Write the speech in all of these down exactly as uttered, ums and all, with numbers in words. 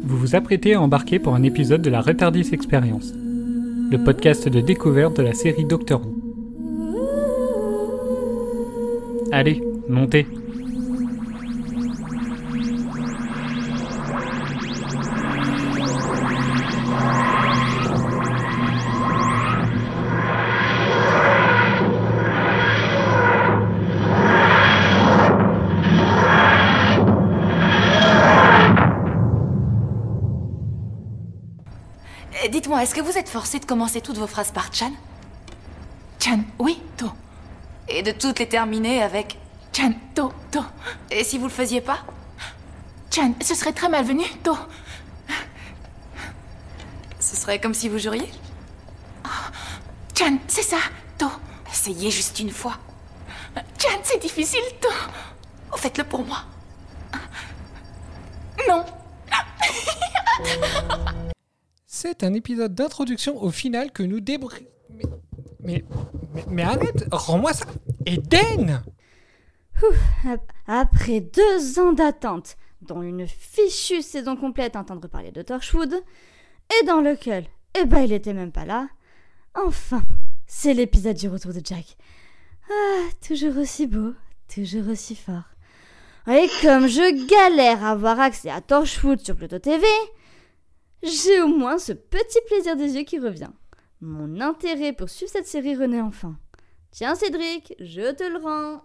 Vous vous apprêtez à embarquer pour un épisode de la Retardis Experience, le podcast de découverte de la série Doctor Who. Allez, montez. Dites-moi, est-ce que vous êtes forcé de commencer toutes vos phrases par Chan? Chan, oui, To. Et de toutes les terminer avec Chan, To, To. Et si vous le faisiez pas? Chan, ce serait très malvenu, To. Ce serait comme si vous juriez? Oh. Chan, c'est ça, To. Essayez juste une fois. Chan, c'est difficile, To. Oh, faites-le pour moi. Non. C'est un épisode d'introduction au final que nous débris... Mais, mais, mais, mais arrête, rends-moi ça. Eden! Après deux ans d'attente, dont une fichue saison complète à entendre parler de Torchwood, et dans lequel, eh ben il était même pas là, enfin, c'est l'épisode du retour de Jack. Ah, toujours aussi beau, toujours aussi fort. Et comme je galère à avoir accès à Torchwood sur Pluto T V, j'ai au moins ce petit plaisir des yeux qui revient. Mon intérêt pour suivre cette série renaît enfin. Tiens Cédric, je te le rends.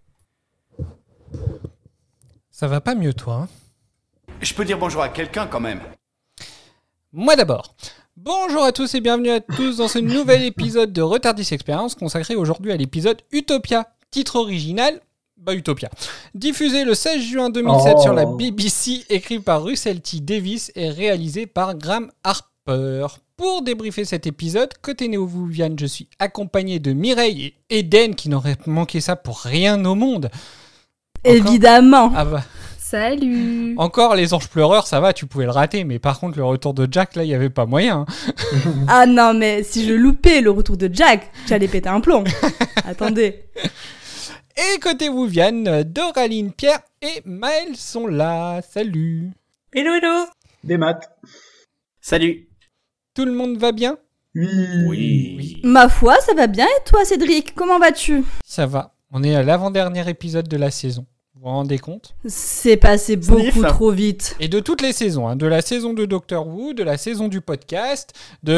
Ça va pas mieux toi, hein? Je peux dire bonjour à quelqu'un quand même. Moi d'abord. Bonjour à tous et bienvenue à tous dans ce nouvel épisode de Retardis Experience consacré aujourd'hui à l'épisode Utopia. Titre original, bah Utopia. Diffusé le seize juin deux mille sept oh. sur la B B C, écrit par Russell T Davies et réalisé par Graham Harper. Pour débriefer cet épisode, côté Néo-Viviane, je suis accompagné de Mireille et Eden qui n'auraient manqué ça pour rien au monde. Encore... Évidemment. Ah bah... Salut. Encore les anges pleureurs, ça va, tu pouvais le rater, mais par contre le retour de Jack, là, il n'y avait pas moyen. Ah non, mais si je loupais le retour de Jack, j'allais péter un plomb. Attendez. Et côté Viviane, Doraline, Pierre et Maël sont là. Salut. Hello, hello. Des maths. Salut. Tout le monde va bien? Oui. Oui. oui. Ma foi, ça va bien et toi, Cédric, comment vas-tu? Ça va. On est à l'avant-dernier épisode de la saison. Vous vous rendez compte? C'est passé beaucoup trop vite. Et de toutes les saisons, hein, de la saison de Doctor Who, de la saison du podcast, de...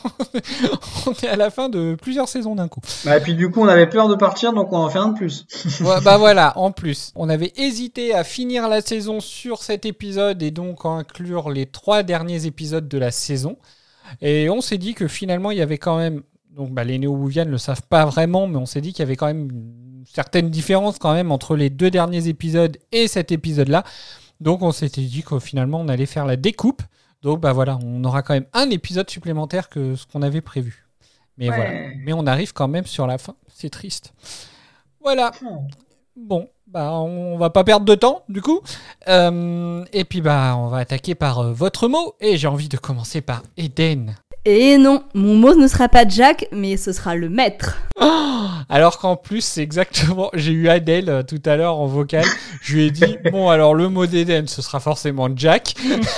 on est à la fin de plusieurs saisons d'un coup. Bah, et puis du coup, on avait peur de partir, donc on en fait un de plus. Ouais, bah voilà, en plus. On avait hésité à finir la saison sur cet épisode et donc à inclure les trois derniers épisodes de la saison. Et on s'est dit que finalement, il y avait quand même... Donc bah, les néo-whovians ne le savent pas vraiment, mais on s'est dit qu'il y avait quand même... certaines différences quand même entre les deux derniers épisodes et cet épisode-là. Donc on s'était dit que finalement on allait faire la découpe. Donc bah voilà, on aura quand même un épisode supplémentaire que ce qu'on avait prévu. Mais ouais. voilà, mais on arrive quand même sur la fin. C'est triste. Voilà. Bon, bah on va pas perdre de temps du coup. Euh, et puis bah on va attaquer par euh, votre mot. Et j'ai envie de commencer par Eden. Et non, mon mot ne sera pas Jack, mais ce sera le maître. Oh, alors qu'en plus, c'est exactement... J'ai eu Adèle euh, tout à l'heure en vocal. Je lui ai dit, bon, alors le mot d'Eden, ce sera forcément Jack.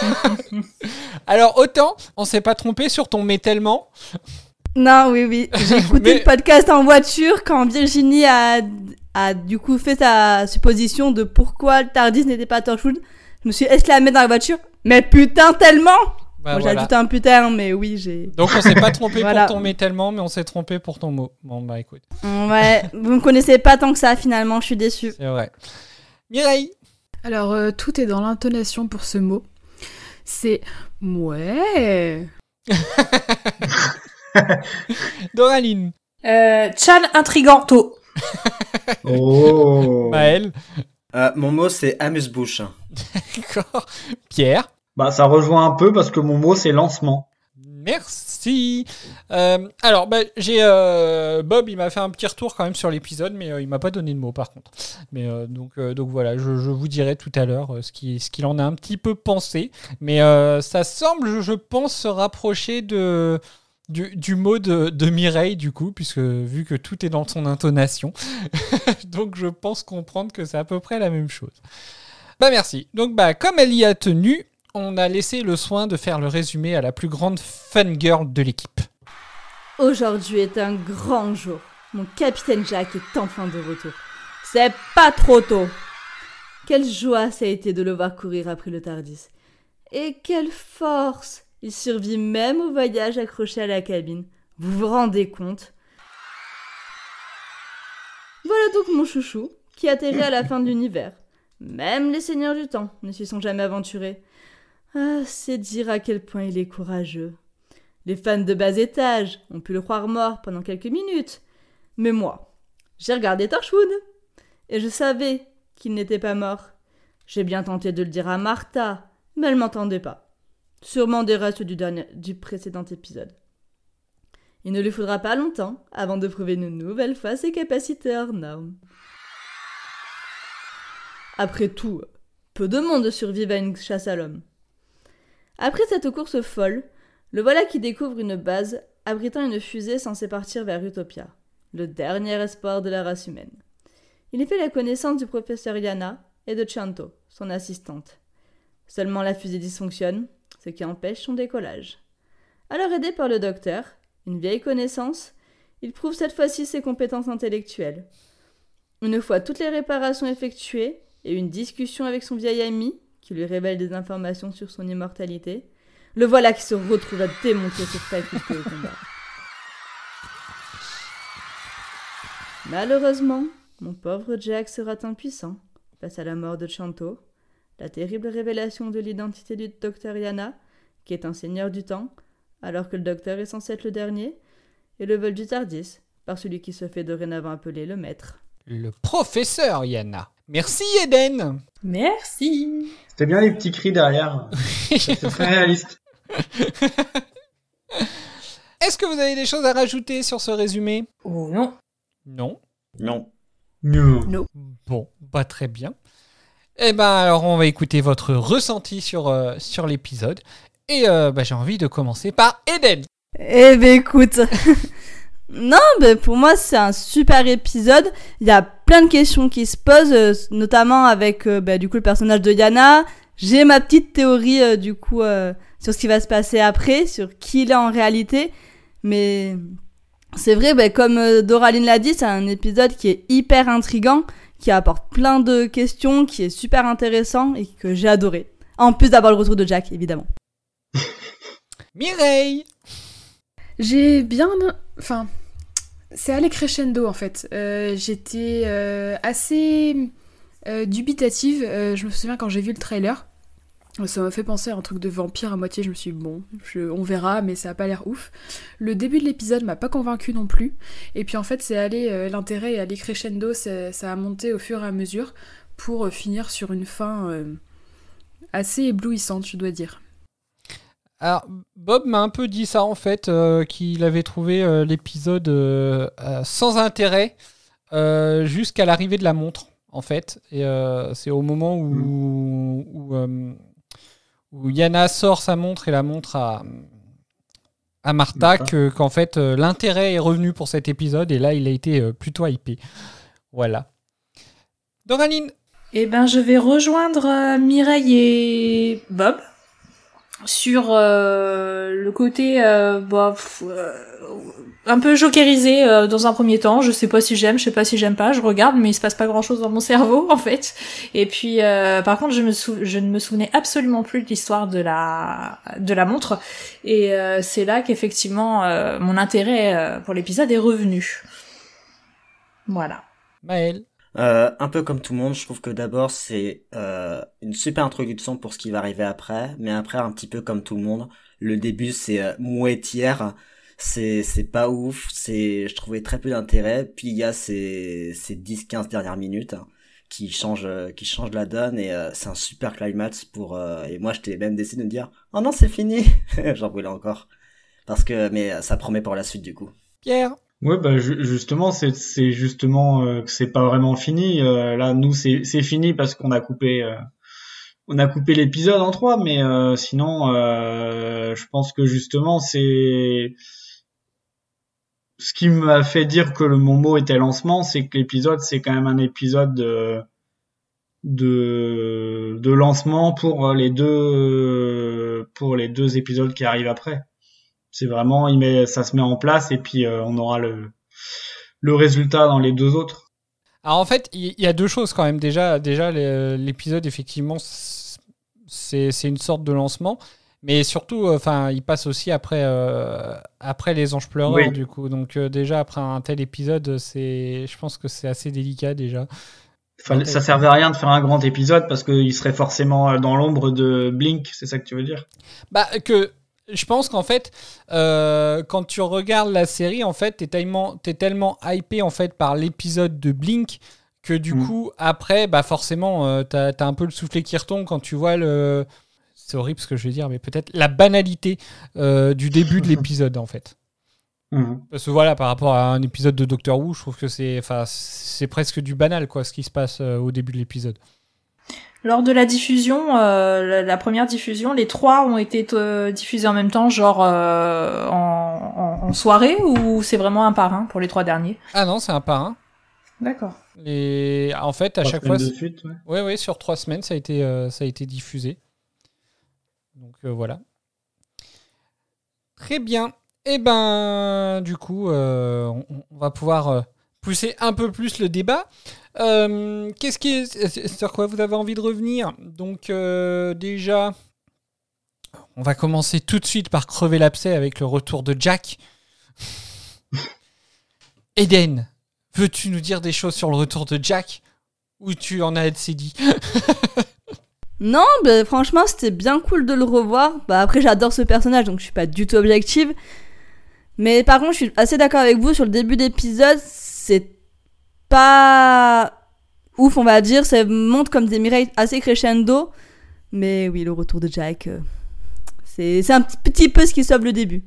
Alors, autant, on s'est pas trompé sur ton « mais tellement ». Non, oui, oui. J'ai écouté mais... le podcast en voiture quand Virginie a, a du coup fait sa supposition de pourquoi le Tardis n'était pas Torchwood. Je me suis exclamée dans la voiture, mais putain, tellement! Bah, bon, voilà. J'ai ajouté un putain, mais oui, j'ai... Donc on s'est pas trompé voilà. pour ton mais tellement, mais on s'est trompé pour ton mot. Bon, bah écoute. Ouais, vous me connaissez pas tant que ça, finalement, je suis déçue. C'est vrai. Mireille. Alors, euh, tout est dans l'intonation pour ce mot. C'est « ouais ». Doraline. Euh, Chan intriganto. Oh. Maël. Euh, mon mot, c'est amuse-bouche. D'accord. Pierre. Bah, ça rejoint un peu parce que mon mot, c'est lancement. Merci. Euh, alors, bah, j'ai euh, Bob, il m'a fait un petit retour quand même sur l'épisode, mais euh, il m'a pas donné de mots par contre. Mais euh, donc, euh, donc voilà, je, je vous dirai tout à l'heure euh, ce qu'il ce qu'il en a un petit peu pensé. Mais euh, ça semble, je pense, se rapprocher de du, du mot de, de Mireille du coup, puisque vu que tout est dans son intonation, donc je pense comprendre que c'est à peu près la même chose. Bah merci. Donc bah comme elle y a tenu. on a laissé le soin de faire le résumé à la plus grande fangirl de l'équipe. Aujourd'hui est un grand jour. Mon capitaine Jack est enfin de retour. C'est pas trop tôt. Quelle joie ça a été de le voir courir après le TARDIS. Et quelle force! Il survit même au voyage accroché à la cabine. Vous vous rendez compte? Voilà donc mon chouchou, qui atterrit à la fin de l'univers. Même les seigneurs du temps ne s'y sont jamais aventurés. Ah, c'est dire à quel point il est courageux. Les fans de bas étage ont pu le croire mort pendant quelques minutes. Mais moi, j'ai regardé Torchwood, et je savais qu'il n'était pas mort. J'ai bien tenté de le dire à Martha, mais elle m'entendait pas. Sûrement des restes du, dernier, du précédent épisode. Il ne lui faudra pas longtemps avant de prouver une nouvelle fois ses capacités hors normes. Après tout, peu de monde survivent à une chasse à l'homme. Après cette course folle, le voilà qui découvre une base abritant une fusée censée partir vers Utopia, le dernier espoir de la race humaine. Il y fait la connaissance du professeur Yana et de Chanto, son assistante. Seulement la fusée dysfonctionne, ce qui empêche son décollage. Alors aidé par le docteur, une vieille connaissance, il prouve cette fois-ci ses compétences intellectuelles. Une fois toutes les réparations effectuées et une discussion avec son vieil ami, qui lui révèle des informations sur son immortalité, le voilà qui se retrouve à démontrer ses facultés au combat. Malheureusement, mon pauvre Jack sera impuissant face à la mort de Chanto, la terrible révélation de l'identité du docteur Yana, qui est un seigneur du temps, alors que le docteur est censé être le dernier, et le vol du TARDIS, par celui qui se fait dorénavant appeler le maître. Le professeur Yana. Merci Eden. Merci. C'était bien les petits cris derrière. C'est très réaliste. Est-ce que vous avez des choses à rajouter sur ce résumé? Oh non. Non. Non. Non. Non. Bon, pas très bien. Eh ben alors on va écouter votre ressenti sur, euh, sur l'épisode. Et euh, bah, j'ai envie de commencer par Eden. Eh ben écoute, non, ben pour moi c'est un super épisode. Il y a plein de questions qui se posent, euh, notamment avec euh, bah, du coup le personnage de Yana. J'ai ma petite théorie euh, du coup euh, sur ce qui va se passer après, sur qui il est en réalité. Mais c'est vrai, ben comme euh, Doraline l'a dit, c'est un épisode qui est hyper intriguant, qui apporte plein de questions, qui est super intéressant et que j'ai adoré. En plus d'avoir le retour de Jack, évidemment. Mireille. J'ai bien... Enfin, c'est allé crescendo en fait. Euh, j'étais euh, assez euh, dubitative. Euh, je me souviens quand j'ai vu le trailer, ça m'a fait penser à un truc de vampire à moitié. Je me suis dit, bon, je, on verra, mais ça a pas l'air ouf. Le début de l'épisode m'a pas convaincu non plus. Et puis en fait, c'est allé, euh, l'intérêt est allé crescendo, ça, ça a monté au fur et à mesure pour euh, finir sur une fin euh, assez éblouissante, je dois dire. Alors, Bob m'a un peu dit ça en fait, euh, qu'il avait trouvé euh, l'épisode euh, euh, sans intérêt euh, jusqu'à l'arrivée de la montre en fait. Et euh, c'est au moment où, mmh. où, euh, où Yana sort sa montre et la montre à, à Martha que, qu'en fait euh, l'intérêt est revenu pour cet épisode et là il a été euh, plutôt hypé. Voilà. Doraline. Eh ben je vais rejoindre euh, Mireille et Bob sur euh, le côté euh, bah, pff, euh, un peu jokerisé euh, dans un premier temps. Je sais pas si j'aime, je sais pas si j'aime pas, je regarde mais il se passe pas grand chose dans mon cerveau en fait. Et puis euh, par contre je me sou- je ne me souvenais absolument plus de l'histoire de la de la montre et euh, c'est là qu'effectivement euh, mon intérêt euh, pour l'épisode est revenu. Voilà. Maëlle. Euh, un peu comme tout le monde, je trouve que d'abord c'est euh, une super introduction pour ce qui va arriver après, mais après un petit peu comme tout le monde, le début c'est euh, mouettière, c'est c'est pas ouf, c'est je trouvais très peu d'intérêt, puis il y a ces ces dix quinze dernières minutes hein, qui changent euh, qui changent la donne et euh, c'est un super climax pour euh, et moi j'étais même décidé de me dire "Oh non, c'est fini." J'en voulais encore parce que mais ça promet pour la suite du coup. Pierre. Ouais, bah ju- justement, c'est c'est justement euh, que c'est pas vraiment fini. Euh, là, nous, c'est c'est fini parce qu'on a coupé euh, on a coupé l'épisode en trois, mais euh, sinon, euh, je pense que justement, c'est ce qui m'a fait dire que le mon mot était lancement, c'est que l'épisode, c'est quand même un épisode euh, de de lancement pour les deux pour les deux épisodes qui arrivent après. C'est vraiment il met ça se met en place et puis euh, on aura le le résultat dans les deux autres. Alors en fait, il y, y a deux choses quand même. Déjà, déjà l'épisode, effectivement, c'est, c'est une sorte de lancement. Mais surtout, enfin, euh, il passe aussi après, euh, après Les Anges Pleureurs, oui. Du coup. Donc euh, déjà, après un tel épisode, c'est, je pense que c'est assez délicat déjà. Enfin, ça servait à rien de faire un grand épisode parce qu'il serait forcément dans l'ombre de Blink, c'est ça que tu veux dire ? Bah, que... Je pense qu'en fait, euh, quand tu regardes la série, en fait, t'es tellement, t'es tellement hypé en fait par l'épisode de Blink que du mmh. coup, après, bah forcément, euh, t'as, t'as un peu le soufflet qui retombe quand tu vois le... C'est horrible ce que je vais dire, mais peut-être la banalité euh, du début de l'épisode, en fait. Mmh. Parce que voilà, par rapport à un épisode de Doctor Who, je trouve que c'est, enfin, c'est presque du banal, quoi, ce qui se passe euh, au début de l'épisode. Lors de la diffusion, euh, la, la première diffusion, les trois ont été euh, diffusés en même temps, genre euh, en, en, en soirée, ou c'est vraiment un par un pour les trois derniers ? Ah non, c'est un par un. D'accord. Et en fait, à trois chaque fois, de suite, ouais. ouais, ouais, sur trois semaines, ça a été, euh, ça a été diffusé. Donc euh, voilà. Très bien. Et ben, du coup, euh, on, on va pouvoir euh, pousser un peu plus le débat. Euh, qu'est-ce qui est, sur quoi vous avez envie de revenir ? Donc euh, déjà, on va commencer tout de suite par crever l'abcès avec le retour de Jack. Eden, veux-tu nous dire des choses sur le retour de Jack ? Ou tu en as assez dit ? Non, bah, franchement, c'était bien cool de le revoir. Bah, après, j'adore ce personnage, donc je suis pas du tout objective. Mais par contre, je suis assez d'accord avec vous sur le début d'épisode. C'est pas ouf, on va dire. Ça monte comme des Mireille assez crescendo. Mais oui, le retour de Jack, euh, c'est, c'est un petit peu ce qui sauve le début.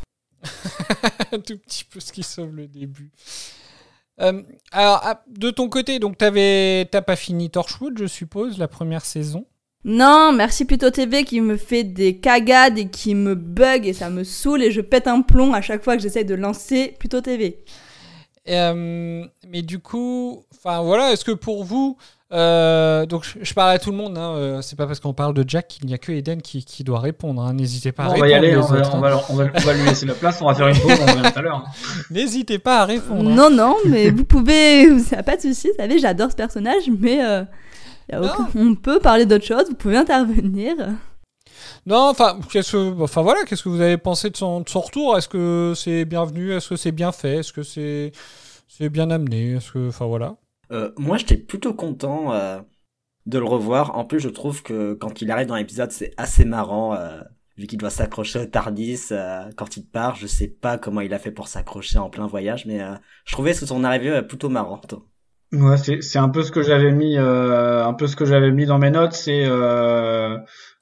Un tout petit peu ce qui sauve le début. Euh, alors, de ton côté, donc t'avais, t'as pas fini Torchwood, je suppose, la première saison ? Non, merci Pluto T V qui me fait des cagades et qui me bug et ça me saoule et je pète un plomb à chaque fois que j'essaye de lancer Pluto T V. Euh, mais du coup, enfin voilà, est-ce que pour vous, euh, donc je, je parle à tout le monde, hein, euh, c'est pas parce qu'on parle de Jack qu'il n'y a que Eden qui, qui doit répondre, hein, n'hésitez pas à on répondre. Va y aller, on, autres, va, hein. on, va, on, va, on va lui laisser la place, on va faire une pause, on revient tout à l'heure. N'hésitez pas à répondre. Non, hein. non, mais vous pouvez, ça n'a pas de souci, vous savez, j'adore ce personnage, mais euh, y a aucun... on peut parler d'autre chose, vous pouvez intervenir. Non, enfin, qu'est-ce que, enfin voilà, qu'est-ce que vous avez pensé de son, de son retour ? Est-ce que c'est bienvenu ? Est-ce que c'est bien fait ? Est-ce que c'est, c'est bien amené ? Est-ce que, enfin voilà. Euh, moi, j'étais plutôt content euh, de le revoir. En plus, je trouve que quand il arrive dans l'épisode, c'est assez marrant, euh, vu qu'il doit s'accrocher au TARDIS euh, quand il part. Je sais pas comment il a fait pour s'accrocher en plein voyage, mais euh, je trouvais que son arrivée euh, plutôt marrante. Ouais, c'est c'est un peu ce que j'avais mis, euh, un peu ce que j'avais mis dans mes notes, c'est euh,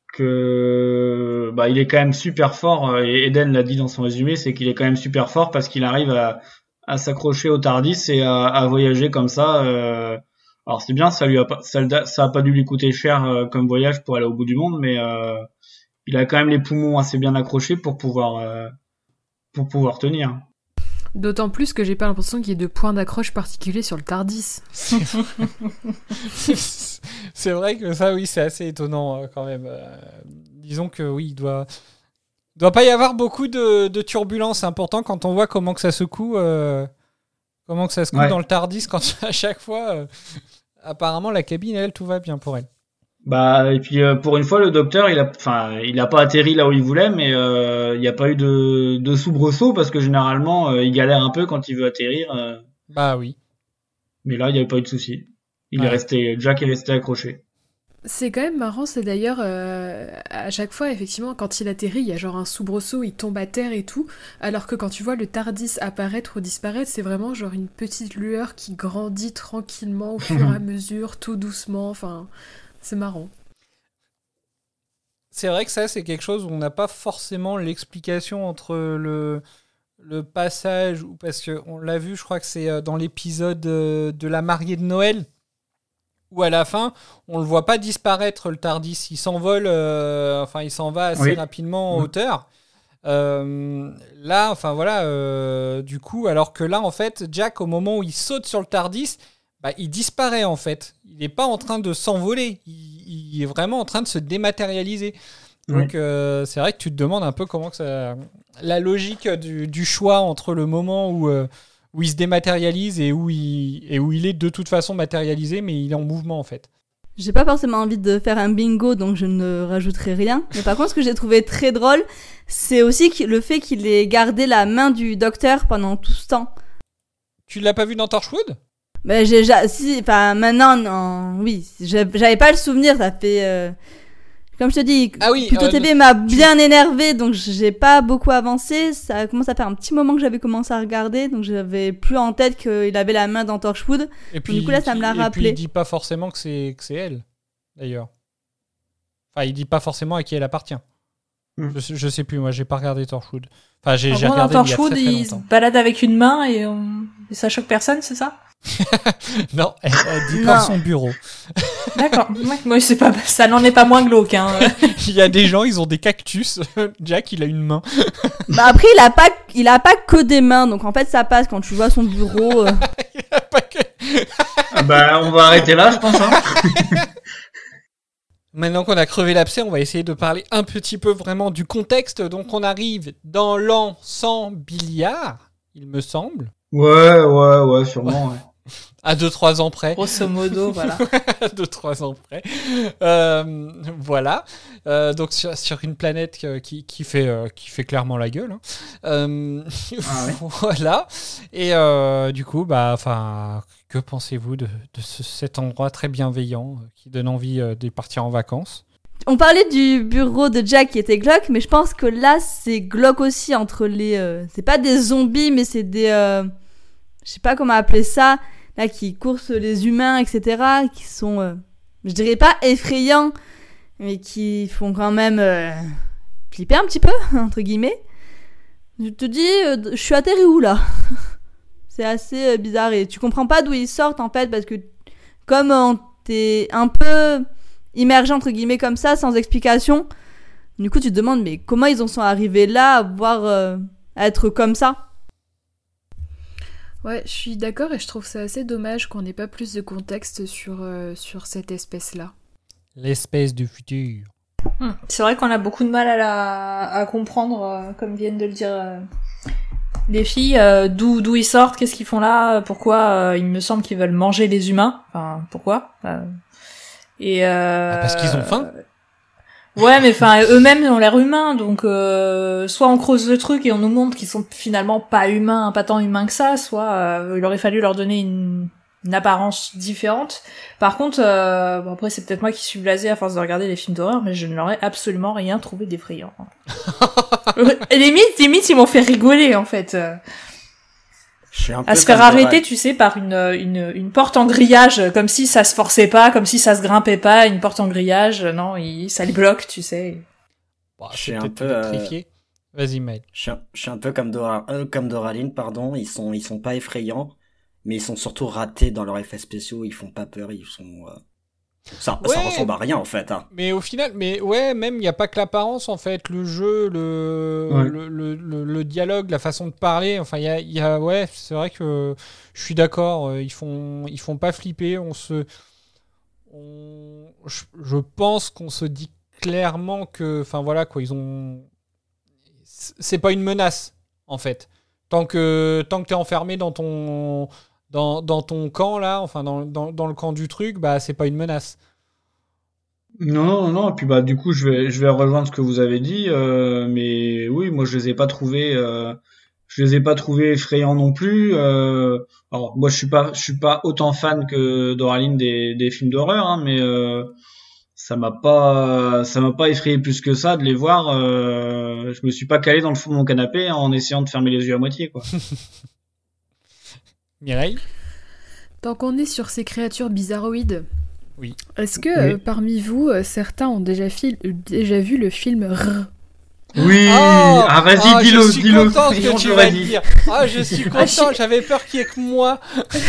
que bah il est quand même super fort. Et Eden l'a dit dans son résumé, c'est qu'il est quand même super fort parce qu'il arrive à à s'accrocher au TARDIS et à, à voyager comme ça. Euh, alors c'est bien, ça lui a pas, ça, ça a pas dû lui coûter cher euh, comme voyage pour aller au bout du monde, mais euh, il a quand même les poumons assez bien accrochés pour pouvoir euh, pour pouvoir tenir. D'autant plus que j'ai pas l'impression qu'il y ait de points d'accroche particuliers sur le TARDIS. C'est vrai que ça, oui, c'est assez étonnant euh, quand même. Euh, disons que oui, il doit. Il doit pas y avoir beaucoup de, de turbulences. C'est important quand on voit comment que ça secoue, euh, comment que ça secoue ouais. dans le TARDIS quand à chaque fois, euh, apparemment la cabine, elle, tout va bien pour elle. Bah et puis euh, pour une fois le docteur, il a, enfin, il a pas atterri là où il voulait, mais euh, il y a pas eu de, de soubresaut parce que généralement euh, il galère un peu quand il veut atterrir. Euh. Bah oui. Mais là il y avait pas eu de souci. Il ouais. est resté, Jack est resté accroché. C'est quand même marrant, c'est d'ailleurs, euh, à chaque fois, effectivement, quand il atterrit, il y a genre un soubresaut, il tombe à terre et tout, alors que quand tu vois le TARDIS apparaître ou disparaître, c'est vraiment genre une petite lueur qui grandit tranquillement au fur et à mesure, tout doucement, enfin, c'est marrant. C'est vrai que ça, c'est quelque chose où on n'a pas forcément l'explication entre le, le passage, ou parce qu'on l'a vu, je crois que c'est dans l'épisode de la mariée de Noël, où à la fin, on le voit pas disparaître le TARDIS, il s'envole, euh, enfin il s'en va assez oui. rapidement en hauteur. Euh, là, enfin voilà, euh, du coup, alors que là, en fait, Jack, au moment où il saute sur le TARDIS, bah, il disparaît en fait. Il n'est pas en train de s'envoler. Il, il est vraiment en train de se dématérialiser. Donc oui. euh, c'est vrai que tu te demandes un peu comment que ça... La logique du, du choix entre le moment où, euh, où il se dématérialise et où il, et où il est de toute façon matérialisé, mais il est en mouvement en fait. J'ai pas forcément envie de faire un bingo, donc je ne rajouterai rien. Mais par contre, ce que j'ai trouvé très drôle, c'est aussi le fait qu'il ait gardé la main du docteur pendant tout ce temps. Tu l'as pas vu dans Torchwood ? Ben j'ai si, enfin maintenant, non, oui, j'avais pas le souvenir. Ça fait, euh, comme je te dis, ah oui, Pluto euh, T V m'a bien énervé, donc j'ai pas beaucoup avancé. Ça commence à faire un petit moment que j'avais commencé à regarder, donc j'avais plus en tête qu'il avait la main dans Torchwood. Et puis, donc, du coup là, ça me l'a et rappelé. Et puis il dit pas forcément que c'est que c'est elle, d'ailleurs. Enfin, il dit pas forcément à qui elle appartient. Mm. Je, je sais plus, moi j'ai pas regardé Torchwood. Enfin, j'ai, j'ai regardé dans il y a Torchwood, très, très il longtemps. se balade avec une main et, on... et ça choque personne, c'est ça? Non, elle, elle dit dans son bureau. D'accord. Moi, c'est pas, ça n'en est pas moins glauque. Hein. Il y a des gens, ils ont des cactus. Jack, il a une main. Bah après, il a pas, il a pas que des mains, donc en fait, ça passe quand tu vois son bureau. Euh... il a pas que... ah bah, on va arrêter là, je pense. Hein. Maintenant qu'on a crevé l'abcès, on va essayer de parler un petit peu vraiment du contexte. Donc, on arrive dans l'an sans Billiard, il me semble. Ouais, ouais, ouais, sûrement, ouais. À deux trois ans près. Grosso modo, voilà. À deux trois ans près. Euh, voilà. Euh, donc, sur, sur une planète qui, qui, fait, euh, qui fait clairement la gueule. Hein. Euh, ah ouais. Voilà. Et euh, du coup, bah, enfin, que pensez-vous de, de ce, cet endroit très bienveillant qui donne envie euh, de partir en vacances ? On parlait du bureau de Jack qui était glauque, mais je pense que là, c'est glauque aussi entre les... Euh, c'est pas des zombies, mais c'est des... Euh, je sais pas comment appeler ça, là, qui coursent les humains, et cetera, qui sont, euh, je dirais pas effrayants, mais qui font quand même euh, flipper un petit peu, entre guillemets. Je te dis, euh, je suis atterri où, là ? C'est assez euh, bizarre, et tu comprends pas d'où ils sortent, en fait, parce que comme euh, t'es un peu... immergé entre guillemets comme ça, sans explication. Du coup, tu te demandes, mais comment ils en sont arrivés là, à voir euh, à être comme ça ? Ouais, je suis d'accord et je trouve ça assez dommage qu'on n'ait pas plus de contexte sur, euh, sur cette espèce-là. L'espèce du futur. Hum, c'est vrai qu'on a beaucoup de mal à, la, à comprendre, euh, comme viennent de le dire euh, les filles, euh, d'où, d'où ils sortent, qu'est-ce qu'ils font là, pourquoi euh, il me semble qu'ils veulent manger les humains. Enfin, pourquoi euh, Et euh... ah, parce qu'ils ont faim. Ouais, mais enfin eux-mêmes ont l'air humains, donc euh, soit on creuse le truc et on nous montre qu'ils sont finalement pas humains, pas tant humains que ça, soit euh, il aurait fallu leur donner une, une apparence différente. Par contre, euh, bon après c'est peut-être moi qui suis blasée à force de regarder les films d'horreur, mais je ne leur ai absolument rien trouvé d'effrayant. limite, limite ils m'ont fait rigoler en fait. À se faire arrêter, tu sais, par une, une, une porte en grillage, comme si ça se forçait pas, comme si ça se grimpait pas, une porte en grillage, non, il, ça le bloque, tu sais. Bah, je suis un peu électrifié. Euh... Vas-y, Maël. Je suis un, je suis un peu comme, Dora, euh, comme Doraline, pardon, ils sont, ils sont pas effrayants, mais ils sont surtout ratés dans leurs effets spéciaux, ils font pas peur, ils sont... Euh... Ça, ouais, ça ressemble à rien en fait. Hein. Mais au final, mais ouais, même il n'y a pas que l'apparence en fait, le jeu, le, ouais. le, le, le, le dialogue, la façon de parler. Enfin, il y a, y a, ouais, c'est vrai que je suis d'accord. Ils font, ils font pas flipper. On se, on, je, je pense qu'on se dit clairement que, enfin voilà quoi, ils ont, c'est pas une menace en fait. Tant que, tant que t'es enfermé dans ton Dans, dans ton camp, là, enfin, dans, dans, dans le camp du truc, bah, c'est pas une menace. Non, non, non, et puis, bah, du coup, je vais, je vais rejoindre ce que vous avez dit, euh, mais oui, moi, je les ai pas trouvés, euh, je les ai pas trouvés effrayants non plus, euh, alors, moi, je suis pas, je suis pas autant fan que Doraline des, des films d'horreur, hein, mais, euh, ça m'a pas, ça m'a pas effrayé plus que ça de les voir, euh, je me suis pas calé dans le fond de mon canapé en essayant de fermer les yeux à moitié, quoi. Mireille ? Tant qu'on est sur ces créatures bizarroïdes, oui. Est-ce que oui. euh, parmi vous, euh, certains ont déjà, fi- déjà vu le film R ? Oui, oh, ah vas-y, oh, dis-le, je suis dis-le. contente Sinon, que tu je vas l'aurais le dit. dire. Ah, je suis content, j'avais peur qu'il y ait que moi.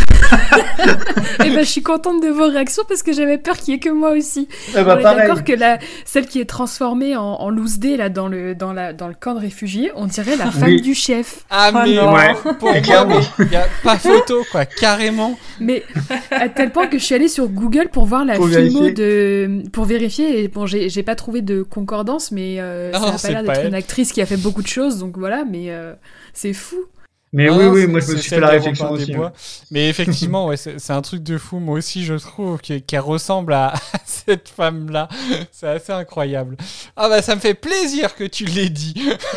Et ben, je suis contente de vos réactions parce que j'avais peur qu'il y ait que moi aussi. Eh ben, On est pareil. d'accord que la, celle qui est transformée en, en loose dé là dans le dans la dans le camp de réfugiés, on dirait la femme Oui. du chef. Ah, Oh mais non. Ouais, pour moi, clairement. il n'y a pas photo, quoi, carrément. Mais à tel point que je suis allée sur Google pour voir la Pour filmo vérifier. de pour vérifier et bon j'ai j'ai pas trouvé de concordance mais euh, Non, ça a pas c'est l'air pas d'être elle. une actrice qui a fait beaucoup de choses donc voilà mais euh, c'est fou. Mais Ah oui, non, oui, c'est- moi je me c'est suis celle fait la de réflexion Robin des aussi. Bois. ouais. Mais effectivement, ouais, c'est c'est un truc de fou. Moi aussi, je trouve qu'elle qu'elle ressemble à cette femme-là. C'est assez incroyable. Ah bah, ça me fait plaisir que tu l'aies dit.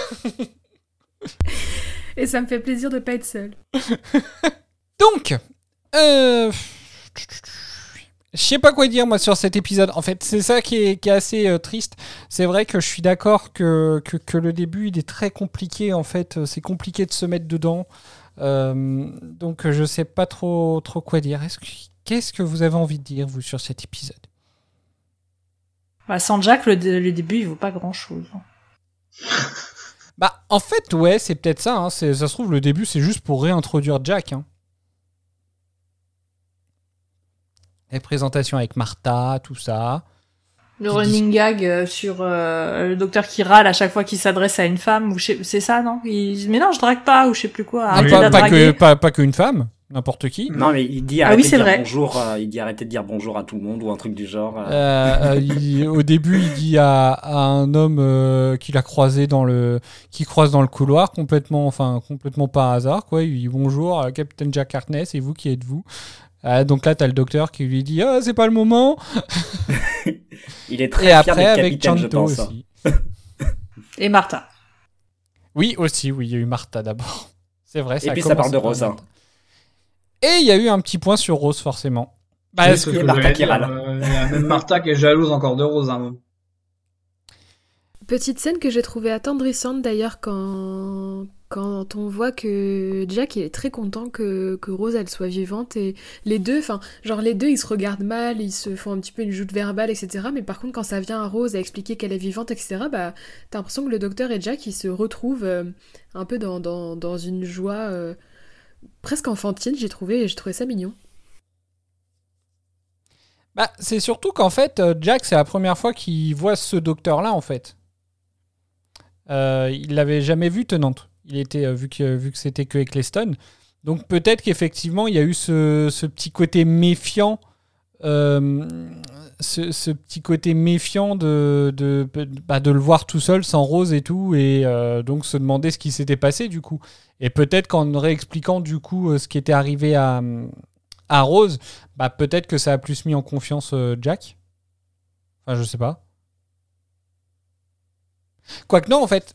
Et ça me fait plaisir de pas être seule. Donc, euh... je sais pas quoi dire moi sur cet épisode. En fait, c'est ça qui est, qui est assez euh, triste. C'est vrai que je suis d'accord que, que, que le début il est très compliqué. En fait, c'est compliqué de se mettre dedans. Euh, donc, je sais pas trop, trop quoi dire. Est-ce que, qu'est-ce que vous avez envie de dire vous sur cet épisode? Bah, sans Jack, le, dé- le début, il vaut pas grand-chose. Bah, en fait, ouais, c'est peut-être ça. Hein. C'est, ça se trouve, le début, c'est juste pour réintroduire Jack. Hein. Les présentations avec Martha, tout ça. Le Qui running gag euh, sur euh, le docteur qui râle à chaque fois qu'il s'adresse à une femme, ou je sais- c'est ça, non? Il... Mais non, je drague pas, ou je sais plus quoi. Ah, Arrêtez pas, de la pas, que, draguer. pas, pas qu'une femme, n'importe qui. Non, mais il dit Ah arrêtez oui, c'est de dire vrai. bonjour, euh, il dit arrêtez de dire bonjour à tout le monde ou un truc du genre. euh. Euh, euh, il- au début, il dit à, à un homme euh, qu'il a croisé dans le, qui croise dans le couloir, complètement, enfin, complètement par hasard, quoi. Il dit bonjour, euh, Capitaine Jack Harkness, et vous, qui êtes-vous? Ah, donc là, t'as le docteur qui lui dit ah, c'est pas le moment. Il est très Et fier après, d'être avec capitaine, je Chanto pense. aussi. Et Martha. Oui, aussi, oui, il y a eu Martha d'abord. C'est vrai, ça Et a puis ça commencé parle de par Rosa. Martha. Et il y a eu un petit point sur Rose, forcément. Bah, Oui, est-ce c'est que- ce que Martha j'allais qui dire, râle. euh, Il y a même Martha qui est jalouse encore de Rose. Hein. Petite scène que j'ai trouvée attendrissante d'ailleurs quand quand on voit que Jack il est très content que, que Rose elle soit vivante et les deux, enfin genre les deux ils se regardent mal, ils se font un petit peu une joute verbale et cetera. Mais par contre quand ça vient à Rose à expliquer qu'elle est vivante et cetera. Bah t'as l'impression que le docteur et Jack ils se retrouvent euh, un peu dans, dans, dans une joie euh, presque enfantine j'ai trouvé et j'ai trouvé ça mignon. Bah, c'est surtout qu'en fait, euh, Jack, c'est la première fois qu'il voit ce docteur-là, en fait. Euh, il l'avait jamais vu tenante. Il était euh, vu que vu que c'était que Eccleston. Donc peut-être qu'effectivement, il y a eu ce, ce petit côté méfiant, euh, ce, ce petit côté méfiant de de, bah, de le voir tout seul, sans Rose et tout, et euh, donc se demander ce qui s'était passé du coup. Et peut-être qu'en réexpliquant du coup euh, ce qui était arrivé à à Rose, bah peut-être que ça a plus mis en confiance euh, Jack. Enfin, je sais pas. Quoique non, en fait,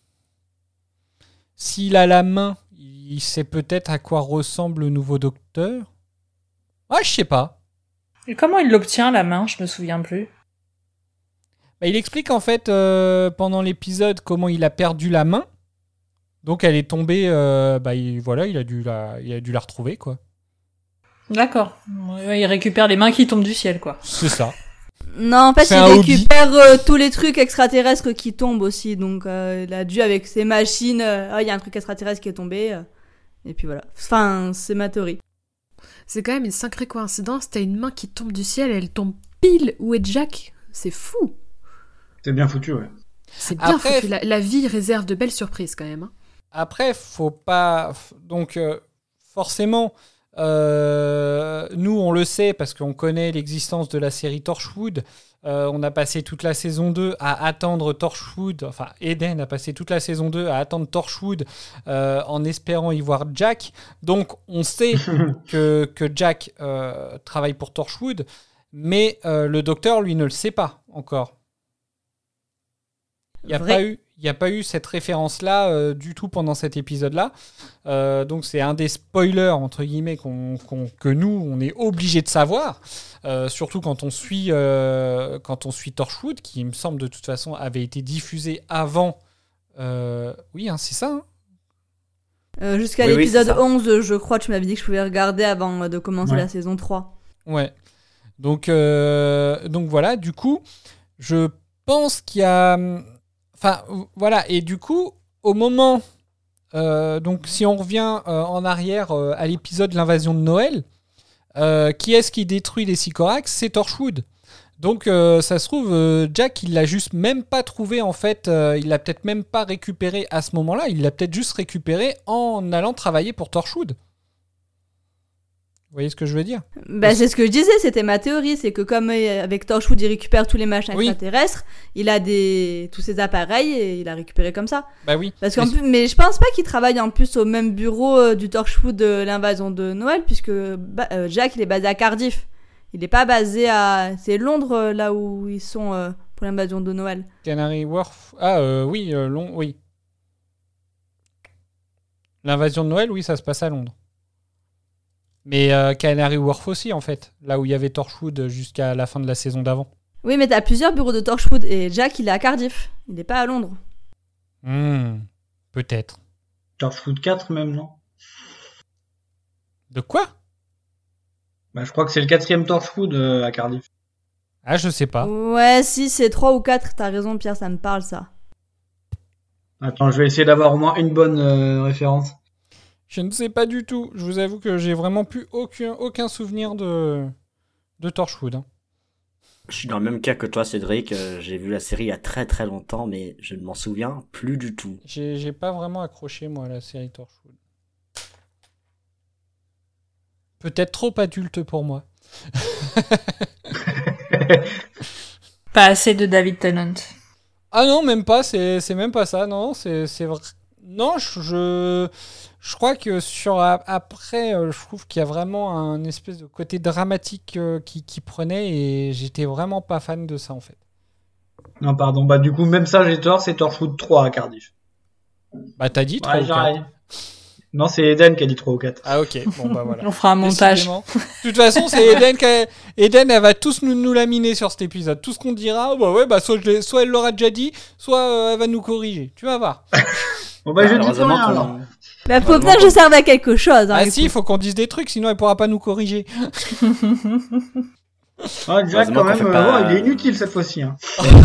s'il a la main, il sait peut-être à quoi ressemble le nouveau docteur. Ah, je sais pas. Et comment il l'obtient, la main? Je me souviens plus. Bah, il explique en fait euh, pendant l'épisode comment il a perdu la main. Donc elle est tombée. Euh, bah, il, voilà, il a dû la, il a dû la retrouver, quoi. D'accord. Ouais, il récupère les mains qui tombent du ciel, quoi. C'est ça. Non, en fait, C'est il un hobby. récupère euh, tous les trucs extraterrestres qui tombent aussi. Donc, euh, il a dû, avec ses machines, euh, ah, il y a un truc extraterrestre qui est tombé. euh, et puis voilà. Enfin, c'est ma théorie. C'est quand même une sacrée coïncidence, t'as une main qui tombe du ciel, elle tombe pile où est Jack. C'est fou. C'est bien foutu, ouais. C'est bien Après, foutu. La, la vie réserve de belles surprises quand même. hein. Après, faut pas. Donc, euh, forcément, euh, nous, on le sait parce qu'on connaît l'existence de la série Torchwood. Euh, on a passé toute la saison deux à attendre Torchwood. Enfin, Eden a passé toute la saison deux à attendre Torchwood euh, en espérant y voir Jack. Donc, on sait que, que Jack euh, travaille pour Torchwood, mais euh, le docteur, lui, ne le sait pas encore. Il n'y a Vrai. pas eu. Il n'y a pas eu cette référence-là euh, du tout pendant cet épisode-là. Euh, donc c'est un des spoilers, entre guillemets, qu'on, qu'on, que nous, on est obligé de savoir. Euh, surtout quand on, suit, euh, quand on suit Torchwood, qui, il me semble, de toute façon, avait été diffusé avant... Euh, oui, hein, c'est ça. Hein Euh, jusqu'à Oui, oui, l'épisode c'est ça. onze, je crois, tu m'avais dit que je pouvais regarder avant de commencer Ouais. la saison trois. Ouais. Donc, euh, donc voilà, du coup, je pense qu'il y a... enfin, voilà. Et du coup, au moment, euh, donc si on revient euh, en arrière euh, à l'épisode de l'invasion de Noël, euh, qui est-ce qui détruit les Sycorax ? C'est Torchwood. Donc euh, ça se trouve, euh, Jack, il l'a juste même pas trouvé en fait, euh, il l'a peut-être même pas récupéré à ce moment-là, il l'a peut-être juste récupéré en allant travailler pour Torchwood. Vous voyez ce que je veux dire ? Bah, c'est ce que je disais, c'était ma théorie, c'est que comme euh, avec Torchwood il récupère tous les machins Oui. extraterrestres, il a des tous ses appareils et il a récupéré comme ça. Bah oui. Parce qu'en Mais- plus, mais je pense pas qu'il travaille en plus au même bureau euh, du Torchwood de l'invasion de Noël, puisque bah, euh, Jack il est basé à Cardiff. Il est pas basé à, c'est Londres euh, là où ils sont euh, pour l'invasion de Noël. Canary Wharf. Ah euh, oui, euh, Londres, oui. L'invasion de Noël, oui, ça se passe à Londres. Mais euh, Canary Wharf aussi, en fait. Là où il y avait Torchwood jusqu'à la fin de la saison d'avant. Oui, mais t'as plusieurs bureaux de Torchwood et Jack il est à Cardiff. Il est pas à Londres. Hmm, peut-être. Torchwood quatre même, non? De quoi ? Bah, je crois que c'est le quatrième Torchwood euh, à Cardiff. Ah, je sais pas. Ouais, si c'est trois ou quatre, t'as raison Pierre, ça me parle ça. Attends, je vais essayer d'avoir au moins une bonne euh, référence. Je ne sais pas du tout. Je vous avoue que j'ai vraiment plus aucun, aucun souvenir de, de Torchwood. hein. Je suis dans le même cas que toi, Cédric. Euh, j'ai vu la série il y a très très longtemps, mais je ne m'en souviens plus du tout. J'ai, j'ai pas vraiment accroché, moi, à la série Torchwood. Peut-être trop adulte pour moi. Pas assez de David Tennant. Ah non, même pas, c'est, c'est même pas ça, non, c'est, c'est vrai. Non, je, je, je crois que sur après, euh, je trouve qu'il y a vraiment un espèce de côté dramatique euh, qui, qui prenait et j'étais vraiment pas fan de ça en fait. Non, pardon, bah du coup, même ça, j'ai tort, c'est Torchwood trois à Cardiff. Bah t'as dit trois Ouais, ou quatre. j'arrive. Non, c'est Eden qui a dit trois ou quatre. Ah ok, bon bah voilà. On fera un montage. Décidément. De toute façon, c'est Eden qui a... Eden, elle va tous nous, nous laminer sur cet épisode. Tout ce qu'on dira, bah ouais, bah soit, je l'ai- soit elle l'aura déjà dit, soit euh, elle va nous corriger. Tu vas voir. Bon bah, je dis plus Heureusement rien, qu'on- alors. Bah faut Heureusement bien que je qu'on- serve à quelque chose. Hein, Ah écoute. si, il faut qu'on dise des trucs, sinon elle pourra pas nous corriger. Ah, Jack, Heureusement quand qu'on même, fait euh, pas- oh, il est inutile cette fois-ci. Hein.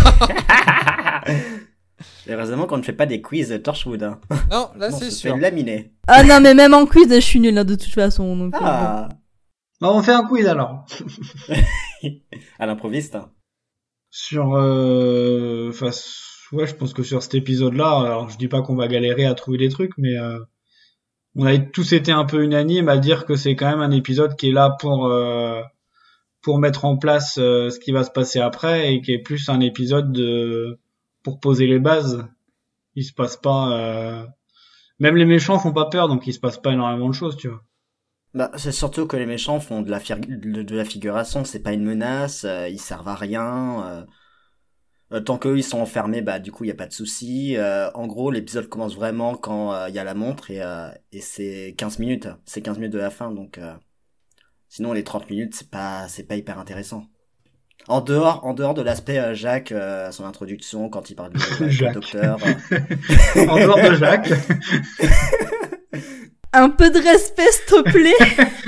Heureusement qu'on ne fait pas des quiz de Torchwood. Hein. Non, là On c'est se sûr. fait laminer. Ah non mais même en quiz je suis nulle hein, de toute façon. Donc, euh, bon. Ah, Bon, on fait un quiz alors. à l'improviste. Sur, euh, enfin, ouais, je pense que sur cet épisode-là, alors je dis pas qu'on va galérer à trouver des trucs, mais euh, on a tous été un peu unanimes à dire que c'est quand même un épisode qui est là pour euh, pour mettre en place euh, ce qui va se passer après et qui est plus un épisode de pour poser les bases. Il se passe pas, euh, même les méchants font pas peur, donc il se passe pas énormément de choses, tu vois. Bah, c'est surtout que les méchants font de la, fir- de, de la figuration, c'est pas une menace, euh, ils servent à rien. Euh, euh, tant qu'eux ils sont enfermés, bah du coup il y a pas de souci. Euh, en gros, l'épisode commence vraiment quand il euh, y a la montre et, euh, et c'est quinze minutes, c'est quinze minutes de la fin, donc euh, sinon les trente minutes c'est pas c'est pas hyper intéressant. En dehors en dehors de l'aspect euh, Jacques, euh, son introduction quand il parle du, du Jacques. docteur. euh, En dehors de Jacques. Un peu de respect s'il te plaît.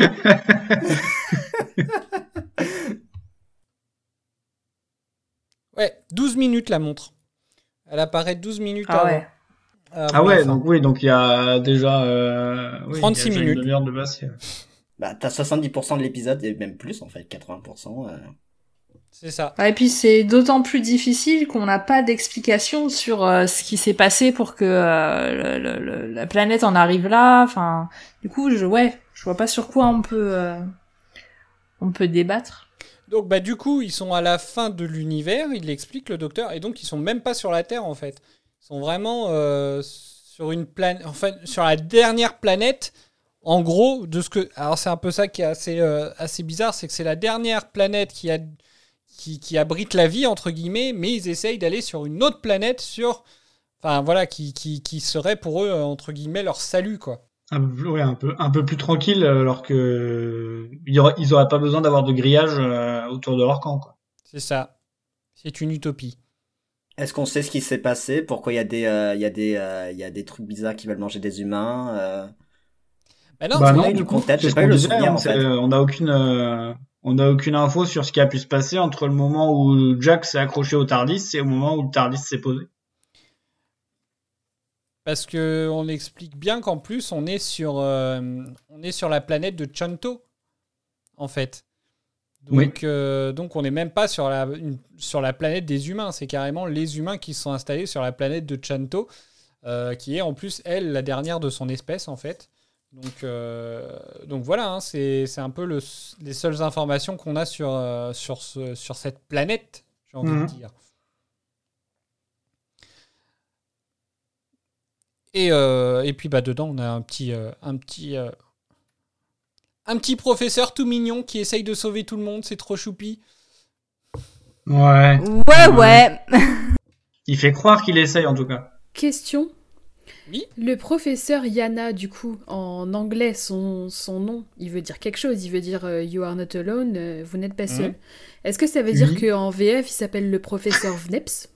Ouais, douze minutes la montre. Elle apparaît douze minutes Ah avant. ouais. avant Ah ouais, la fin. donc oui, donc il y a déjà euh, oui, trente-six il y a déjà minutes. une demi-heure de base. Bah t'as soixante-dix pour cent de l'épisode et même plus en fait, quatre-vingts pour cent. Euh... C'est ça. Ouais, et puis c'est d'autant plus difficile qu'on n'a pas d'explication sur euh, ce qui s'est passé pour que euh, le, le- la planète en arrive là. Enfin, du coup, je ouais, je vois pas sur quoi on peut euh, on peut débattre. Donc bah du coup, ils sont à la fin de l'univers, il l'explique le docteur, et donc ils sont même pas sur la Terre en fait. Ils sont vraiment euh, sur une planète, enfin sur la dernière planète. En gros, de ce que, alors c'est un peu ça qui est assez euh, assez bizarre, c'est que c'est la dernière planète qui a qui, qui abrite la vie entre guillemets, mais ils essayent d'aller sur une autre planète sur, enfin voilà, qui qui qui serait pour eux entre guillemets leur salut quoi. Un, ouais, un peu un peu plus tranquille, alors que il y aura, ils auraient pas besoin d'avoir de grillage euh, autour de leur camp, quoi. C'est ça. C'est une utopie. Est-ce qu'on sait ce qui s'est passé? Pourquoi il y a des, euh, il y a des, euh, il y a des trucs bizarres qui veulent manger des humains? Euh... Bah non, bah c'est non, vrai, du du coup, contexte, c'est j'ai ce pas qu'on eu le disait, souvenir, on, en sait- fait. on a aucune, euh, on a aucune info sur ce qui a pu se passer entre le moment où Jack s'est accroché au TARDIS et au moment où le TARDIS s'est posé. Parce que on explique bien qu'en plus, on est sur, euh, on est sur la planète de Chanto, en fait. Donc, Oui. euh, donc on n'est même pas sur la, une- sur la planète des humains. C'est carrément les humains qui se sont installés sur la planète de Chanto, euh, qui est en plus, elle, la dernière de son espèce, en fait. Donc, euh, donc voilà, hein, c'est, c'est un peu le, les seules informations qu'on a sur, euh, sur, ce, sur cette planète, j'ai envie Mhm. de dire. Et, euh, et puis bah, dedans, on a un petit, euh, un, petit, euh, un petit professeur tout mignon qui essaye de sauver tout le monde. C'est trop choupi. Ouais. Ouais, ouais. Il fait croire qu'il essaye en tout cas. Question. Oui. Le professeur Yana, du coup, en anglais, son, son nom, il veut dire quelque chose. Il veut dire euh, You are not alone, euh, vous n'êtes pas seul. Mhm. Est-ce que ça veut dire Oui. qu'en V F, il s'appelle le professeur Vneps?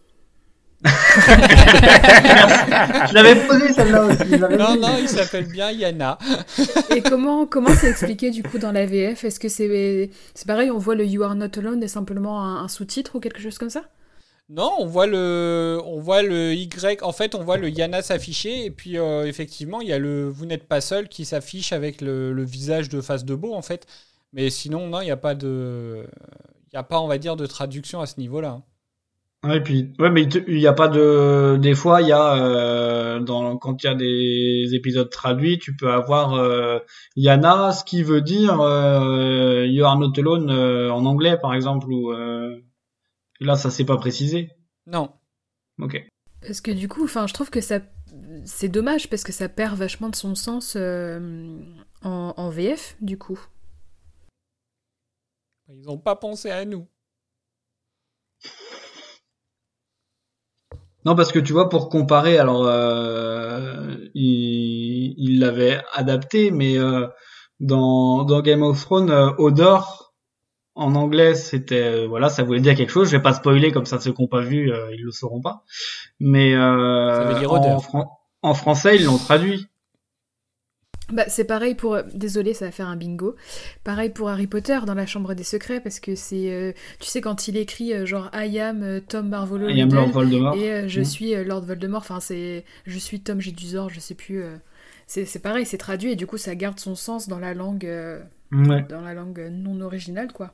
Je l'avais posé celle-là aussi. je l'avais Non, posée. non, il s'appelle bien Yana. Et comment comment c'est expliqué, du coup, dans la V F? Est-ce que c'est c'est pareil, on voit le You are not alone et simplement un, un sous-titre ou quelque chose comme ça? Non, on voit le, on voit le Y. En fait, on voit le Yana s'afficher. Et puis, euh, effectivement, il y a le Vous n'êtes pas seul qui s'affiche avec le, le visage de face de beau, en fait. Mais sinon, non, il n'y a pas de. Il n'y a pas, on va dire, de traduction à ce niveau-là. Ouais, et puis, ouais, mais il y a pas de. Des fois, il y a euh, dans quand il y a des épisodes traduits, tu peux avoir euh, Yana, ce qui veut dire euh, You are not alone euh, en anglais, par exemple, ou euh, là, ça s'est pas précisé. Non. Ok. Parce que du coup, enfin, je trouve que ça, c'est dommage parce que ça perd vachement de son sens euh, en, en V F, du coup. Ils n'ont pas pensé à nous. Non, parce que tu vois, pour comparer, alors euh, il il l'avait adapté, mais euh, dans dans Game of Thrones, euh, Hodor en anglais, c'était euh, voilà, ça voulait dire quelque chose. Je vais pas spoiler comme ça, ceux qui n'ont pas vu, euh, ils le sauront pas. Mais euh, Ça veut dire en, odeur. fran- en français, ils l'ont traduit. Bah, c'est pareil pour... Désolée, ça va faire un bingo. Pareil pour Harry Potter dans la Chambre des Secrets, parce que c'est... euh, tu sais, quand il écrit euh, genre « I am euh, Tom Marvolo I am Riddle Lord Voldemort. et euh, je Mhm. suis euh, Lord Voldemort », enfin, c'est « je suis Tom Jedusor », je sais plus... euh, C'est c'est pareil, c'est traduit, et du coup, ça garde son sens dans la langue, euh, Ouais. dans la langue non originale, quoi.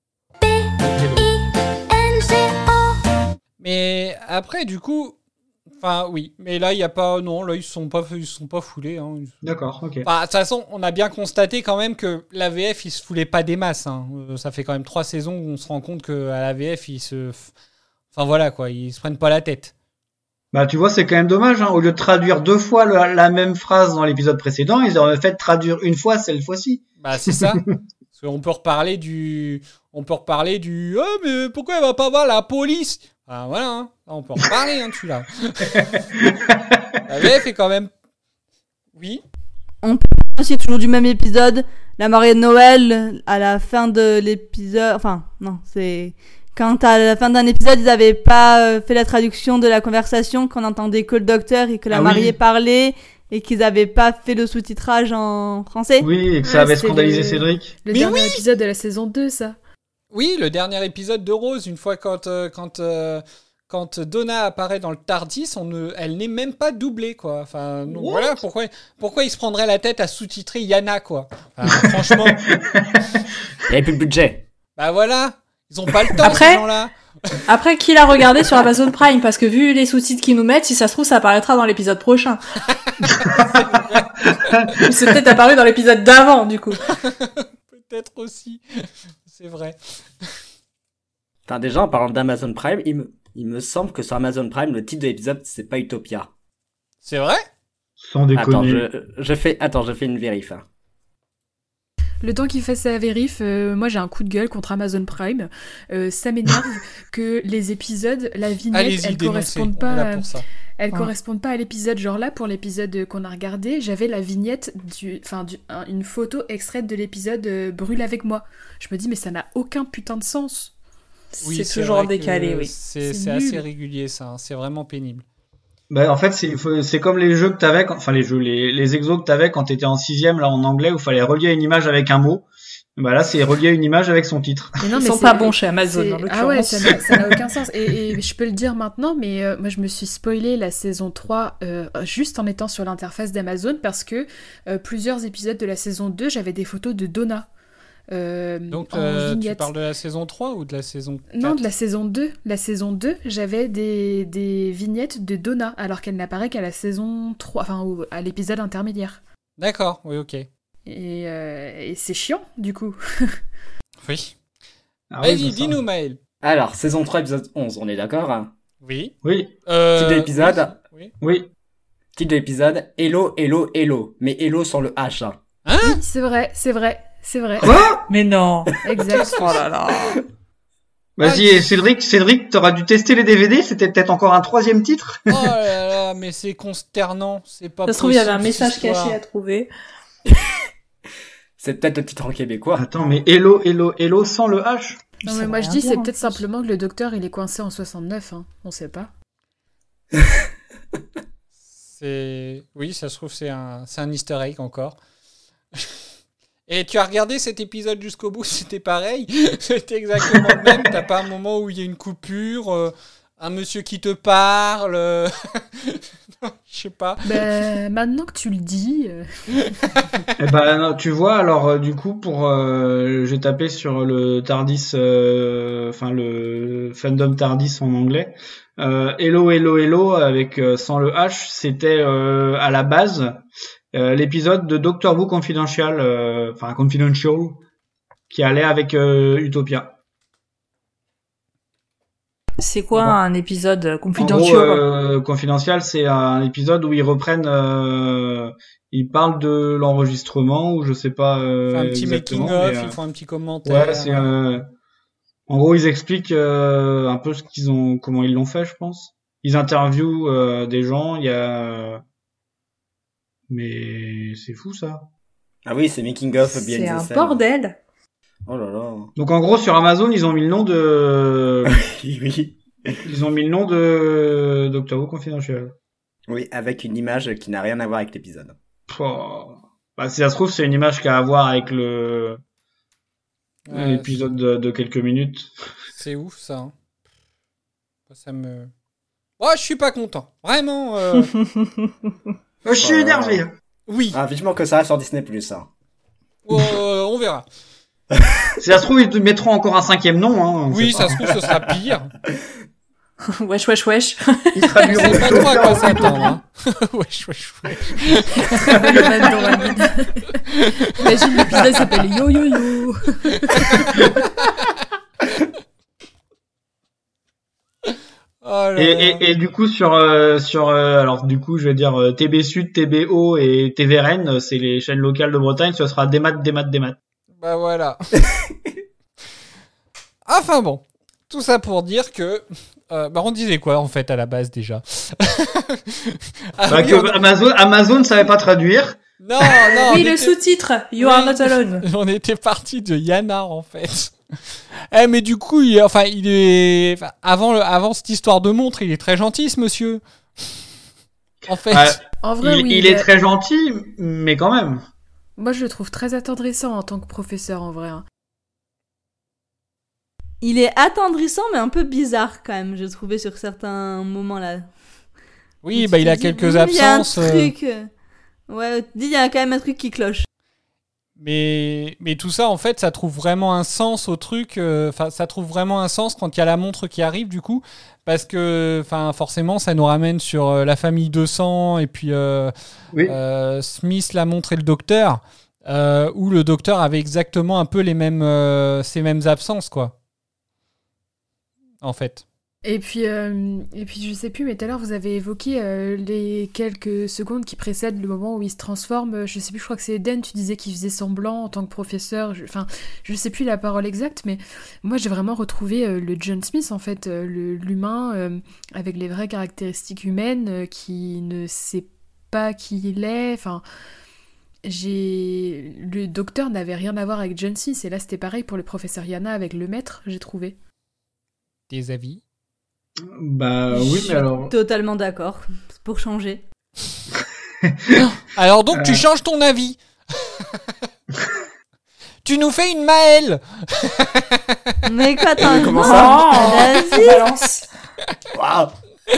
Mais après, du coup. Enfin, oui. Mais là, il n'y a pas. Non, là, ils ne sont pas, ils se sont pas foulés. Hein. D'accord, ok. Enfin, de toute façon, on a bien constaté quand même que la V F, ils se foulaient pas des masses. Hein. Euh, Ça fait quand même trois saisons où on se rend compte qu'à la V F, ils se. Enfin, voilà, quoi. Ils se prennent pas la tête. Bah, tu vois, c'est quand même dommage, hein. Au lieu de traduire deux fois le- la même phrase dans l'épisode précédent, ils auraient fait traduire une fois cette fois-ci. Bah, c'est ça. Parce qu'on peut reparler du. On peut reparler du. Oh, mais pourquoi elle va pas voir la police? Ah, voilà, hein. On peut en reparler, hein, celui-là. La V F est quand même. Oui. C'est toujours du même épisode. La mariée de Noël, à la fin de l'épisode. Enfin, non, c'est. Quand à la fin d'un épisode, ils avaient pas euh, fait la traduction de la conversation, qu'on entendait que le docteur et que la Ah oui. mariée parlait, et qu'ils avaient pas fait le sous-titrage en français. Oui, et que ça Ouais, avait c'est scandalisé le- Cédric. Le Mais dernier oui épisode de la saison deux, ça. Oui, le dernier épisode de Rose, une fois quand, euh, quand, euh, quand Donna apparaît dans le TARDIS, on ne, elle n'est même pas doublée, quoi. Enfin, donc What voilà, pourquoi, pourquoi ils se prendraient la tête à sous-titrer Yana, quoi. Enfin, franchement, Il n'y avait plus de budget. bah voilà, ils ont pas le temps, Après- ces gens-là. Après, qui l'a regardé sur Amazon Prime? Parce que vu les sous-titres qu'ils nous mettent, si ça se trouve, ça apparaîtra dans l'épisode prochain. Ou c'est peut-être apparu dans l'épisode d'avant, du coup. Peut-être aussi, c'est vrai. Enfin, déjà, en parlant d'Amazon Prime, il me, il me semble que sur Amazon Prime, le titre de l'épisode, c'est pas Utopia. C'est vrai? Sans déconner. Attends, je, je fais, attends, je fais une vérif. hein. Le temps qu'il fait sa vérif, euh, moi j'ai un coup de gueule contre Amazon Prime. Euh, ça m'énerve que les épisodes, la vignette, Allez-y, elles dénoncez, correspondent on pas, est là à- pour ça. elles Ouais. correspondent pas à l'épisode. Genre là, pour l'épisode qu'on a regardé, j'avais la vignette du, enfin du, un- une photo extraite de l'épisode euh, Brûle avec moi. Je me dis mais ça n'a aucun putain de sens. Oui, c'est toujours vrai que décalé, oui. C'est C'est c'est nul. assez régulier, ça. hein. C'est vraiment pénible. Bah, en fait, c'est, faut- c'est comme les jeux que t'avais, quand- enfin les jeux, les, les exos que t'avais quand t'étais en sixième là en anglais où fallait relier une image avec un mot. Bah là, c'est relié à une image avec son titre. Mais non, Ils mais sont c'est- pas bons chez Amazon, c'est- en l'occurrence. Ah ouais, ça n'a, ça n'a aucun sens. Et, et je peux le dire maintenant, mais euh, moi je me suis spoilé la saison trois euh, juste en étant sur l'interface d'Amazon parce que euh, plusieurs épisodes de la saison deux, j'avais des photos de Donna. Euh, Donc, en euh, tu vignette. parles de la saison trois ou de la saison quatre? Non, de la saison deux. La saison deux, j'avais des, des vignettes de Donna, alors qu'elle n'apparaît qu'à la saison trois, enfin au- à l'épisode intermédiaire. D'accord, oui, ok. Et, euh, et c'est chiant, du coup. Oui. Ah oui, Vas-y, c'est ça. dis-nous, Maël. Alors, saison trois, épisode onze, on est d'accord hein? Oui. Oui, Euh, Titre de l'épisode. Oui. oui. Titre de l'épisode, Hello, Hello, Hello. Mais Hello sans le H. Hein. Hein? Oui, c'est vrai, c'est vrai, c'est vrai. Mais non. Exact. Oh là là. Vas-y, Cédric, Cédric, t'auras dû tester les D V D, c'était peut-être encore un troisième titre. Oh là là, mais c'est consternant, c'est pas Ça se trouve, il y avait un possible, message cette histoire. caché à trouver. C'est peut-être le titre en québécois. Attends, mais Hello, Hello, Hello sans le H. Non, Ça mais veut moi je rien dis, dire, c'est en peut-être plus. simplement que le docteur il est coincé en soixante-neuf, hein. On sait pas. C'est... Oui, ça se trouve, c'est un, c'est un easter egg encore. Et tu as regardé cet épisode jusqu'au bout, c'était pareil. C'était exactement le même. T'as pas un moment où il y a une coupure, euh, un monsieur qui te parle. euh, Je sais pas. Bah, maintenant que tu le dis. euh, Eh ben, non, tu vois, alors euh, du coup, pour, euh, j'ai tapé sur le Tardis, euh, enfin le fandom Tardis en anglais. Euh, Hello, Hello, Hello avec euh, sans le H, c'était euh, à la base euh, l'épisode de Doctor Who Confidential, euh, enfin Confidential, qui allait avec euh, Utopia. C'est quoi Bon. un épisode En confidentiel gros, euh, Confidential, c'est un épisode où ils reprennent, euh, ils parlent de l'enregistrement ou je sais pas. Euh, Ils font un petit exactement, making of, mais, euh, ils font un petit commentaire. Ouais, c'est euh, en gros ils expliquent euh, un peu ce qu'ils ont, comment ils l'ont fait, je pense. Ils interviewent euh, des gens, il y a, mais c'est fou ça. Ah oui, c'est Making of Behind C'est the un Scene. bordel. Oh là là. Donc en gros sur Amazon ils ont mis le nom de, Oui, oui. ils ont mis le nom de Doctor Who Confidential. Oui, avec une image qui n'a rien à voir avec l'épisode. Oh. Bah si ça se trouve c'est une image qui a à voir avec le Ouais, l'épisode de, de quelques minutes. C'est ouf ça. hein. Ça me. Oh, je suis pas content. Vraiment. euh, Oh, je suis Oh. énervé. Oui. Ah, vivement que ça reste sur Disney plus. Hein. Euh, on verra. Si ça se trouve ils te mettront encore un cinquième nom. Hein, on Oui, sait pas. ça se trouve, ce sera pire. Wesh, wesh, wesh. Il sera On sait pas trop à quoi s'attendre. Hein. wesh, wesh, wesh. Le van dans la mine. Imagine l'épisode s'appelle Yo Yo Yo. Oh là Et, là. et, et du coup sur euh, sur euh, alors du coup je vais dire euh, T B Sud, T B O et T V R N, euh, c'est les chaînes locales de Bretagne, ce sera des maths, des maths, des maths. Bah voilà. Enfin bon, tout ça pour dire que... Euh, bah on disait quoi en fait à la base déjà? Ah Bah, oui, que on- Amazon Amazon savait pas traduire. Non, non, Oui, on le était- sous-titre. You are Oui. not alone. On était parti de Yana en fait. Eh mais du coup, il, enfin, il est... enfin, avant, le- avant cette histoire de montre, il est très gentil ce monsieur. En fait. Ouais. En vrai, il, oui. il il est a- très gentil, mais quand même. Moi, je le trouve très attendrissant en tant que professeur, en vrai. hein. Il est attendrissant, mais un peu bizarre quand même, j'ai trouvé sur certains moments là. Oui, Tu bah il te a dis, quelques hmm, il y a un absences. euh, truc, euh, Ouais, tu te dis, il y a quand même un truc qui cloche. Mais, mais tout ça, en fait, ça trouve vraiment un sens au truc. euh, Enfin, ça trouve vraiment un sens quand il y a la montre qui arrive, du coup. Parce que, enfin, forcément, ça nous ramène sur euh, la famille deux cents et puis euh, Oui. euh, Smith, la montre et le docteur. Euh, où le docteur avait exactement un peu les mêmes, euh, ces mêmes absences, quoi. En fait. Et puis, euh, et puis, je sais plus, mais tout à l'heure, vous avez évoqué euh, les quelques secondes qui précèdent le moment où il se transforme. Je sais plus, je crois que c'est Eden, tu disais qu'il faisait semblant en tant que professeur. Je- Enfin, je sais plus la parole exacte, mais moi, j'ai vraiment retrouvé euh, le John Smith, en fait, euh, le- l'humain euh, avec les vraies caractéristiques humaines euh, qui ne sait pas qui il est. Enfin, j'ai... Le docteur n'avait rien à voir avec John Smith, et là, c'était pareil pour le professeur Yana avec le maître, j'ai trouvé. Des avis? Bah oui, Je mais suis alors. totalement d'accord, pour changer. Alors donc, tu Euh. changes ton avis. Tu nous fais une Maëlle. Mais quoi, attends, Comment non, ça vas-y. Balance. Waouh.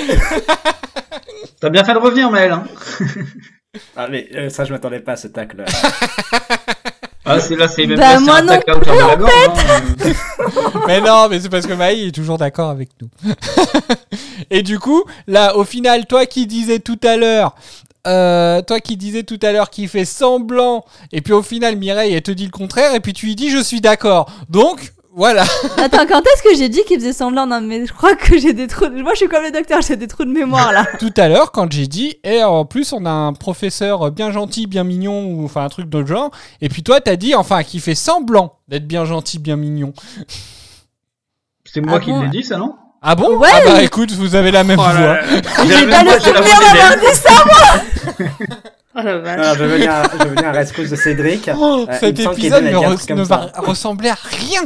T'as bien fait de revenir, Maël. Hein. Ah mais euh, ça je m'attendais pas à ce tacle. Ah, c'est là, c'est même Bah, pas moi un non tacle à hauteur de la gorge, hein. Mais non, mais c'est parce que Maï est toujours d'accord avec nous. Et du coup, là, au final, toi qui disais tout à l'heure, euh, toi qui disais tout à l'heure qu'il fait semblant, et puis au final, Mireille, elle te dit le contraire, et puis tu lui dis je suis d'accord. Donc, voilà. Attends, quand est-ce que j'ai dit qu'il faisait semblant? Non, mais je crois que j'ai des trous. De... Moi, je suis comme le docteur, j'ai des trous de mémoire là. Tout à l'heure, quand j'ai dit, et en plus, on a un professeur bien gentil, bien mignon, ou enfin un truc de genre, et puis toi, t'as dit, enfin, qui fait semblant d'être bien gentil, bien mignon. C'est moi Ah qui bon l'ai dit, ça, non? Ah bon? Ouais. Ah bah écoute, vous avez la même Oh voix. là là. J'ai la pas même le voix, j'ai la souvenir voix d'avoir d'Hélène. dit ça, moi. Oh la vache. Alors, je vais venir, à- je vais venir à la rescousse de Cédric. Oh, Euh, cet il me semble épisode qu'Eden ne, a dit un re- truc comme ne ça. va ressembler à rien.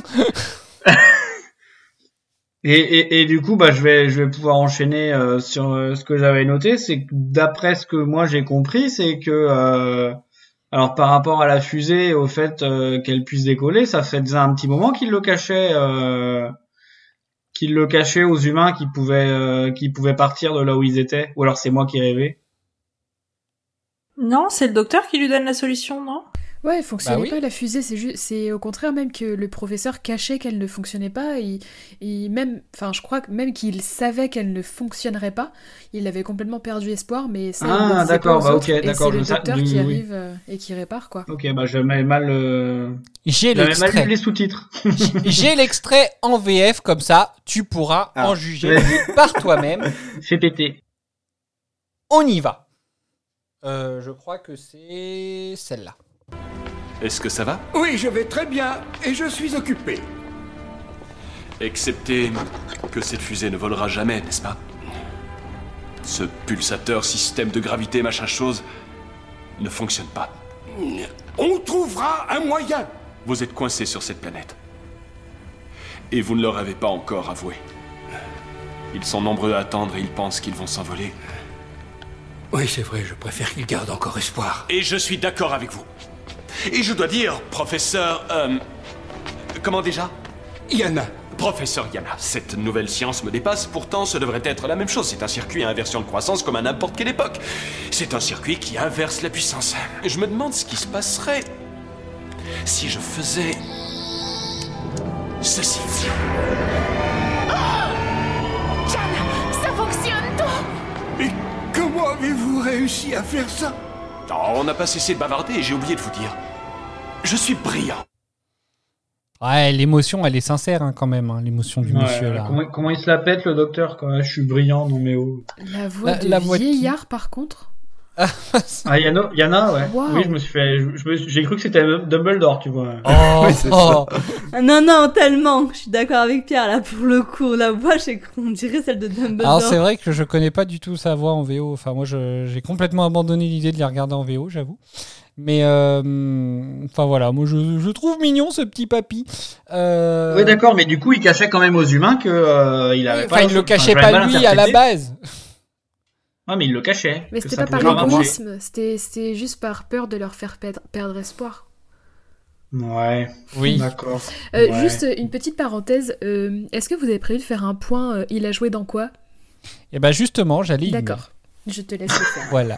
Et, et, et du coup, bah, je vais, je vais pouvoir enchaîner euh, sur euh, ce que j'avais noté. C'est que d'après ce que moi j'ai compris, c'est que, euh, alors par rapport à la fusée, au fait euh, qu'elle puisse décoller, ça faisait un petit moment qu'il le cachait, euh, qu'il le cachait aux humains qui pouvaient, euh, qui pouvaient partir de là où ils étaient. Ou alors c'est moi qui rêvais. Non, c'est le docteur qui lui donne la solution, non? Ouais, elle fonctionnait Bah oui. pas la fusée, c'est juste, c'est au contraire même que le professeur cachait qu'elle ne fonctionnait pas, et, et même, enfin je crois que même qu'il savait qu'elle ne fonctionnerait pas, il avait complètement perdu espoir, mais ça Ah, il le disait d'accord, pas aux bah, autres, ok, et d'accord, c'est je le sais- docteur oui, qui oui. arrive euh, et qui répare quoi. Ok, bah j'avais mal, euh... J'ai j'avais mal l'extrait. lu les sous-titres. J'ai l'extrait en V F, comme ça, tu pourras Ah, en juger vas-y. par toi-même. Fais péter. On y va. Euh, je crois que c'est celle-là. Est-ce que ça va? Oui, je vais très bien et je suis occupé. Excepté que cette fusée ne volera jamais, n'est-ce pas? Ce pulsateur, système de gravité, machin chose, ne fonctionne pas. On trouvera un moyen. Vous êtes coincé sur cette planète. Et vous ne leur avez pas encore avoué. Ils sont nombreux à attendre et ils pensent qu'ils vont s'envoler. Oui, c'est vrai, je préfère qu'il garde encore espoir. Et je suis d'accord avec vous. Et je dois dire, professeur... Euh, comment déjà? Yana. Professeur Yana, cette nouvelle science me dépasse, pourtant ce devrait être la même chose. C'est un circuit à inversion de croissance comme à n'importe quelle époque. C'est un circuit qui inverse la puissance. Je me demande ce qui se passerait si je faisais... ceci. Jan, ça fonctionne tout. Mais comment avez-vous réussi à faire ça? Oh, on n'a pas cessé de bavarder et j'ai oublié de vous dire. Je suis brillant. Ouais, l'émotion, elle est sincère hein, quand même, hein, l'émotion du Ouais, monsieur là. Comment, comment il se la pète le docteur quand je suis brillant, non mais oh. La voix La- de la voix de qui vieillard par contre. Ah Yana, Yana ouais. Wow. Oui, je me suis fait, je, je me suis- j'ai cru que c'était Dumbledore, tu vois. Oh, Oui, c'est oh. Non, non, tellement. Je suis d'accord avec Pierre là pour le coup. La voix, j'ai cru- on dirait celle de Dumbledore. Alors c'est vrai que je connais pas du tout sa voix en V O. Enfin moi je- j'ai complètement abandonné l'idée de les regarder en V O, j'avoue. Mais euh, enfin voilà, moi je, je trouve mignon ce petit papy. Euh... Oui, d'accord, mais du coup, il cachait quand même aux humains que euh, il avait Oui, pas. enfin il le cachait enfin, j'avais pas mal lui à la interprété. base. Ah, mais il le cachait. Mais que c'était ça pas pouvait par pas marcher. égoïsme, c'était c'était juste par peur de leur faire perdre, perdre espoir. Ouais. Oui. D'accord. Euh, Ouais. Juste une petite parenthèse, euh, est-ce que vous avez prévu de faire un point euh, il a joué dans quoi? Et ben justement, j'allais y venir. D'accord, je te laisse le faire. Voilà.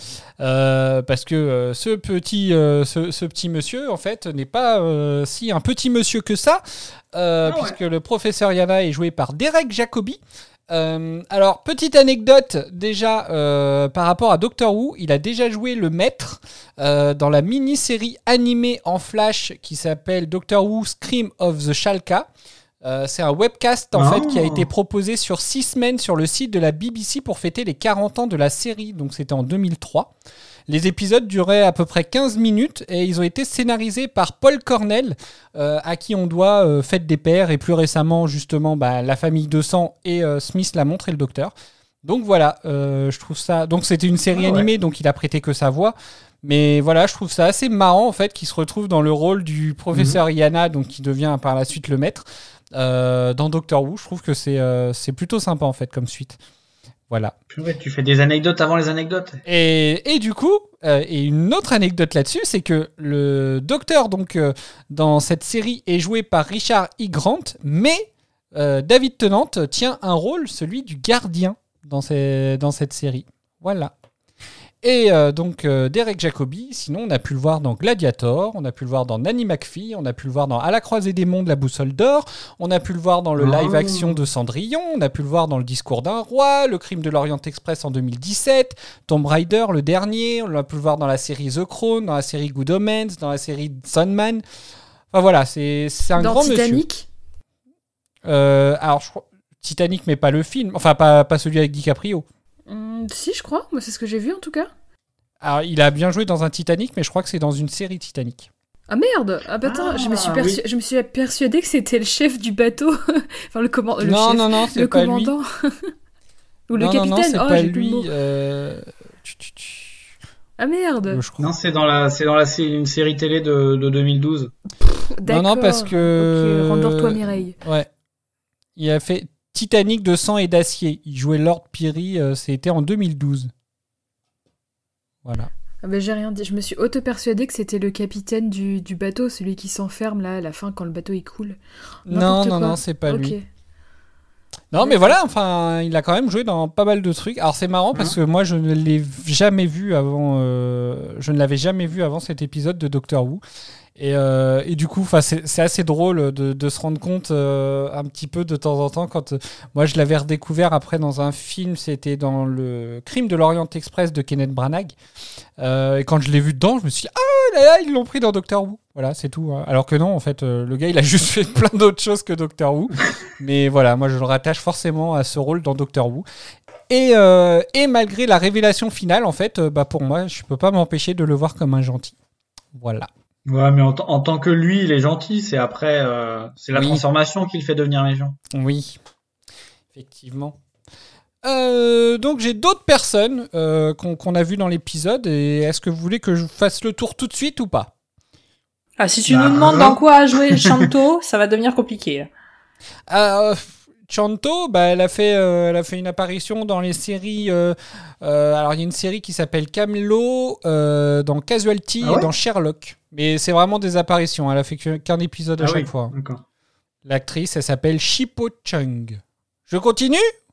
Euh, parce que euh, ce petit euh, ce, ce petit monsieur en fait n'est pas euh, si un petit monsieur que ça euh, Ah ouais. puisque le professeur Yana est joué par Derek Jacobi. Euh, alors petite anecdote déjà euh, par rapport à Doctor Who, il a déjà joué le maître euh, dans la mini-série animée en flash qui s'appelle Doctor Who Scream of the Shalka. Euh, c'est un webcast en Oh. fait qui a été proposé sur six semaines sur le site de la B B C pour fêter les quarante ans de la série, donc c'était en deux mille trois. Les épisodes duraient à peu près quinze minutes et ils ont été scénarisés par Paul Cornell, euh, à qui on doit euh, Fête des Pères et plus récemment justement bah, La Famille de Sang et euh, Smith la montre et le Docteur. Donc voilà, euh, je trouve ça. Donc c'était une série Ah ouais. animée, donc il a prêté que sa voix. Mais voilà, je trouve ça assez marrant en fait qu'il se retrouve dans le rôle du professeur Yana, donc qui devient par la suite le maître. Euh, dans Doctor Who, je trouve que c'est euh, c'est plutôt sympa en fait comme suite. Voilà. Purée, tu fais des anecdotes avant les anecdotes. Et, et du coup, euh, et une autre anecdote là-dessus, c'est que le docteur donc euh, dans cette série est joué par Richard E. Grant, mais euh, David Tennant tient un rôle, celui du gardien dans, ces, dans cette série. Voilà. Et euh, donc euh, Derek Jacobi, sinon on a pu le voir dans Gladiator, on a pu le voir dans Nanny McPhee, on a pu le voir dans À la croisée des mondes, la boussole d'or, on a pu le voir dans le live action de Cendrillon, on a pu le voir dans Le discours d'un roi, Le crime de l'Orient Express en deux mille dix-sept, Tomb Raider le dernier, on a pu le voir dans la série The Crown, dans la série Good Omens, dans la série Sandman. Enfin voilà, c'est, c'est un dans grand Titanic monsieur. Euh, alors je crois Titanic, mais pas le film, enfin pas, pas celui avec DiCaprio. Hum, Si, je crois. Moi, c'est ce que j'ai vu en tout cas. Alors, il a bien joué dans un Titanic, mais je crois que c'est dans une série Titanic. Ah merde. Ah bah attends, Ah, je me suis persu- oui. je me suis persuadée que c'était le chef du bateau. Enfin le commandant. Le Non, chef, non, non, c'est le pas lui. commandant. Ou le non, capitaine. non, non, c'est oh, pas j'ai plus le lui. mot. Euh... tch, tch, tch. Ah merde. Je crois. Non, c'est dans la, c'est dans la, c'est une série télé de, de deux mille douze. D'accord. Non, non, parce que. Ok, rendors-toi Mireille. Ouais. Il a fait Titanic de sang et d'acier. Il jouait Lord Peary, euh, c'était en deux mille douze. Voilà. Ah bah j'ai rien dit. Je me suis auto-persuadée que c'était le capitaine du, du bateau, celui qui s'enferme là à la fin quand le bateau il coule. Non, N'importe non, quoi. non, c'est pas Ok. lui. Non, mais voilà, enfin, il a quand même joué dans pas mal de trucs. Alors, c'est marrant parce que moi, je ne l'ai jamais vu avant. Euh, je ne l'avais jamais vu avant cet épisode de Doctor Who. Et, euh, et du coup, c'est, c'est assez drôle de, de se rendre compte euh, un petit peu de temps en temps quand euh, moi je l'avais redécouvert après dans un film, c'était dans le Crime de l'Orient Express de Kenneth Branagh. Euh, et quand je l'ai vu dedans, je me suis dit ah là là, ils l'ont pris dans Doctor Who. Voilà, c'est tout. Hein. Alors que non, en fait, euh, le gars il a juste fait plein d'autres choses que Doctor Who. Mais voilà, moi je le rattache forcément à ce rôle dans Doctor Who. Et, euh, et malgré la révélation finale, en fait, euh, bah pour moi, je peux pas m'empêcher de le voir comme un gentil. Voilà. Ouais, mais en, t- en tant que lui, il est gentil. C'est après, euh, c'est la Oui. transformation qui le fait devenir méchant. Oui, effectivement. Euh, donc j'ai d'autres personnes euh, qu'on, qu'on a vues dans l'épisode. Et est-ce que vous voulez que je fasse le tour tout de suite ou pas ? Ah, si tu Bah, nous demandes euh. dans quoi a joué Shanto, ça va devenir compliqué. Euh, Chanto, bah, elle, a fait, euh, elle a fait une apparition dans les séries. Euh, euh, alors, il y a une série qui s'appelle Camelot, euh, dans Casualty Ah ouais et dans Sherlock. Mais c'est vraiment des apparitions. Elle a fait que- qu'un épisode à Ah chaque oui, fois. d'accord. L'actrice, elle s'appelle Shippo Chung. Je continue ?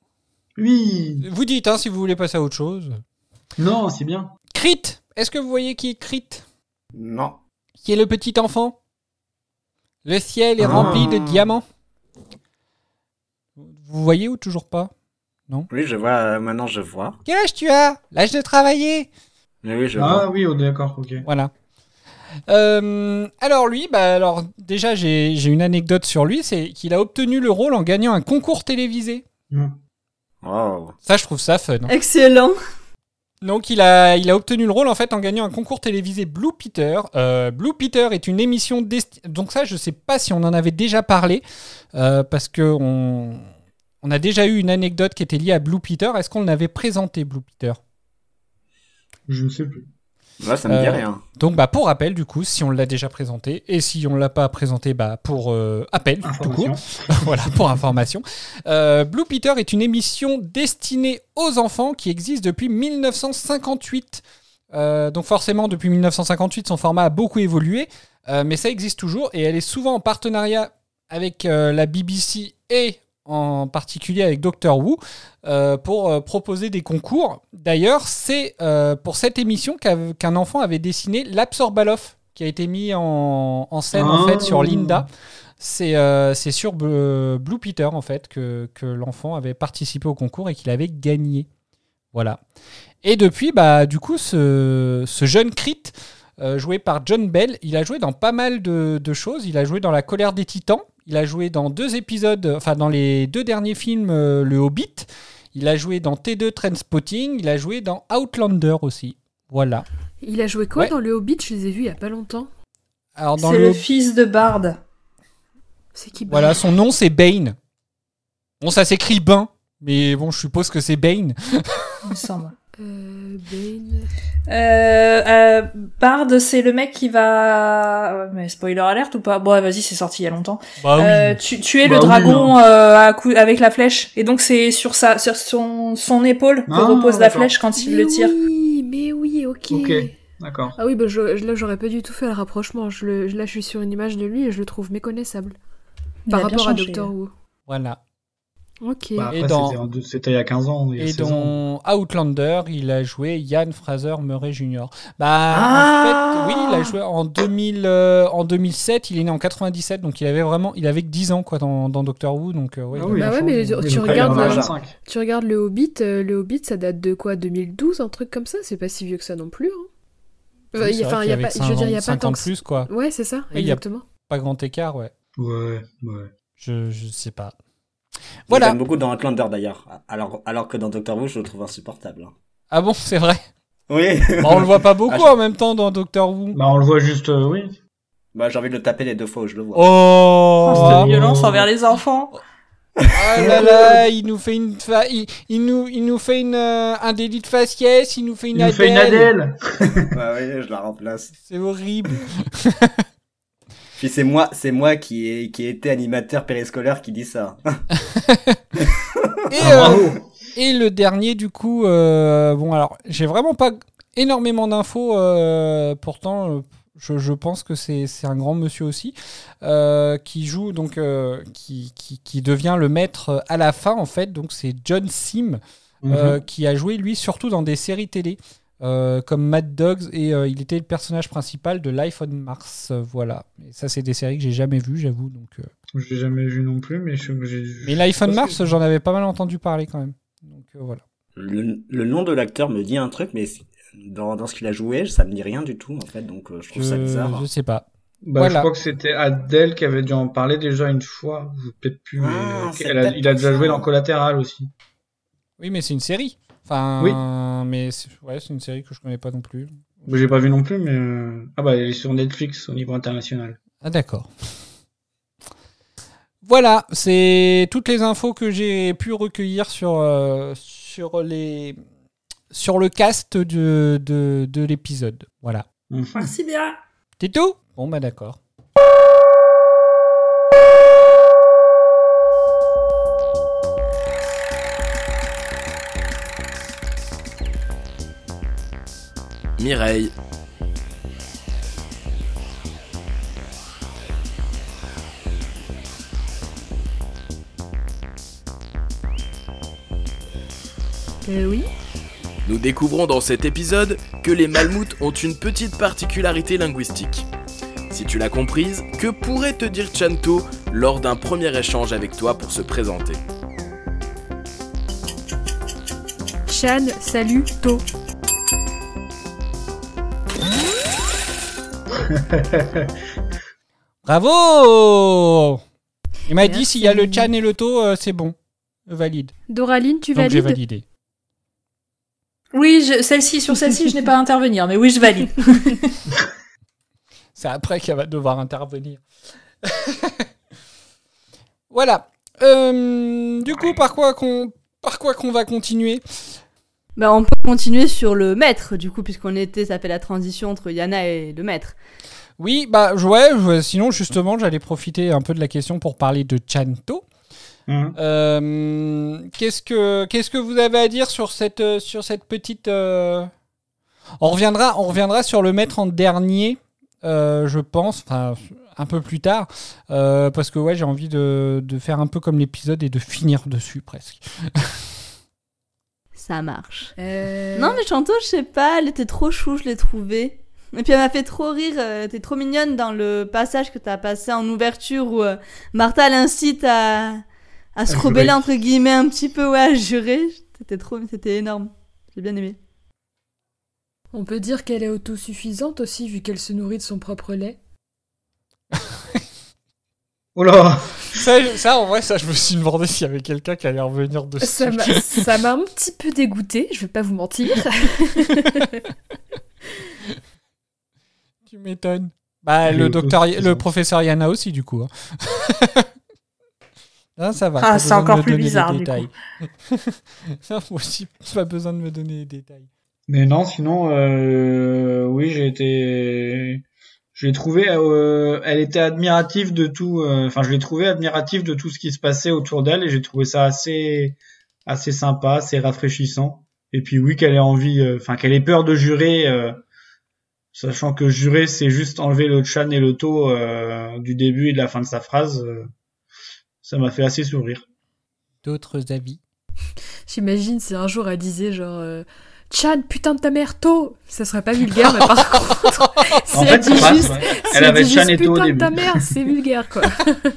Oui. Vous dites hein, si vous voulez passer à autre chose. Non, c'est bien. Crit. Est-ce que vous voyez qui est Crit ? Non. Qui est le petit enfant ? Le ciel est Ah. rempli de diamants. Vous voyez ou toujours pas ? Oui, je vois, euh, maintenant je vois. Quel âge tu as ? L'âge de travailler ? Mais oui, je Ah vois. oui, oh, d'accord, ok. Voilà. Euh, alors lui, bah alors déjà j'ai, j'ai une anecdote sur lui, c'est qu'il a obtenu le rôle en gagnant un concours télévisé. Mm. Wow. Ça, je trouve ça fun. hein. Excellent. Donc il a, il a obtenu le rôle en fait en gagnant un concours télévisé Blue Peter. Euh, Blue Peter est une émission desti- donc ça je sais pas si on en avait déjà parlé euh, parce que on, on a déjà eu une anecdote qui était liée à Blue Peter. Est-ce qu'on l'avait présenté Blue Peter ? Je ne sais plus. Là, ça me dit Euh, rien. Donc bah pour rappel du coup, si on l'a déjà présenté et si on l'a pas présenté, bah pour euh, appel tout court. Information. Voilà, pour information. Euh, Blue Peter est une émission destinée aux enfants qui existe depuis dix-neuf cent cinquante-huit. Euh, donc forcément, depuis dix-neuf cent cinquante-huit, son format a beaucoup évolué, euh, mais ça existe toujours et elle est souvent en partenariat avec euh, la B B C et en particulier avec Doctor Who euh, pour euh, proposer des concours. D'ailleurs, c'est euh, pour cette émission qu'a- qu'un enfant avait dessiné l'Absorbaloff qui a été mis en, en scène en Ah. fait sur Linda. C'est, euh, c'est sur Blue, Blue Peter en fait que, que l'enfant avait participé au concours et qu'il avait gagné. Voilà. Et depuis, bah, du coup, ce, ce jeune Crit, euh, joué par John Bell, il a joué dans pas mal de, de choses. Il a joué dans La Colère des Titans. Il a joué dans deux épisodes, enfin dans les deux derniers films, euh, Le Hobbit. Il a joué dans T deux Trainspotting. Il a joué dans Outlander aussi. Voilà. Il a joué quoi Ouais. dans le Hobbit? Je les ai vus il y a pas longtemps. Alors dans C'est le le fils de Bard. C'est qui? Voilà, son nom c'est Bane. Bon, ça s'écrit Bain, mais bon, je suppose que c'est Bane. Il me semble. Euh, Bane. Euh, euh, Bard, c'est le mec qui va... Mais spoiler alert ou pas? Bon, vas-y, c'est sorti il y a longtemps. Bah oui. Euh, tu, tuer Bah le oui, dragon hein. euh, à coup, avec la flèche. Et donc c'est sur sa, sur son, son épaule que Ah, repose la d'accord. flèche quand il Mais le tire. oui, mais oui, ok. Ok, d'accord. Ah oui, bah je, là j'aurais pas du tout fait le rapprochement. Je le, là je suis sur une image de lui et je le trouve méconnaissable. Il Par a bien rapport à changé. Doctor Who. Voilà. Ok. Bah, après, Et dans- c'était, en deux- c'était il y a quinze ans. Il y a Et seize ans. dans Outlander, il a joué Ian Fraser Murray junior Bah, Ah en fait, oui, il a joué en deux mille, euh, en deux mille sept. Il est né en quatre-vingt-dix-sept, donc il avait vraiment, il avait que dix ans quoi dans, dans Doctor Who, donc euh, ouais. Ah il a oui, Bah bien ouais, changé. mais Oui, tu donc, il regardes en a le- vingt-cinq. Tu regardes le Hobbit, euh, le Hobbit ça date de quoi, deux mille douze, un truc comme ça. C'est pas si vieux que ça non plus. Hein. Oui, Enfin, c'est y a- vrai enfin, qu'il y a avait pas, je veux dire, il y a pas cinquante tant que plus quoi. Ouais, c'est ça, Oui, il y a- exactement. Pas grand écart, ouais. Ouais, ouais. Je, je sais pas. Je Voilà. l'aime beaucoup dans Outlander d'ailleurs, alors, alors que dans Doctor Who, je le trouve insupportable. hein. Ah bon, c'est vrai. Oui. Bah, on le voit pas beaucoup Ah, je- en même temps dans Doctor Who. Bah, on le voit juste, euh, oui. Bah, j'ai envie de le taper les deux fois où je le vois. Oh, Oh, cette violence envers les enfants. Ah là là, il nous fait une fa... il, il nous il nous fait une euh, un délit de faciès, il nous fait une Il nous fait une Adèle. Adèle. Bah oui, je la remplace. C'est horrible. Puis c'est moi, c'est moi qui ai, qui ai été animateur périscolaire qui dit ça. Et, Ah, euh, bravo. et le dernier du coup euh, bon alors, j'ai vraiment pas énormément d'infos euh, pourtant euh, je, je pense que c'est c'est un grand monsieur aussi euh, qui joue donc euh, qui, qui qui devient le maître à la fin en fait, donc c'est John Sim euh, Mhm. qui a joué lui surtout dans des séries télé. Euh, comme Mad Dogs et euh, il était le personnage principal de Life on Mars, euh, voilà. Et ça c'est des séries que j'ai jamais vues, j'avoue. Donc. Euh... Je l'ai jamais vu non plus, mais je, j'ai. Mais Life on je sais pas Mars, si- j'en avais pas mal entendu parler quand même. Donc euh, voilà. Le, le nom de l'acteur me dit un truc, mais dans, dans ce qu'il a joué, ça me dit rien du tout, en fait, donc euh, je trouve ça Je, bizarre. je sais pas. Bah, Voilà. je crois que c'était Adèle qui avait dû en parler déjà une fois, ou peut-être plus. mais, Ah, euh, c'est elle a- peut-être il a pour déjà ça. joué dans Collatéral aussi. Oui, mais c'est une série. Enfin, Oui. mais c'est, ouais, c'est une série que je connais pas non plus. Bah, j'ai pas vu non plus, mais euh, ah bah elle est sur Netflix au niveau international. Ah d'accord. Voilà, c'est toutes les infos que j'ai pu recueillir sur euh, sur les sur le cast de de, de l'épisode. Voilà. Mhm. Merci bien. C'est tout ? Bon bah d'accord. Mireille. Euh, oui. Nous découvrons dans cet épisode que les Malmoutes ont une petite particularité linguistique. Si tu l'as comprise, que pourrait te dire Chanto lors d'un premier échange avec toi pour se présenter ? Chan, salut, To. Bravo! Il m'a dit Merci. s'il y a le Chan et le To, euh, c'est bon. Valide. Doraline, tu Donc j'ai valides? validé. Oui, je, celle-ci, sur celle-ci, je n'ai pas à intervenir, mais oui, je valide. C'est après qu'elle va devoir intervenir. Voilà. Euh, du coup, par quoi qu'on par quoi qu'on va continuer? Bah, on peut continuer sur le maître, du coup, puisqu'on était, ça fait la transition entre Yana et le maître. Oui, bah ouais, je- sinon justement, j'allais profiter un peu de la question pour parler de Chanto. Mhm. Euh, qu'est-ce que qu'est-ce que vous avez à dire sur cette euh, sur cette petite euh, On reviendra on reviendra sur le maître en dernier, euh, je pense, enfin un peu plus tard, euh, parce que ouais, j'ai envie de, de faire un peu comme l'épisode et de finir dessus presque. Ça marche. Euh... Non, mais Chanto, je sais pas, elle était trop chou, je l'ai trouvée. Et puis elle m'a fait trop rire, euh, elle était trop mignonne dans le passage que t'as passé en ouverture où euh, Martha l'incite à, à se À rebeller jurer. entre guillemets un petit peu, ouais, à jurer. C'était trop, c'était énorme. J'ai bien aimé. On peut dire qu'elle est autosuffisante aussi, vu qu'elle se nourrit de son propre lait. Oh là. Ça, je- ça, en vrai, ça, je me suis demandé s'il y avait quelqu'un qui allait revenir dessus. Ça m'a, ça m'a un petit peu dégoûté, je vais pas vous mentir. Tu m'étonnes. Bah, Elle le est docteur, autosuffisante. le professeur Yana aussi, du coup. hein. Ah, ça va. Ah, pas c'est besoin de encore me plus donner les bizarre, du détails. Ça, moi aussi, pas besoin de me donner les détails. Mais non, sinon, euh, oui, j'ai été, j'ai trouvé, euh, elle était admirative de tout, euh, enfin, je l'ai trouvé admirative de tout ce qui se passait autour d'elle et j'ai trouvé ça assez, assez sympa, assez rafraîchissant. Et puis oui, qu'elle ait envie, euh, enfin, qu'elle ait peur de jurer, euh, sachant que jurer, c'est juste enlever le Chan et le To euh, du début et de la fin de sa phrase. Euh, ça m'a fait assez sourire. D'autres avis? J'imagine si un jour elle disait genre euh, Chan, putain de ta mère, To, ça serait pas vulgaire, mais par contre, si En elle fait, dit c'est juste, pas, ouais. si Elle elle avait dit Chan juste et To au putain de début. ta mère, c'est vulgaire quoi.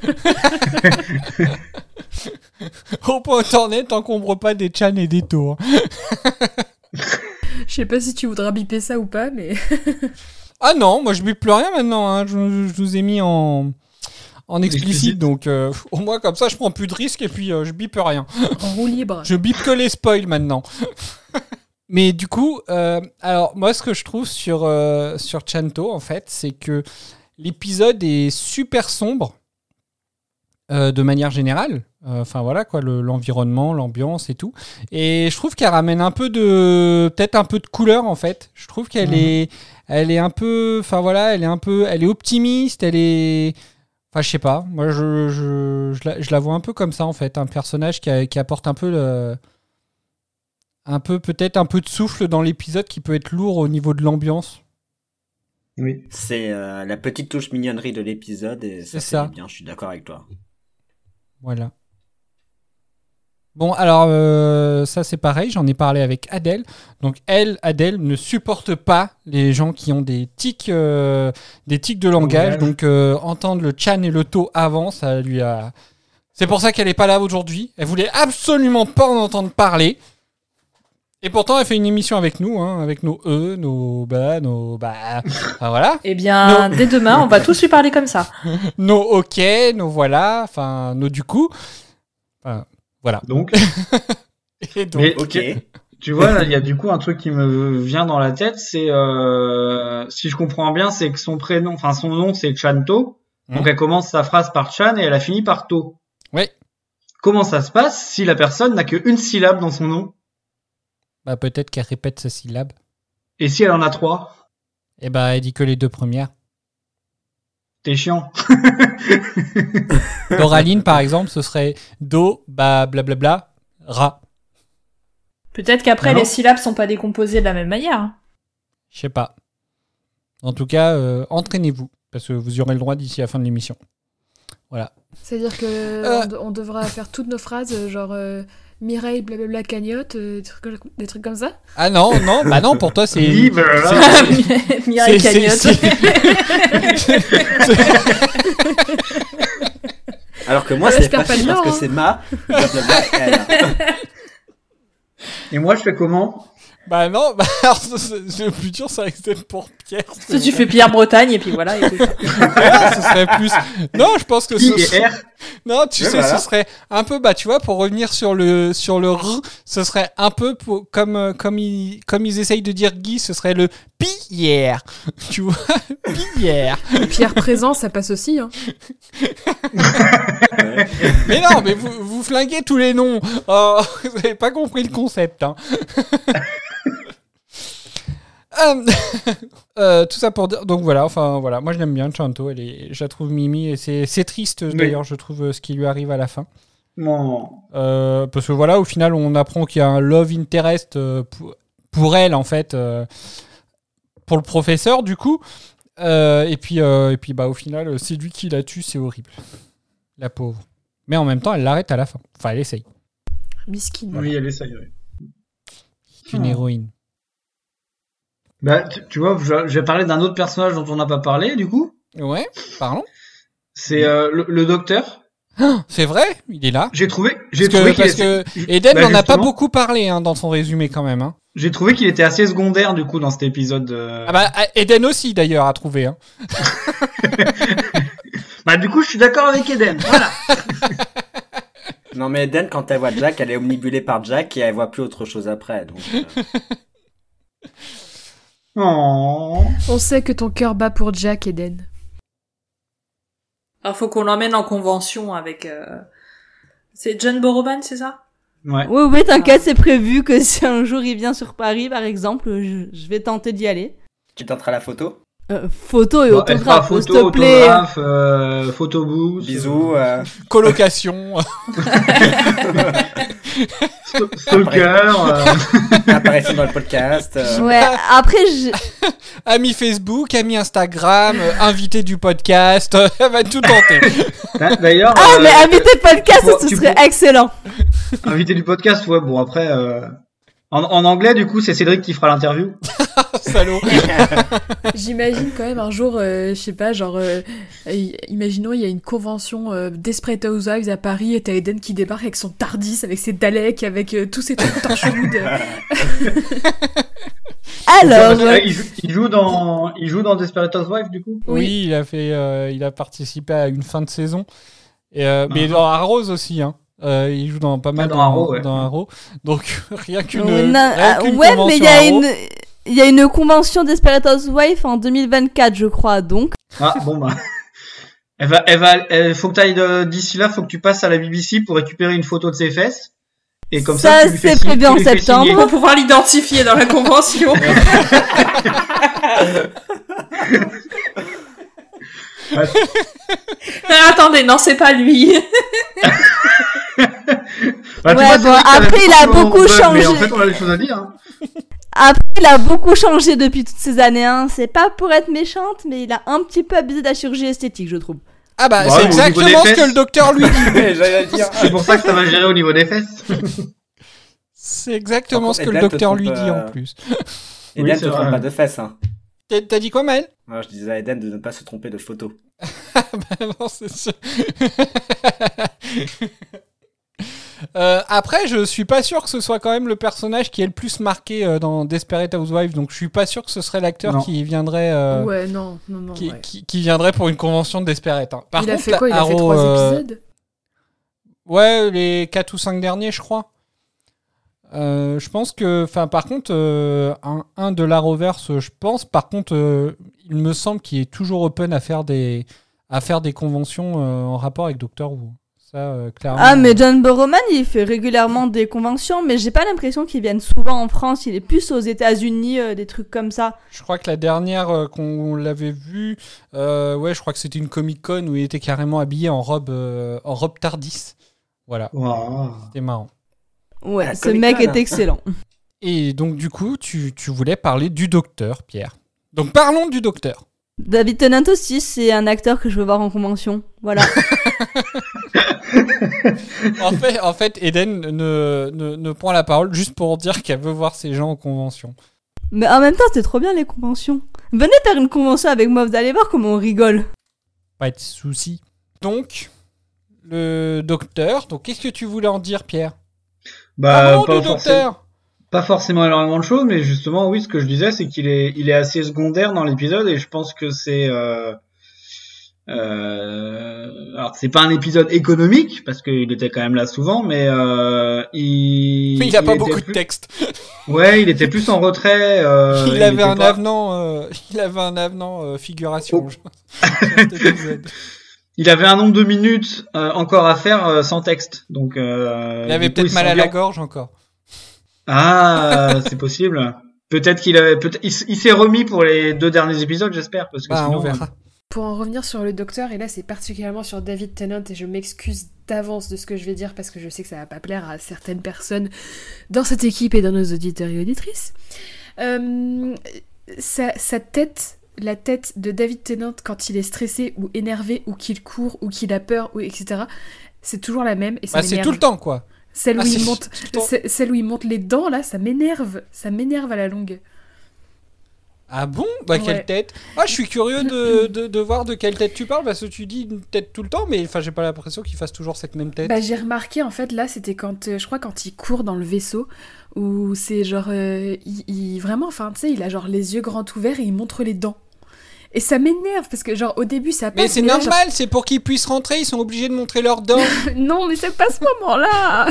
Au point où t'en es, t'encombres pas des Chan et des To. Hein. Je sais pas si tu voudras biper ça ou pas, mais. Ah non, moi je bip plus rien maintenant. Hein. Je, je vous ai mis en, en explicite, Explicite. donc euh, au moins comme ça je prends plus de risques et puis euh, je bip rien. En roue libre. Je bip que les spoils maintenant. Mais du coup, euh, alors moi ce que je trouve sur, euh, sur Chanto en fait, c'est que l'épisode est super sombre euh, de manière générale. Enfin euh, voilà quoi, le, l'environnement, l'ambiance et tout. Et je trouve qu'elle ramène un peu de, peut-être un peu de couleur en fait. Je trouve qu'elle mmh. est, elle est un peu, enfin voilà, elle est un peu, elle est optimiste, elle est, enfin je sais pas. Moi je, je, je, la, je la vois un peu comme ça en fait, un personnage qui, a, qui apporte un peu le, un peu peut-être un peu de souffle dans l'épisode qui peut être lourd au niveau de l'ambiance. Oui. C'est euh, la petite touche mignonnerie de l'épisode et ça c'est ça. Bien. Je suis d'accord avec toi. Voilà. Bon, alors, euh, ça c'est pareil, j'en ai parlé avec Adèle. Donc, elle, Adèle, ne supporte pas les gens qui ont des tics, euh, des tics de langage. Ouais. Donc, euh, entendre le Chan et le To avant, ça lui a... C'est pour ça qu'elle n'est pas là aujourd'hui. Elle voulait absolument pas en entendre parler. Et pourtant, elle fait une émission avec nous, hein, avec nos E, nos bah, nos bah... Enfin, voilà. Eh bien, nos... dès demain, on va tous lui parler comme ça. Nos ok, nos voilà, enfin, nos du coup. Enfin... Voilà. Donc, et donc mais, ok. Tu vois, là, il y a du coup un truc qui me vient dans la tête, c'est, euh, si je comprends bien, c'est que son prénom, enfin son nom, c'est Chanto. Mmh. Donc elle commence sa phrase par Chan et elle a fini par To. Oui. Comment ça se passe si la personne n'a qu'une syllabe dans son nom? Bah peut-être qu'elle répète sa syllabe. Et si elle en a trois? Eh bah elle dit que les deux premières. T'es chiant. Doraline, par exemple, ce serait Do, bah, blablabla, Ra. Peut-être qu'après, non. Les syllabes sont pas décomposées de la même manière. Je sais pas. En tout cas, euh, entraînez-vous, parce que vous y aurez le droit d'ici la fin de l'émission. Voilà. C'est-à-dire que euh... on, on devra faire toutes nos phrases, genre euh, Mireille, blablabla, cagnotte, euh, des, trucs, des trucs comme ça. Ah non, non, bah non, pour toi c'est... Libre, c'est... Mireille, c'est, cagnotte. C'est, c'est... Alors que moi, euh, c'est facile parce que c'est ma, blablabla, elle. Et moi, je fais comment? Bah non, bah alors, le plus dur, ça risque d'être pour Pierre. Si tu fais Pierre Bretagne et puis voilà. Et puis... non, ce serait plus. Non, je pense que ce serait. Non, tu ouais, sais, voilà. Ce serait un peu, bah, tu vois, pour revenir sur le sur le r, ce serait un peu pour, comme comme ils comme ils essayent de dire Guy, ce serait le Pierre. Tu vois, Pierre. Pierre présent, ça passe aussi, hein. Mais non, mais vous vous flinguez tous les noms. Oh, vous avez pas compris le concept, hein. Euh, euh, tout ça pour dire, donc voilà, enfin voilà, moi je l'aime bien Chanto, elle est, je la trouve mimi et c'est, c'est triste oui. D'ailleurs, je trouve ce qui lui arrive à la fin. Non. Euh, parce que voilà, au final, on apprend qu'il y a un love interest euh, pour, pour elle en fait, euh, pour le professeur du coup, euh, et puis euh, et puis bah au final, c'est lui qui la tue, c'est horrible, la pauvre. Mais en même temps, elle l'arrête à la fin, enfin elle essaye. Miskine. Oui, elle essaye. Oui. C'est une oh. héroïne. Bah, tu, tu vois, je, je vais parler d'un autre personnage dont on n'a pas parlé, du coup. Ouais, parlons. C'est euh, le, le docteur. Ah, c'est vrai, il est là. J'ai trouvé, j'ai parce trouvé que, qu'il parce était... que Eden bah, n'en a pas beaucoup parlé hein, dans son résumé quand même. Hein. J'ai trouvé qu'il était assez secondaire du coup dans cet épisode. Euh... Ah bah Eden aussi d'ailleurs a trouvé. Hein. Bah du coup, je suis d'accord avec Eden. Voilà. Non mais Eden, quand elle voit Jack, elle est omnibulée par Jack et elle voit plus autre chose après. Donc. Euh... Oh. On sait que ton cœur bat pour Jack, Eden. Alors faut qu'on l'emmène en convention avec... Euh... C'est John Boroban, c'est ça? Ouais. Oui, oui, t'inquiète, c'est prévu que si un jour il vient sur Paris, par exemple, je, je vais tenter d'y aller. Tu tenteras la photo? Euh, photo et Bon, elle fera autographe, s'il photo, te plaît. autographe, euh, photo booth. Bisous. Euh... Colocation. Stalker. Euh... Apparition dans le podcast. Euh... Ouais, après, je... Ami Facebook, ami Instagram, euh, invité du podcast, euh, elle va tout tenter. D'ailleurs. Ah, euh, mais invité podcast, pour, ce serait pour... excellent. Invité du podcast, ouais, bon, après. Euh... En, en anglais, du coup, c'est Cédric qui fera l'interview. Salaud. J'imagine quand même un jour, euh, je sais pas, genre, euh, imaginons il y a une convention euh, Desperate Housewives à Paris et t'as Eden qui débarque avec son Tardis, avec ses Daleks, avec euh, tous ses trucs torchoudes. Alors, euh, il, joue, il joue dans, il joue dans Desperate Housewives, du coup. Oui, oui, il a fait, euh, il a participé à une fin de saison, et euh, uh-huh. mais dans Arrows aussi, hein. Euh, il joue dans pas mal ah, dans, dans Arrow, ouais. dans Arrow. Donc rien qu'une. Oh, non, rien qu'une ouais, mais il y a Arrow. une, il y a une convention Desperate Housewives en deux mille vingt-quatre, je crois, donc. Ah bon bah. Elle va, elle va, elle, faut que t'ailles de, d'ici là, faut que tu passes à la B B C pour récupérer une photo de ses fesses. Et comme ça, ça tu lui fais c'est prévu en septembre. Pour pouvoir l'identifier dans la convention. Ouais. Ah, attendez, non, c'est pas lui. Bah, ouais, bon, après, il a beaucoup bug, changé. Mais en fait, on a des choses à dire. Hein. Après, il a beaucoup changé depuis toutes ces années. Hein. C'est pas pour être méchante, mais il a un petit peu abusé de la chirurgie esthétique, je trouve. Ah bah, ouais, c'est exactement ce que le docteur lui dit. J'allais dire. C'est pour ça que ça va gérer au niveau des fesses. C'est exactement ce que le docteur lui dit euh... en plus. Eden oui, te trompe pas de fesses. Hein. T'as dit quoi, Maël? Alors, je disais à Eden de ne pas se tromper de photo. Ah bah non, c'est sûr. euh, après, je suis pas sûr que ce soit quand même le personnage qui est le plus marqué euh, dans Desperate Housewives, donc je suis pas sûr que ce serait l'acteur non. qui viendrait. Euh, ouais, non, non, non. Qui, ouais. qui, qui viendrait pour une convention de Desperate. Hein. Par il contre, a fait quoi? Il Arrow, a fait trois euh... épisodes. Ouais, les quatre ou cinq derniers, je crois. Euh, je pense que, enfin, par contre, euh, un, un de l'Arrowverse, je pense. Par contre, euh, il me semble qu'il est toujours open à faire des, à faire des conventions euh, en rapport avec Doctor Who. Ça, euh, clairement. Ah, mais John Barrowman, il fait régulièrement des conventions, mais j'ai pas l'impression qu'il vienne souvent en France. Il est plus aux États-Unis, euh, des trucs comme ça. Je crois que la dernière euh, qu'on l'avait vue, euh, ouais, je crois que c'était une Comic Con où il était carrément habillé en robe, euh, en robe Tardis. Voilà. Wow. C'était marrant. Ouais, ah, ce mec est excellent. Et donc, du coup, tu, tu voulais parler du docteur, Pierre. Donc, parlons du docteur. David Tennant aussi, c'est un acteur que je veux voir en convention. Voilà. en, fait, en fait, Eden ne, ne, ne prend la parole juste pour dire qu'elle veut voir ces gens en convention. Mais en même temps, c'est trop bien les conventions. Venez faire une convention avec moi, vous allez voir comment on rigole. Pas de soucis. Donc, le docteur. Donc, qu'est-ce que tu voulais en dire, Pierre? Bah, pas, forcément, pas forcément énormément de choses, mais justement, oui, ce que je disais, c'est qu'il est, il est assez secondaire dans l'épisode, et je pense que c'est, euh, euh, alors c'est pas un épisode économique, parce qu'il était quand même là souvent, mais euh, il, mais il a il pas beaucoup plus... de texte. Ouais, il était plus en retrait. Euh, il, il avait un pas... avenant, euh, il avait un avenant euh, figuration. Oh. Il avait un nombre de minutes euh, encore à faire euh, sans texte, donc. Euh, il avait peut-être mal à la gorge encore. Ah, c'est possible. Peut-être qu'il avait, peut-être, il, il s'est remis pour les deux derniers épisodes, j'espère, parce que bah, sinon. On verra. Pour en revenir sur le docteur, et là c'est particulièrement sur David Tennant, et je m'excuse d'avance de ce que je vais dire parce que je sais que ça va pas plaire à certaines personnes dans cette équipe et dans nos auditeurs et auditrices. Euh, sa, sa tête. La tête de David Tennant quand il est stressé ou énervé ou qu'il court ou qu'il a peur ou et cetera. C'est toujours la même et ça bah, m'énerve. C'est tout le temps quoi. Celle où, ah, il monte, celle où il monte les dents là, ça m'énerve, ça m'énerve à la longue. Ah bon? Bah ouais. Quelle tête? Ah, je suis curieux de, de, de voir de quelle tête tu parles parce que tu dis une tête tout le temps, mais enfin j'ai pas l'impression qu'il fasse toujours cette même tête. Bah j'ai remarqué en fait là c'était quand euh, je crois quand il court dans le vaisseau où c'est genre euh, il, il vraiment enfin tu sais il a genre les yeux grands ouverts et il montre les dents. Et ça m'énerve parce que genre au début ça passe. Mais c'est mais normal, là, genre... c'est pour qu'ils puissent rentrer, ils sont obligés de montrer leurs dents. Non, mais c'est pas ce moment-là.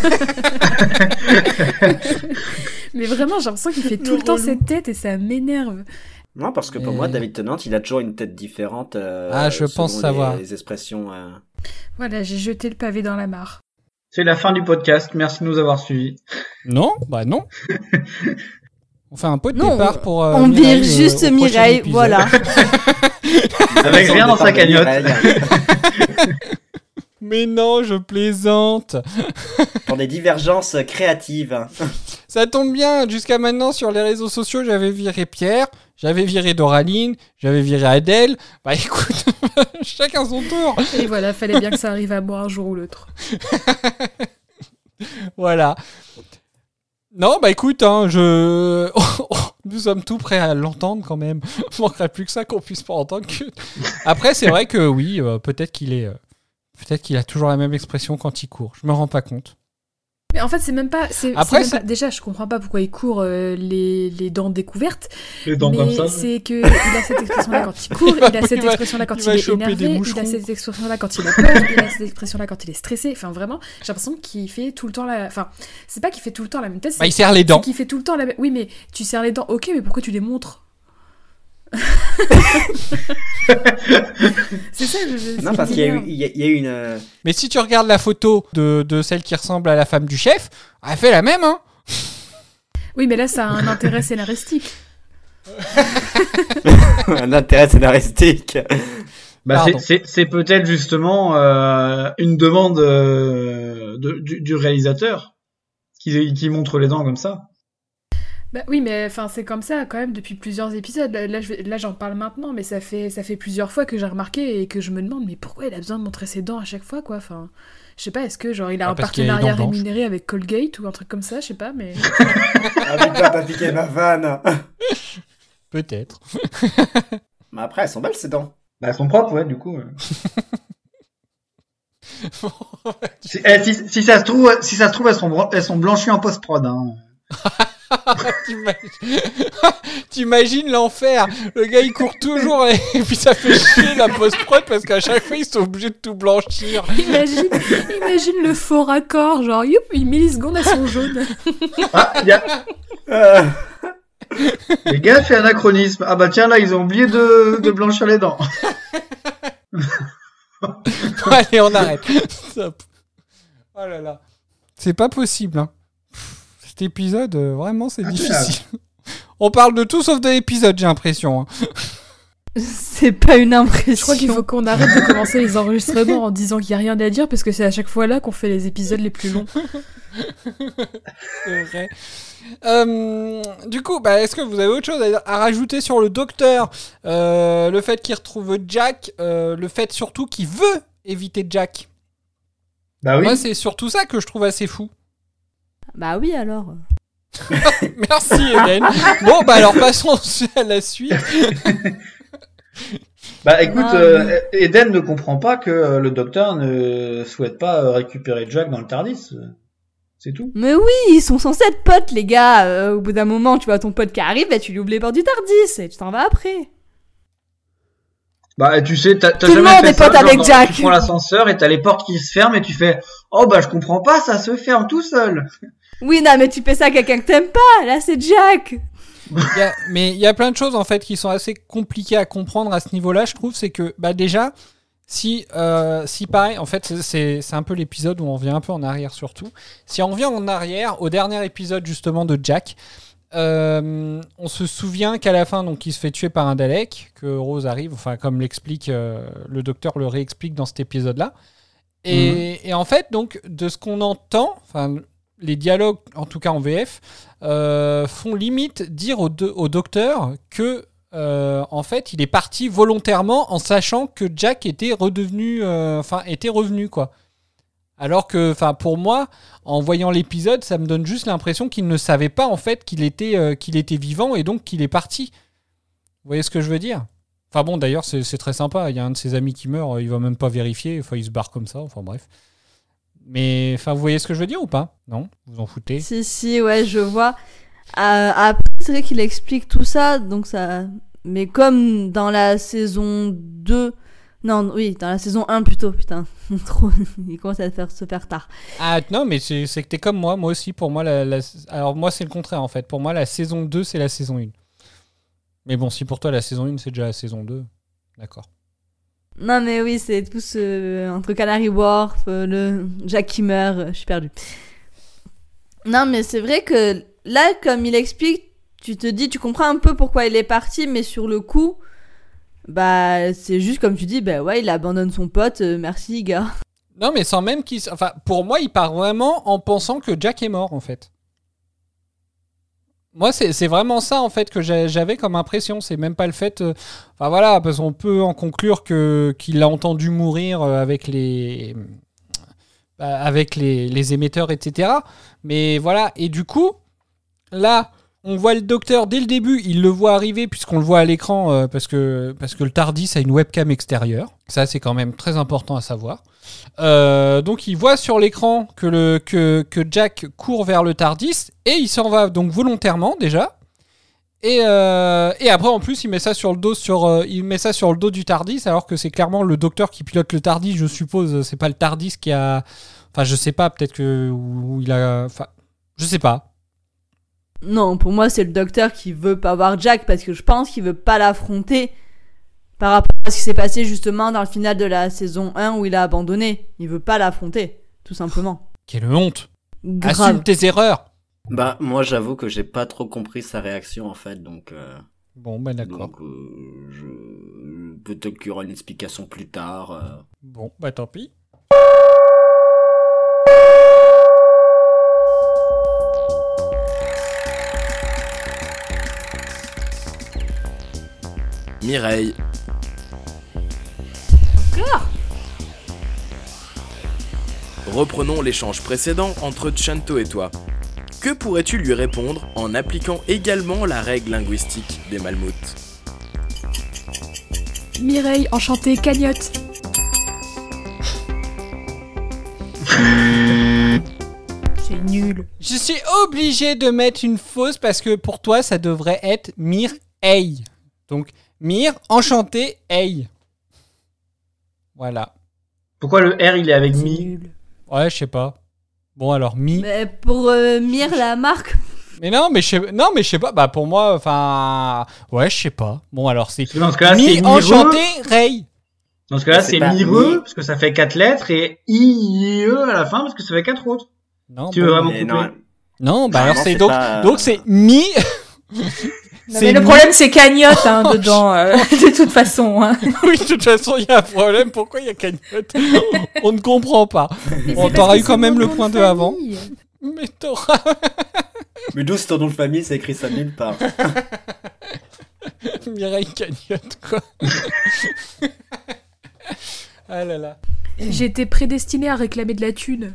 Mais vraiment, j'ai l'impression qu'il fait tout le, le temps cette tête et ça m'énerve. Non, parce que pour et... moi, David Tennant, il a toujours une tête différente. Euh, ah, je pense savoir. Les, les expressions. Euh... Voilà, j'ai jeté le pavé dans la mare. C'est la fin du podcast. Merci de nous avoir suivis. Non, bah non. On fait un pot de Non, départ pour. Euh, on Mireille, vire juste euh, au prochain Mireille, épisode. voilà. Avec rien dans sa cagnotte. Mais non, je plaisante. Pour des divergences créatives. Ça tombe bien, jusqu'à maintenant sur les réseaux sociaux, j'avais viré Pierre, j'avais viré Doraline, j'avais viré Adèle. Bah écoute, chacun son tour. Et voilà, fallait bien que ça arrive à moi un jour ou l'autre. Voilà. Non, bah écoute, hein, je... nous sommes tout prêts à l'entendre quand même. Il manquerait plus que ça qu'on puisse pas entendre. Que... Après, c'est vrai que oui, euh, peut-être qu'il est... Euh... Peut-être qu'il a toujours la même expression quand il court. Je me rends pas compte. Mais en fait, c'est même pas. C'est, Après, c'est même c'est... pas... Déjà, je comprends pas pourquoi il court euh, les, les dents découvertes. Les dents mais comme ça. c'est que il a cette expression-là quand il court, il a cette il va, expression-là quand il, il, il est énervé, il a cette expression-là quand il a peur, il a cette expression-là quand il est stressé. Enfin, vraiment, j'ai l'impression qu'il fait tout le temps la. Enfin, c'est pas qu'il fait tout le temps la même tête. Bah, il serre les dents. C'est qu'il fait tout le temps la même. Oui, mais tu serres les dents. Ok, mais pourquoi tu les montres? C'est ça, je, non, parce qu'il y a eu, il y a, il y a eu une. Euh... Mais si tu regardes la photo de, de celle qui ressemble à la femme du chef, elle fait la même, hein. Oui, mais là, ça a un intérêt scénaristique. un intérêt scénaristique. Bah c'est, c'est, c'est peut-être justement euh, une demande euh, de, du, du réalisateur qui, qui montre les dents comme ça. Bah oui, mais enfin c'est comme ça quand même depuis plusieurs épisodes. Là, là, je vais, là j'en parle maintenant, mais ça fait ça fait plusieurs fois que j'ai remarqué et que je me demande mais pourquoi il a besoin de montrer ses dents à chaque fois quoi. Enfin, je sais pas, est-ce que genre il a ah, un partenariat a rémunéré avec Colgate ou un truc comme ça, je sais pas, mais. Ah putain, t'as piqué ma vanne. Peut-être. Mais après elles sont belles ces dents. Bah elles sont propres ouais du coup. si, eh, si, si ça se trouve si ça se trouve elles sont elles sont blanchies en post-prod hein. T'imagines... T'imagines l'enfer. Le gars il court toujours et, et puis ça fait chier la post-prod parce qu'à chaque fois ils sont obligés de tout blanchir. Imagine, imagine le faux raccord, genre youp, une milliseconde elles sont jaunes. Ah, y a... euh... Les gars fait anachronisme. Ah bah tiens là ils ont oublié de, de blanchir les dents. Allez on arrête. Stop. Oh là là. C'est pas possible hein. Cet épisode, euh, vraiment, c'est ah, difficile. On parle de tout sauf de l'épisode, j'ai l'impression. Hein. C'est pas une impression. Je crois qu'il faut qu'on arrête de commencer les enregistrements en disant qu'il n'y a rien à dire, parce que c'est à chaque fois là qu'on fait les épisodes les plus longs. C'est vrai. Euh, du coup, bah, est-ce que vous avez autre chose à, à rajouter sur le docteur euh, le fait qu'il retrouve Jack, euh, le fait surtout qu'il veut éviter Jack. Bah oui. Moi, c'est surtout ça que je trouve assez fou. Bah oui, alors. Merci, Hélène. Bon, bah alors passons à la suite. Bah écoute, ah, euh, oui. Eden ne comprend pas que euh, le docteur ne souhaite pas euh, récupérer Jack dans le TARDIS. C'est tout. Mais oui, ils sont censés être potes, les gars. Euh, au bout d'un moment, tu vois ton pote qui arrive, bah tu lui ouvres les portes du TARDIS et tu t'en vas après. Bah tu sais, t'as, t'as Tout jamais le monde fait est ça, pote avec genre, Jack. Tu prends l'ascenseur et t'as les portes qui se ferment et tu fais « Oh bah je comprends pas, ça se ferme tout seul !» Oui, non, mais tu fais ça à quelqu'un que t'aimes pas. Là, c'est Jack. Il y a, mais il y a plein de choses en fait qui sont assez compliquées à comprendre à ce niveau-là, je trouve. C'est que bah déjà, si, euh, si pareil, en fait, c'est, c'est un peu l'épisode où on revient un peu en arrière surtout. Si on revient en arrière au dernier épisode justement de Jack, euh, on se souvient qu'à la fin, donc, il se fait tuer par un Dalek, que Rose arrive, enfin comme l'explique euh, le docteur le réexplique dans cet épisode-là. Et, mmh. et en fait, donc, de ce qu'on entend, enfin les dialogues, en tout cas en V F, euh, font limite dire au, de, au docteur que, euh, en fait, il est parti volontairement en sachant que Jack était redevenu, enfin, euh, était revenu, quoi. Alors que, enfin, pour moi, en voyant l'épisode, ça me donne juste l'impression qu'il ne savait pas, en fait, qu'il était, euh, qu'il était vivant et donc qu'il est parti. Vous voyez ce que je veux dire ? Enfin bon, d'ailleurs, c'est, c'est très sympa. Il y a un de ses amis qui meurt, il va même pas vérifier, enfin, il se barre comme ça, enfin bref. Mais, enfin, vous voyez ce que je veux dire ou pas ? Non ? Vous en foutez ? Si, si, ouais, je vois. Euh, après, c'est vrai qu'il explique tout ça, donc ça... Mais comme dans la saison deux... Non, oui, dans la saison un plutôt, putain. Trop... Il commence à faire, se faire tard. Ah, non, mais c'est, c'est que t'es comme moi. Moi aussi, pour moi, la, la... Alors, moi, c'est le contraire, en fait. Pour moi, la saison deux, c'est la saison un. Mais bon, si pour toi, la saison un, c'est déjà la saison deux, d'accord. Non mais oui, c'est tout ce... entre Canary Wharf, euh, le Jack qui meurt, euh, je suis perdue. Non mais c'est vrai que là, comme il explique, tu te dis, tu comprends un peu pourquoi il est parti, mais sur le coup, bah c'est juste comme tu dis, bah ouais, il abandonne son pote, euh, merci gars. Non mais sans même qu'il... Enfin, pour moi, il part vraiment en pensant que Jack est mort, en fait. Moi, c'est, c'est vraiment ça, en fait, que j'avais comme impression. C'est même pas le fait... Euh... Enfin, voilà, parce qu'on peut en conclure que, qu'il l'a entendu mourir avec les... avec les, les émetteurs, et cetera. Mais voilà, et du coup, là, on voit le docteur dès le début, il le voit arriver, puisqu'on le voit à l'écran, euh, parce, que, parce que le TARDIS a une webcam extérieure. Ça, c'est quand même très important à savoir. Euh, donc, il voit sur l'écran que, le, que, que Jack court vers le TARDIS, et il s'en va donc volontairement, déjà. Et, euh, et après, en plus, il met ça sur le dos, sur, euh, il met ça sur le dos du TARDIS, alors que c'est clairement le docteur qui pilote le TARDIS, je suppose. C'est pas le TARDIS qui a... Enfin, je sais pas, peut-être que... Où il a... Enfin, je sais pas. Non, pour moi, c'est le docteur qui veut pas voir Jack, parce que je pense qu'il veut pas l'affronter par rapport à ce qui s'est passé justement dans le final de la saison un où il a abandonné. Il veut pas l'affronter, tout simplement. Quelle honte. Grave. Assume tes erreurs. Bah, moi, j'avoue que j'ai pas trop compris sa réaction, en fait, donc... Euh... Bon, bah d'accord. Donc, euh, je... peut-être qu'il y aura une explication plus tard. Euh... Bon, bah tant pis. Mireille. Encore ? Reprenons l'échange précédent entre Chanto et toi. Que pourrais-tu lui répondre en appliquant également la règle linguistique des Malmoutes ? Mireille, enchantée, cagnotte. C'est nul. Je suis obligé de mettre une fausse parce que pour toi, ça devrait être Mireille. Donc, Mire, enchanté, hey. Voilà. Pourquoi le R, il est avec C'est Mi nul. Ouais, je sais pas. Bon, alors, Mi... Mais pour euh, Mire, la marque... Mais non, mais je sais, non, mais je sais pas. Bah, pour moi, enfin... Ouais, je sais pas. Bon, alors, c'est... Dans ce cas-là, Mi, c'est Mireux. enchanté, Ray. Dans ce cas-là, C'est c'est pas Mireux, Mi. parce que ça fait quatre lettres, et I E à la fin, parce que ça fait quatre autres. Non, Tu bon, veux vraiment Mais couper non, non, bah, alors, Vraiment, c'est c'est donc... pas- Donc, c'est Mi... Non, mais le Mi- problème, c'est cagnotte hein, dedans, euh, de toute façon. Hein. Oui, de toute façon, il y a un problème. Pourquoi il y a cagnotte? On ne comprend pas. On t'aura eu quand même le point deux avant. Mais t'auras... Mais d'où c'est ton nom de famille, c'est écrit ça nulle part. Mireille Cagnotte, quoi. Ah là là. J'étais prédestinée à réclamer de la thune.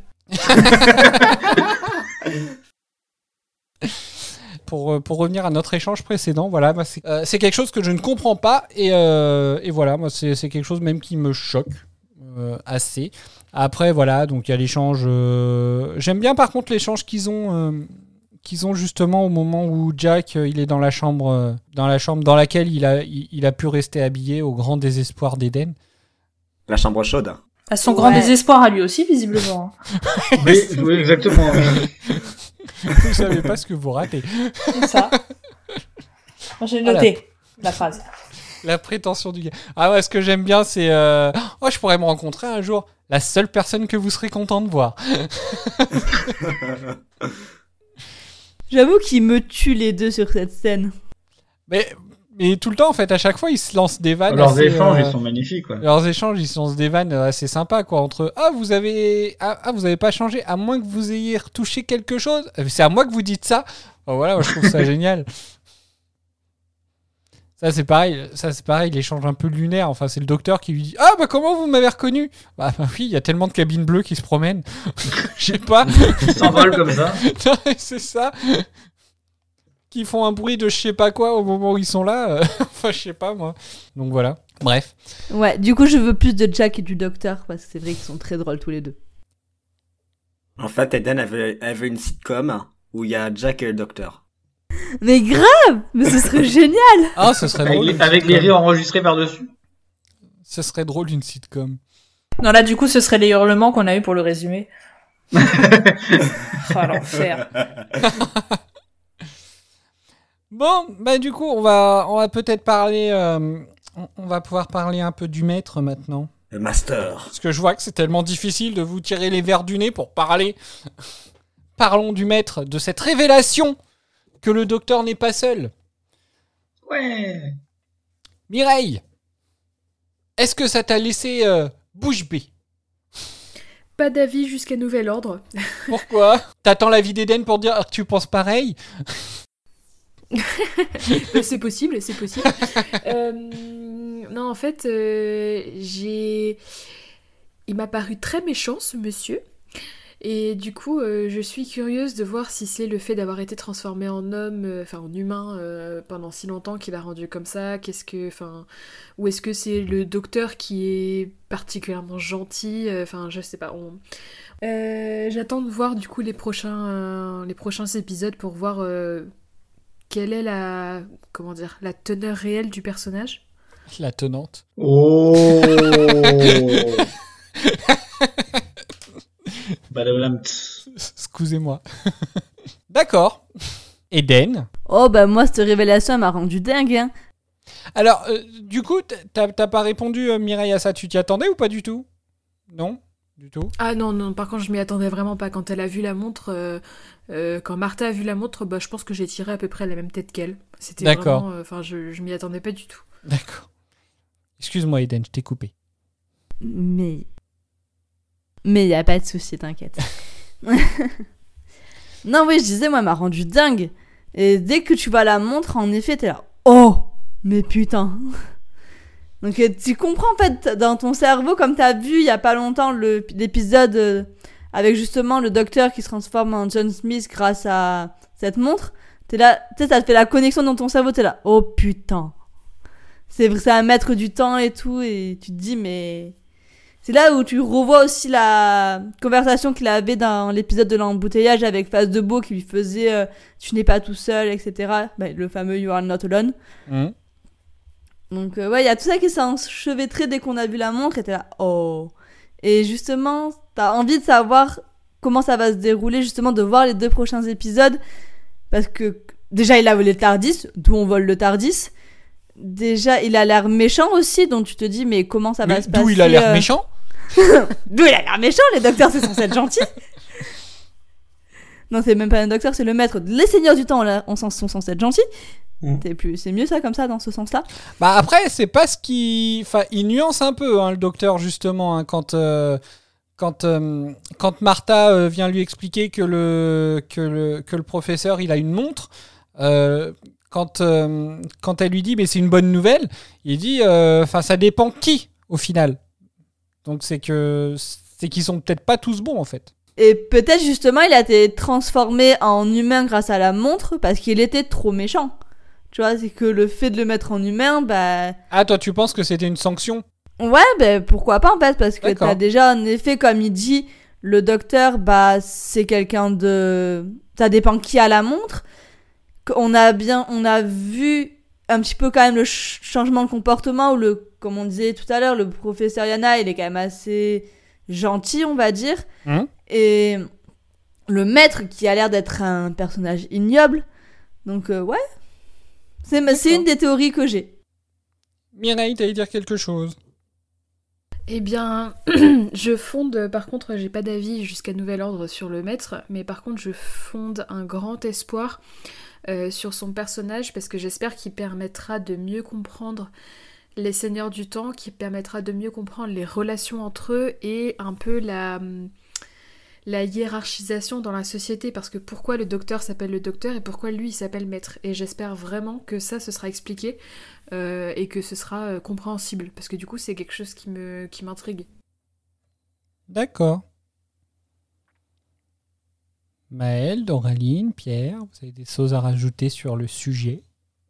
Pour, pour revenir à notre échange précédent, voilà, bah c'est, euh, c'est quelque chose que je ne comprends pas et, euh, et voilà, moi c'est, c'est quelque chose même qui me choque euh, assez. Après voilà, donc il y a l'échange. Euh... J'aime bien par contre l'échange qu'ils ont, euh, qu'ils ont justement au moment où Jack euh, il est dans la chambre, euh, dans la chambre dans laquelle il a, il, il a pu rester habillé au grand désespoir d'Eden. La chambre chaude. À son Ouais. grand désespoir à lui aussi, visiblement. Oui, oui, exactement. Vous savez pas ce que vous ratez. C'est ça. Moi, j'ai noté la phrase. La prétention du gars. Ah ouais, ce que j'aime bien, c'est... Euh... Oh, je pourrais me rencontrer un jour. La seule personne que vous serez content de voir. J'avoue qu'ils me tuent les deux sur cette scène. Mais, mais tout le temps, en fait, à chaque fois, ils se lancent des vannes. Leurs assez, échanges, euh, ils sont magnifiques, quoi. Leurs échanges, ils se lancent des vannes assez sympas, quoi. Entre ah, vous avez, ah, ah, vous avez pas changé, à moins que vous ayez retouché quelque chose. C'est à moi que vous dites ça. Oh, voilà, moi, je trouve ça génial. Ça c'est pareil, ça c'est pareil, l'échange un peu lunaire. Enfin, c'est le docteur qui lui dit ah bah comment vous m'avez reconnu? Bah, bah oui, il y a tellement de cabines bleues qui se promènent. Je sais pas. Ils s'envolent comme ça. Non, c'est ça. Qui font un bruit de je sais pas quoi au moment où ils sont là. Euh, enfin, je sais pas moi. Donc voilà. Bref. Ouais, du coup, je veux plus de Jack et du docteur, parce que c'est vrai qu'ils sont très drôles tous les deux. En fait, Eden avait, avait une sitcom où il y a Jack et le docteur. Mais grave! Mais ce serait génial! Ah, ce serait Avec, drôle. les, une avec les sitcom. rires enregistrés par-dessus. Ce serait drôle une sitcom. Non, là, du coup, ce serait les hurlements qu'on a eu pour le résumé. Oh, l'enfer. Bon, bah du coup, on va, on va peut-être parler, euh, on, on va pouvoir parler un peu du maître maintenant. Le master. Parce que je vois que c'est tellement difficile de vous tirer les verres du nez pour parler. Parlons du maître, de cette révélation que le docteur n'est pas seul. Ouais. Mireille, est-ce que ça t'a laissé euh, bouche bée? Pas d'avis jusqu'à nouvel ordre. Pourquoi? T'attends l'avis d'Eden pour dire que tu penses pareil? C'est possible, c'est possible. euh, non, en fait, euh, j'ai... Il m'a paru très méchant, ce monsieur. Et du coup, euh, je suis curieuse de voir si c'est le fait d'avoir été transformé en homme, euh, enfin en humain euh, pendant si longtemps qu'il a rendu comme ça. Qu'est-ce que, enfin, ou est-ce que c'est le docteur qui est particulièrement gentil? Enfin, euh, je sais pas. On... Euh, j'attends de voir du coup les prochains, euh, les prochains épisodes pour voir euh, quelle est la, comment dire, la teneur réelle du personnage. La tenante. Oh. Excusez-moi. D'accord. Eden. Oh bah moi cette révélation elle m'a rendu dingue hein. Alors euh, du coup t'as, t'as pas répondu euh, Mireille à ça, tu t'y attendais ou pas du tout? Non, du tout. Ah non non, par contre je m'y attendais vraiment pas. Quand elle a vu la montre, euh, euh, quand Martha a vu la montre, bah je pense que j'ai tiré à peu près la même tête qu'elle. C'était D'accord. vraiment, enfin euh, je, je m'y attendais pas du tout. D'accord. Excuse-moi Eden, je t'ai coupé. Mais mais y a pas de souci, t'inquiète. Non oui je disais moi elle m'a rendu dingue. Et dès que tu vois la montre en effet t'es là oh mais putain. Donc tu comprends en fait dans ton cerveau comme t'as vu il y a pas longtemps le, l'épisode euh, avec justement le docteur qui se transforme en John Smith grâce à cette montre. T'es là, tu sais ça te fait la connexion dans ton cerveau, t'es là oh putain. C'est vrai, c'est un maître du temps et tout et tu te dis mais... C'est là où tu revois aussi la conversation qu'il avait dans l'épisode de l'embouteillage avec Face de Beau qui lui faisait euh, tu n'es pas tout seul, et cetera. Bah, le fameux You are not alone. Mmh. Donc euh, ouais, il y a tout ça qui s'est enchevêtré dès qu'on a vu la montre et t'es là oh. Et justement, t'as envie de savoir comment ça va se dérouler, justement de voir les deux prochains épisodes parce que déjà il a volé le TARDIS, d'où on vole le TARDIS. Déjà, il a l'air méchant aussi, donc tu te dis, mais comment ça va mais se passer? D'où il a l'air euh... méchant D'où il a l'air méchant? Les docteurs, c'est censé être gentil. Non, c'est même pas un docteur, c'est le maître. Les seigneurs du temps, là, on sont censés être gentils. Mm. C'est, plus... c'est mieux ça, comme ça, dans ce sens-là. Bah après, c'est pas ce qui... Enfin, il nuance un peu, hein, le docteur, justement, hein, quand... Euh... Quand, euh, quand Martha euh, vient lui expliquer que le, que, le, que le professeur, il a une montre... Euh... Quand, euh, quand elle lui dit mais c'est une bonne nouvelle, il dit enfin euh, ça dépend qui au final. Donc c'est que c'est qu'ils sont peut-être pas tous bons en fait. Et peut-être justement il a été transformé en humain grâce à la montre parce qu'il était trop méchant. Tu vois, c'est que le fait de le mettre en humain, bah... Ah toi tu penses que c'était une sanction? Ouais, bah pourquoi pas en fait, parce que D'accord. T'as déjà en effet comme il dit, le docteur bah c'est quelqu'un de... Ça dépend qui a la montre. On a bien, on a vu un petit peu quand même le ch- changement de comportement où le, comme on disait tout à l'heure, le professeur Yana, il est quand même assez gentil, on va dire. Mmh. Et le maître qui a l'air d'être un personnage ignoble. Donc euh, ouais, c'est, c'est une des théories que j'ai. Mireille, t'allais dire quelque chose? Eh bien, je fonde, par contre, j'ai pas d'avis jusqu'à nouvel ordre sur le maître, mais par contre, je fonde un grand espoir Euh, sur son personnage parce que j'espère qu'il permettra de mieux comprendre les seigneurs du temps, qu'il permettra de mieux comprendre les relations entre eux et un peu la, la hiérarchisation dans la société, parce que pourquoi le docteur s'appelle le docteur et pourquoi lui il s'appelle maître, et j'espère vraiment que ça ce sera expliqué euh, et que ce sera euh, compréhensible parce que du coup c'est quelque chose qui, me, qui m'intrigue. D'accord. Maëlle, Doraline, Pierre, vous avez des choses à rajouter sur le sujet?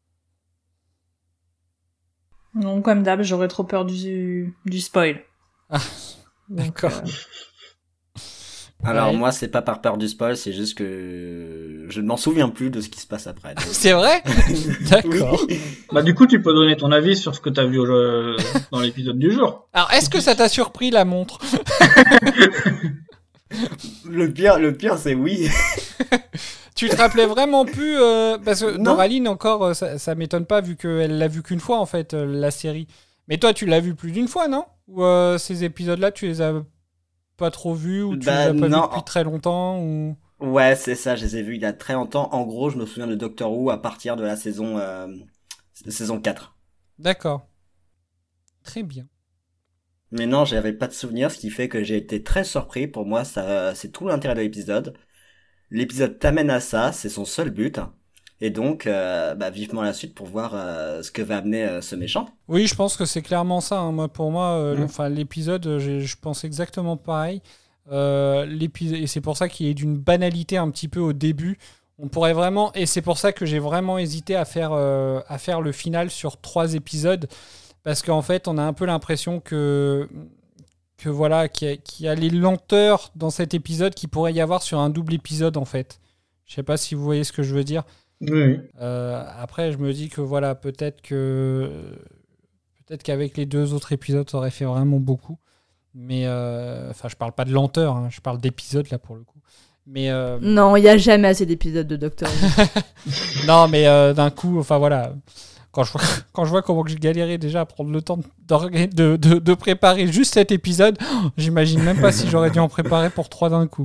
Non, comme d'hab, j'aurais trop peur du, du spoil. Ah, d'accord. Donc, euh... Alors ouais. Moi, c'est pas par peur du spoil, c'est juste que je ne m'en souviens plus de ce qui se passe après. Donc... C'est vrai? D'accord. Oui. Bah du coup, tu peux donner ton avis sur ce que t'as vu euh, dans l'épisode du jour. Alors, est-ce que ça t'a surpris la montre? Le pire, le pire, c'est oui. Tu te rappelais vraiment plus euh, parce que Non. Doraline encore, euh, ça, ça m'étonne pas vu qu'elle l'a vu qu'une fois en fait euh, la série. Mais toi, tu l'as vu plus d'une fois, non? Ou euh, ces épisodes-là, tu les as pas trop vus ou tu Bah, les as pas non. vus depuis très longtemps ou... Ouais, c'est ça, je les ai vus il y a très longtemps. En gros, je me souviens de Doctor Who à partir de la saison, euh, saison quatre. D'accord. Très bien. Mais non, j'avais pas de souvenir, ce qui fait que j'ai été très surpris. Pour moi, ça, c'est tout l'intérêt de l'épisode. L'épisode t'amène à ça, c'est son seul but. Et donc, euh, bah, vivement la suite pour voir euh, ce que va amener euh, ce méchant. Oui, je pense que c'est clairement ça. Hein. Moi, pour moi, euh, Mmh. enfin, l'épisode, j'ai- je pense exactement pareil. Euh, l'épisode, et c'est pour ça qu'il est d'une banalité un petit peu au début. On pourrait vraiment, et c'est pour ça que j'ai vraiment hésité à faire, euh, à faire le final sur trois épisodes, parce qu'en fait, on a un peu l'impression que, que voilà, qu'il y a, qu'il y a les lenteurs dans cet épisode qu'il pourrait y avoir sur un double épisode en fait. Je sais pas si vous voyez ce que je veux dire. Oui. Euh, après, je me dis que voilà, peut-être que peut-être qu'avec les deux autres épisodes, ça aurait fait vraiment beaucoup. Mais euh, enfin, je parle pas de lenteur, hein, je parle d'épisodes là pour le coup. Mais euh, Non, il y a jamais assez d'épisodes de Doctor Who. non, mais euh, d'un coup, enfin voilà, quand je vois quand je vois comment j'ai galéré déjà à prendre le temps de, de, de, de préparer juste cet épisode, oh, j'imagine même pas si j'aurais dû en préparer pour trois d'un coup.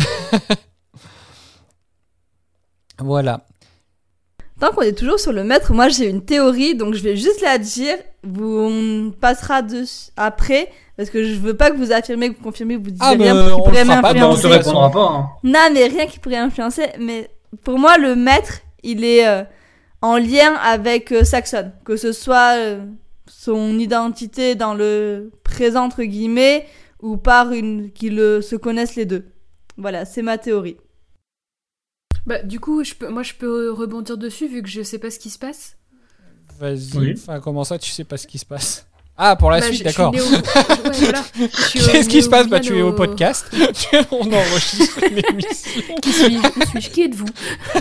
Voilà. Tant qu'on est toujours sur le maître, moi j'ai une théorie, donc je vais juste la dire. Vous, on passera dessus après, parce que je veux pas que vous affirmez, que vous confirmez, que vous disiez Ah, rien bah, qui on pourrait le fera pas, Bah, on m'influencer. te répondra pas. Hein. Non, mais rien qui pourrait influencer. Mais pour moi, le maître, il est euh, en lien avec euh, Saxon. Que ce soit euh, son identité dans le présent, entre guillemets, ou par une qu'ils euh, se connaissent les deux. Voilà, c'est ma théorie. Bah, du coup, je peux, moi, je peux rebondir dessus vu que je sais pas ce qui se passe. Vas-y. Oui. Enfin, comment ça, tu sais pas ce qui se passe? Ah, pour la Bah, suite, je- d'accord. je suis née au- ouais, voilà. Je suis au- Qu'est-ce qui née se au passe? Bah, Guyane tu es au au- podcast. On enregistre une émission. Qui suis-je Où suis-je Qui êtes-vous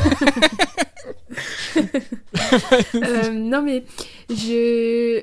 Euh, Non, mais je.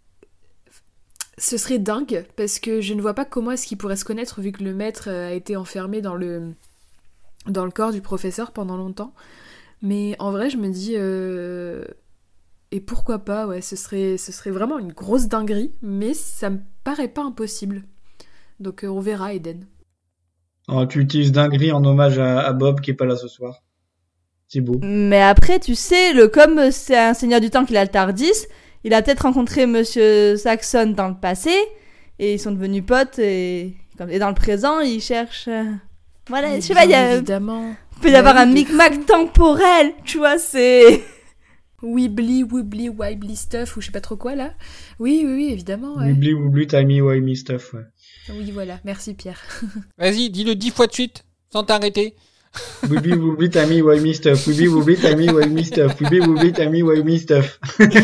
Ce serait dingue parce que je ne vois pas comment est-ce qu'il pourrait se connaître vu que le maître euh, a été enfermé dans le dans le corps du professeur pendant longtemps. Mais en vrai, je me dis euh, et pourquoi pas, ouais, ce serait ce serait vraiment une grosse dinguerie, mais ça me paraît pas impossible. Donc euh, on verra, Eden. Alors, tu utilises dinguerie en hommage à, à Bob qui est pas là ce soir. C'est beau. Mais après, tu sais, le comme c'est un seigneur du temps qu'il a le Tardis, il a peut-être rencontré Monsieur Saxon dans le passé, et ils sont devenus potes, et, comme- et dans le présent, ils cherchent... euh, Voilà, je sais pas, il y a... évidemment. peut y Bah avoir oui, un de micmac temporel, tu vois, c'est... Wibbly, wibbly, wibbly stuff, ou je sais pas trop quoi là. Oui, oui, oui, évidemment. Ouais. Oublie, oublie, timey, wimey stuff, ouais. Oui, voilà, merci Pierre. Vas-y, dis-le dix fois de suite, sans t'arrêter. Oublie, oublie, timey, wimey stuff. Oublie, oublie, timey, wimey stuff. Oublie, oublie, timey, wimey stuff.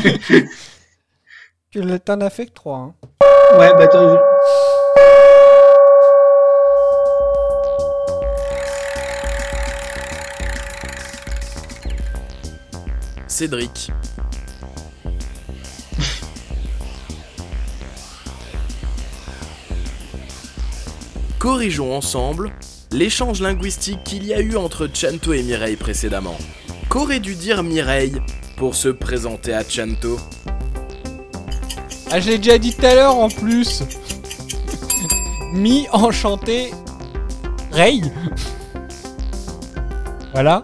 Tu le- t'en as fait que trois. Hein. Ouais, bah toi... Cédric. Corrigeons ensemble l'échange linguistique qu'il y a eu entre Chanto et Mireille précédemment. Qu'aurait dû dire Mireille pour se présenter à Chanto? Ah, je l'ai déjà dit tout à l'heure en plus. Mi enchanté Ray. Voilà.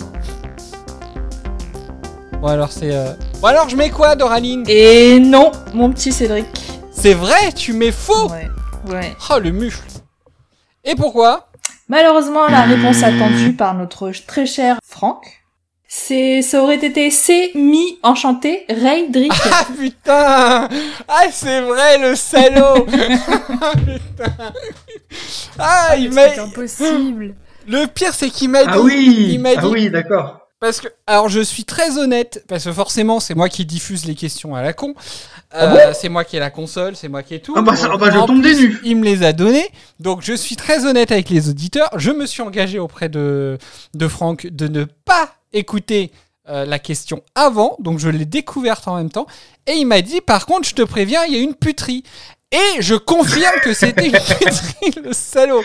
Bon alors c'est... Euh... Bon alors je mets quoi, Doraline? Et non, mon petit Cédric. C'est vrai, tu mets faux. Ouais, ouais. Oh le mufle. Et pourquoi? Malheureusement, la réponse attendue par notre très cher Franck, c'est, ça aurait été C, Mi, enchanté, Ray, Drick. Ah putain. Ah c'est vrai le salaud. Ah putain. Ah il m'a... C'est impossible. Le pire c'est qu'il m'a dit... Ah oui, il m'a ah dit... oui, d'accord. Parce que, alors je suis très honnête, parce que forcément c'est moi qui diffuse les questions à la con, Ah euh, bon c'est moi qui ai la console, c'est moi qui ai tout. Ah bah, ça- Donc, ah bah, je en tombe plus, des nues. Il me les a donnés, donc je suis très honnête avec les auditeurs. Je me suis engagé auprès de, de Franck de ne pas écouter euh, la question avant, donc je l'ai découverte en même temps, et il m'a dit par contre je te préviens, il y a une puterie. Et je confirme que c'était une puterie, le salaud.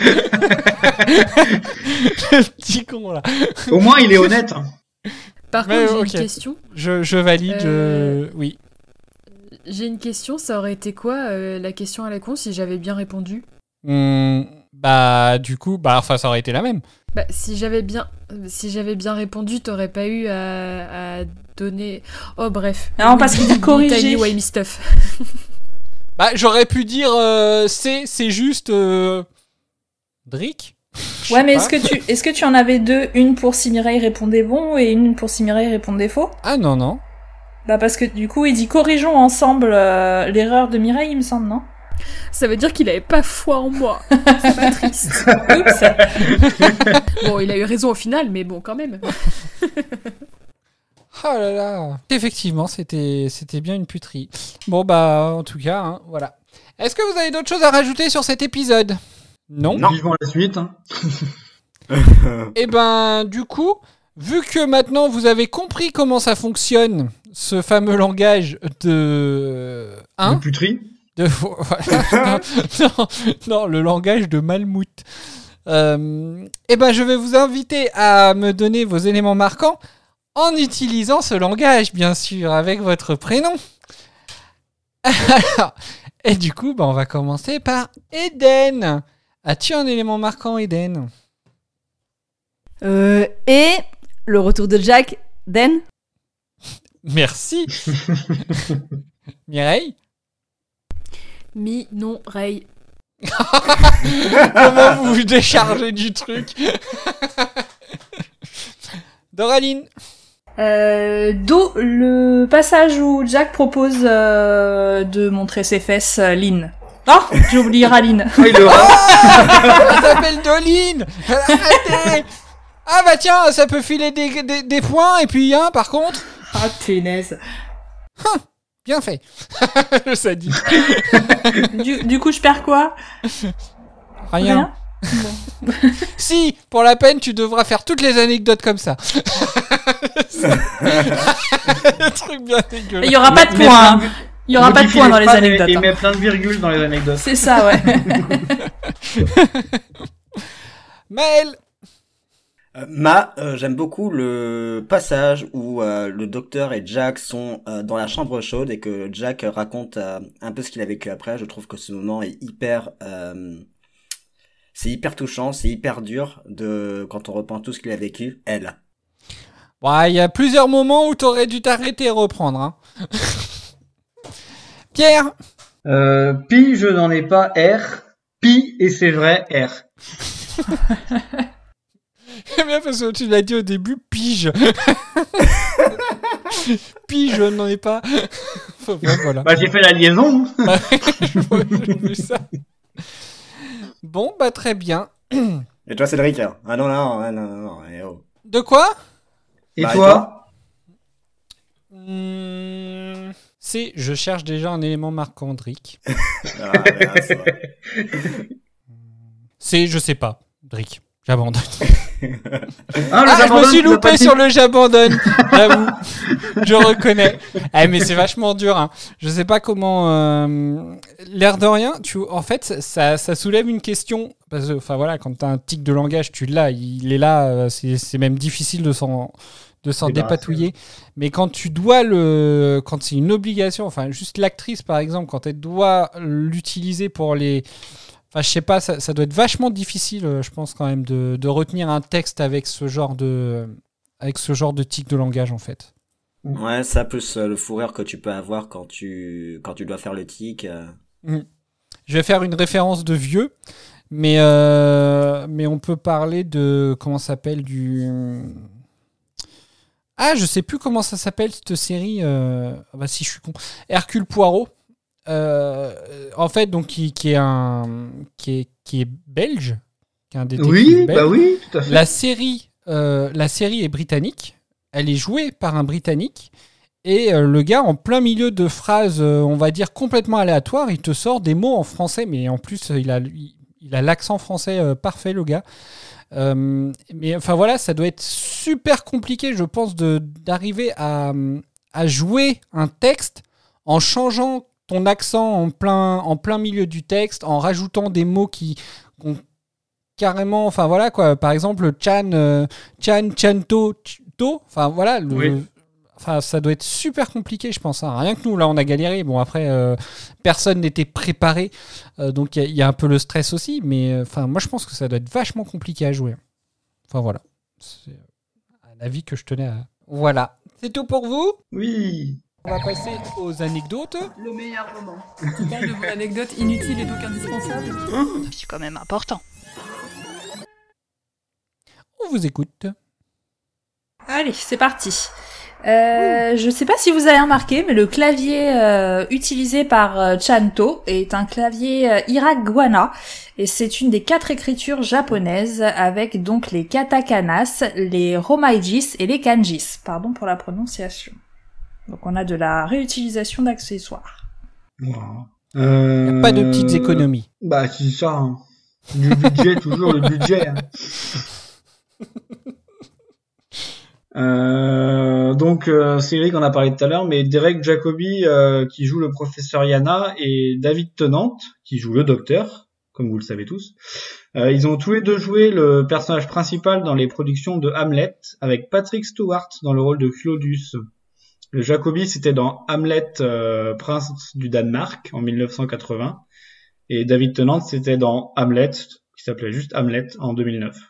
Le petit con, là. Au moins, il est honnête. Par Mais, contre, j'ai ok. une question. Je, je valide, Euh, je... oui. J'ai une question, ça aurait été quoi euh, la question à la con si j'avais bien répondu? Hum, bah, du coup, bah, enfin, ça aurait été la même. Bah, si j'avais bien, si j'avais bien répondu, t'aurais pas eu à, à donner. Oh bref. Non, parce qu'il dit corriger. Tiny Wimey stuff. Bah, j'aurais pu dire euh, c'est, c'est juste euh... Drick. Je Ouais, sais mais pas. est-ce que tu, est-ce que tu en avais deux, une pour si Mireille répondait bon et une pour si Mireille répondait faux? Ah non non. Bah parce que du coup, il dit corrigeons ensemble euh, l'erreur de Mireille, il me semble, non? Ça veut dire qu'il avait pas foi en moi. C'est pas triste. Oups. Bon, il a eu raison au final, mais bon, quand même. Oh là là. Effectivement, c'était, c'était bien une puterie. Bon bah, en tout cas, hein, voilà. Est-ce que vous avez d'autres choses à rajouter sur cet épisode? Non. Non. Vivons la suite. Hein. Et ben, du coup, vu que maintenant vous avez compris comment ça fonctionne, ce fameux langage de... Hein De puterie. De... Voilà. non, non, non, le langage de Malmouth. Euh, et ben, je vais vous inviter à me donner vos éléments marquants en utilisant ce langage, bien sûr, avec votre prénom. Alors, et du coup, ben, on va commencer par Eden. As-tu un élément marquant, Eden? Euh, et le retour de Jack, Den. Merci. Mireille? Mi, non, Ray. Comment vous vous déchargez du truc? Doraline? Euh, Do, le passage où Jack propose euh, de montrer ses fesses, euh, Lynn. Oh, j'ai oublié Raline. Oh, il le Ah, elle s'appelle Doline. Arrêtez. Ah bah tiens, ça peut filer des, des, des points, et puis hein, par contre... Ah, punaise. Hein, bien fait. Ça dit. Du, du coup, je perds quoi? Rien. Rien Bon. Si, pour la peine, tu devras faire toutes les anecdotes comme ça. Le truc bien dégueulasse. Il y aura pas de points. hein. Il y aura pas de points dans les anecdotes. Il hein. met plein de virgules dans les anecdotes. C'est ça, ouais. Maël? Euh, Ma, euh, j'aime beaucoup le passage où euh, le docteur et Jack sont euh, dans la chambre chaude et que Jack raconte euh, un peu ce qu'il a vécu après. Je trouve que ce moment est hyper, euh, c'est hyper touchant, c'est hyper dur de quand on reprend tout ce qu'il a vécu. Elle. Ouais, il y a plusieurs moments où t'aurais dû t'arrêter et reprendre. Hein. Pierre? Euh, pi, je n'en ai pas. R. Pi, et c'est vrai, R. J'aime bien parce que tu l'as dit au début, pige. Pige, je n'en ai pas. Enfin, bon, voilà. Bah, j'ai fait la liaison. Ouais, j'ai vu ça. Bon, bah très bien. Et toi, Cédric? Ah non, non, non, non, non, eh oh. De quoi? Et Bah, toi? Mmh, c'est, je cherche déjà un élément marquant, Drick. Ah, mais, ah, c'est vrai. C'est, je sais pas, Drick. J'abandonne. Ah, le Ah, je me j'abandonne, suis tu l'as loupé pas dit. sur le j'abandonne. J'avoue. Je reconnais. Eh, mais c'est vachement dur. Hein. Je sais pas comment. Euh... L'air de rien, tu... en fait, ça, ça soulève une question. Parce que, enfin voilà, quand t'as un tic de langage, tu l'as. Il est là. euh, C'est, c'est même difficile de s'en, de s'en Débarrasser. dépatouiller. Mais quand tu dois le. Quand c'est une obligation, enfin, juste l'actrice, par exemple, quand elle doit l'utiliser pour les. Enfin, je sais pas, ça, ça doit être vachement difficile, euh, je pense, quand même, de, de retenir un texte avec ce genre de, avec ce genre de tic de langage, en fait. Ouais, ça plus euh, le fou rire que tu peux avoir quand tu quand tu dois faire le tic. euh. Mm. Je vais faire une référence de vieux, mais, euh, mais on peut parler de, comment ça s'appelle, du... Ah, je sais plus comment ça s'appelle, cette série. Euh... Ah bah si, je suis con. Hercule Poirot. Euh, en fait, donc qui, qui est un qui est qui est belge, qui est un détective Oui, belge. bah oui, tout à fait. La série, euh, la série est britannique. Elle est jouée par un Britannique et euh, le gars, en plein milieu de phrases, euh, on va dire complètement aléatoires, il te sort des mots en français, mais en plus, il a il, il a l'accent français euh, parfait, le gars. Euh, mais enfin voilà, ça doit être super compliqué, je pense, de d'arriver à à jouer un texte en changeant ton accent en plein, en plein milieu du texte, en rajoutant des mots qui ont carrément, enfin voilà quoi, par exemple Chan, euh, Chan, Chanto, To, enfin voilà, le, Oui. enfin ça doit être super compliqué je pense, hein. Rien que nous là on a galéré, bon après euh, personne n'était préparé, euh, donc il y, y a un peu le stress aussi, mais enfin euh, moi je pense que ça doit être vachement compliqué à jouer. Enfin voilà, c'est un avis que je tenais à... Voilà, c'est tout pour vous ? Oui. On va passer aux anecdotes. Le meilleur moment. Tu parles de vos anecdotes inutiles et donc indispensables. C'est quand même important. On vous écoute. Allez, c'est parti. Euh, je sais pas si vous avez remarqué, mais le clavier euh, utilisé par euh, Chanto est un clavier euh, hiragana, et c'est une des quatre écritures japonaises, avec donc les katakanas, les romaijis et les kanjis. Pardon pour la prononciation. Donc on a de la réutilisation d'accessoires. Wow. Euh... Pas de petites économies. Bah c'est ça. Hein. Du budget, toujours le budget. Hein. Euh, donc euh, Cédric en a parlé tout à l'heure, mais Derek Jacobi euh, qui joue le professeur Yana et David Tennant qui joue le docteur, comme vous le savez tous. Euh, ils ont tous les deux joué le personnage principal dans les productions de Hamlet, avec Patrick Stewart dans le rôle de Claudius. Le Jacobi c'était dans Hamlet, euh, Prince du Danemark en mille neuf cent quatre-vingts, et David Tennant c'était dans Hamlet, qui s'appelait juste Hamlet en deux mille neuf.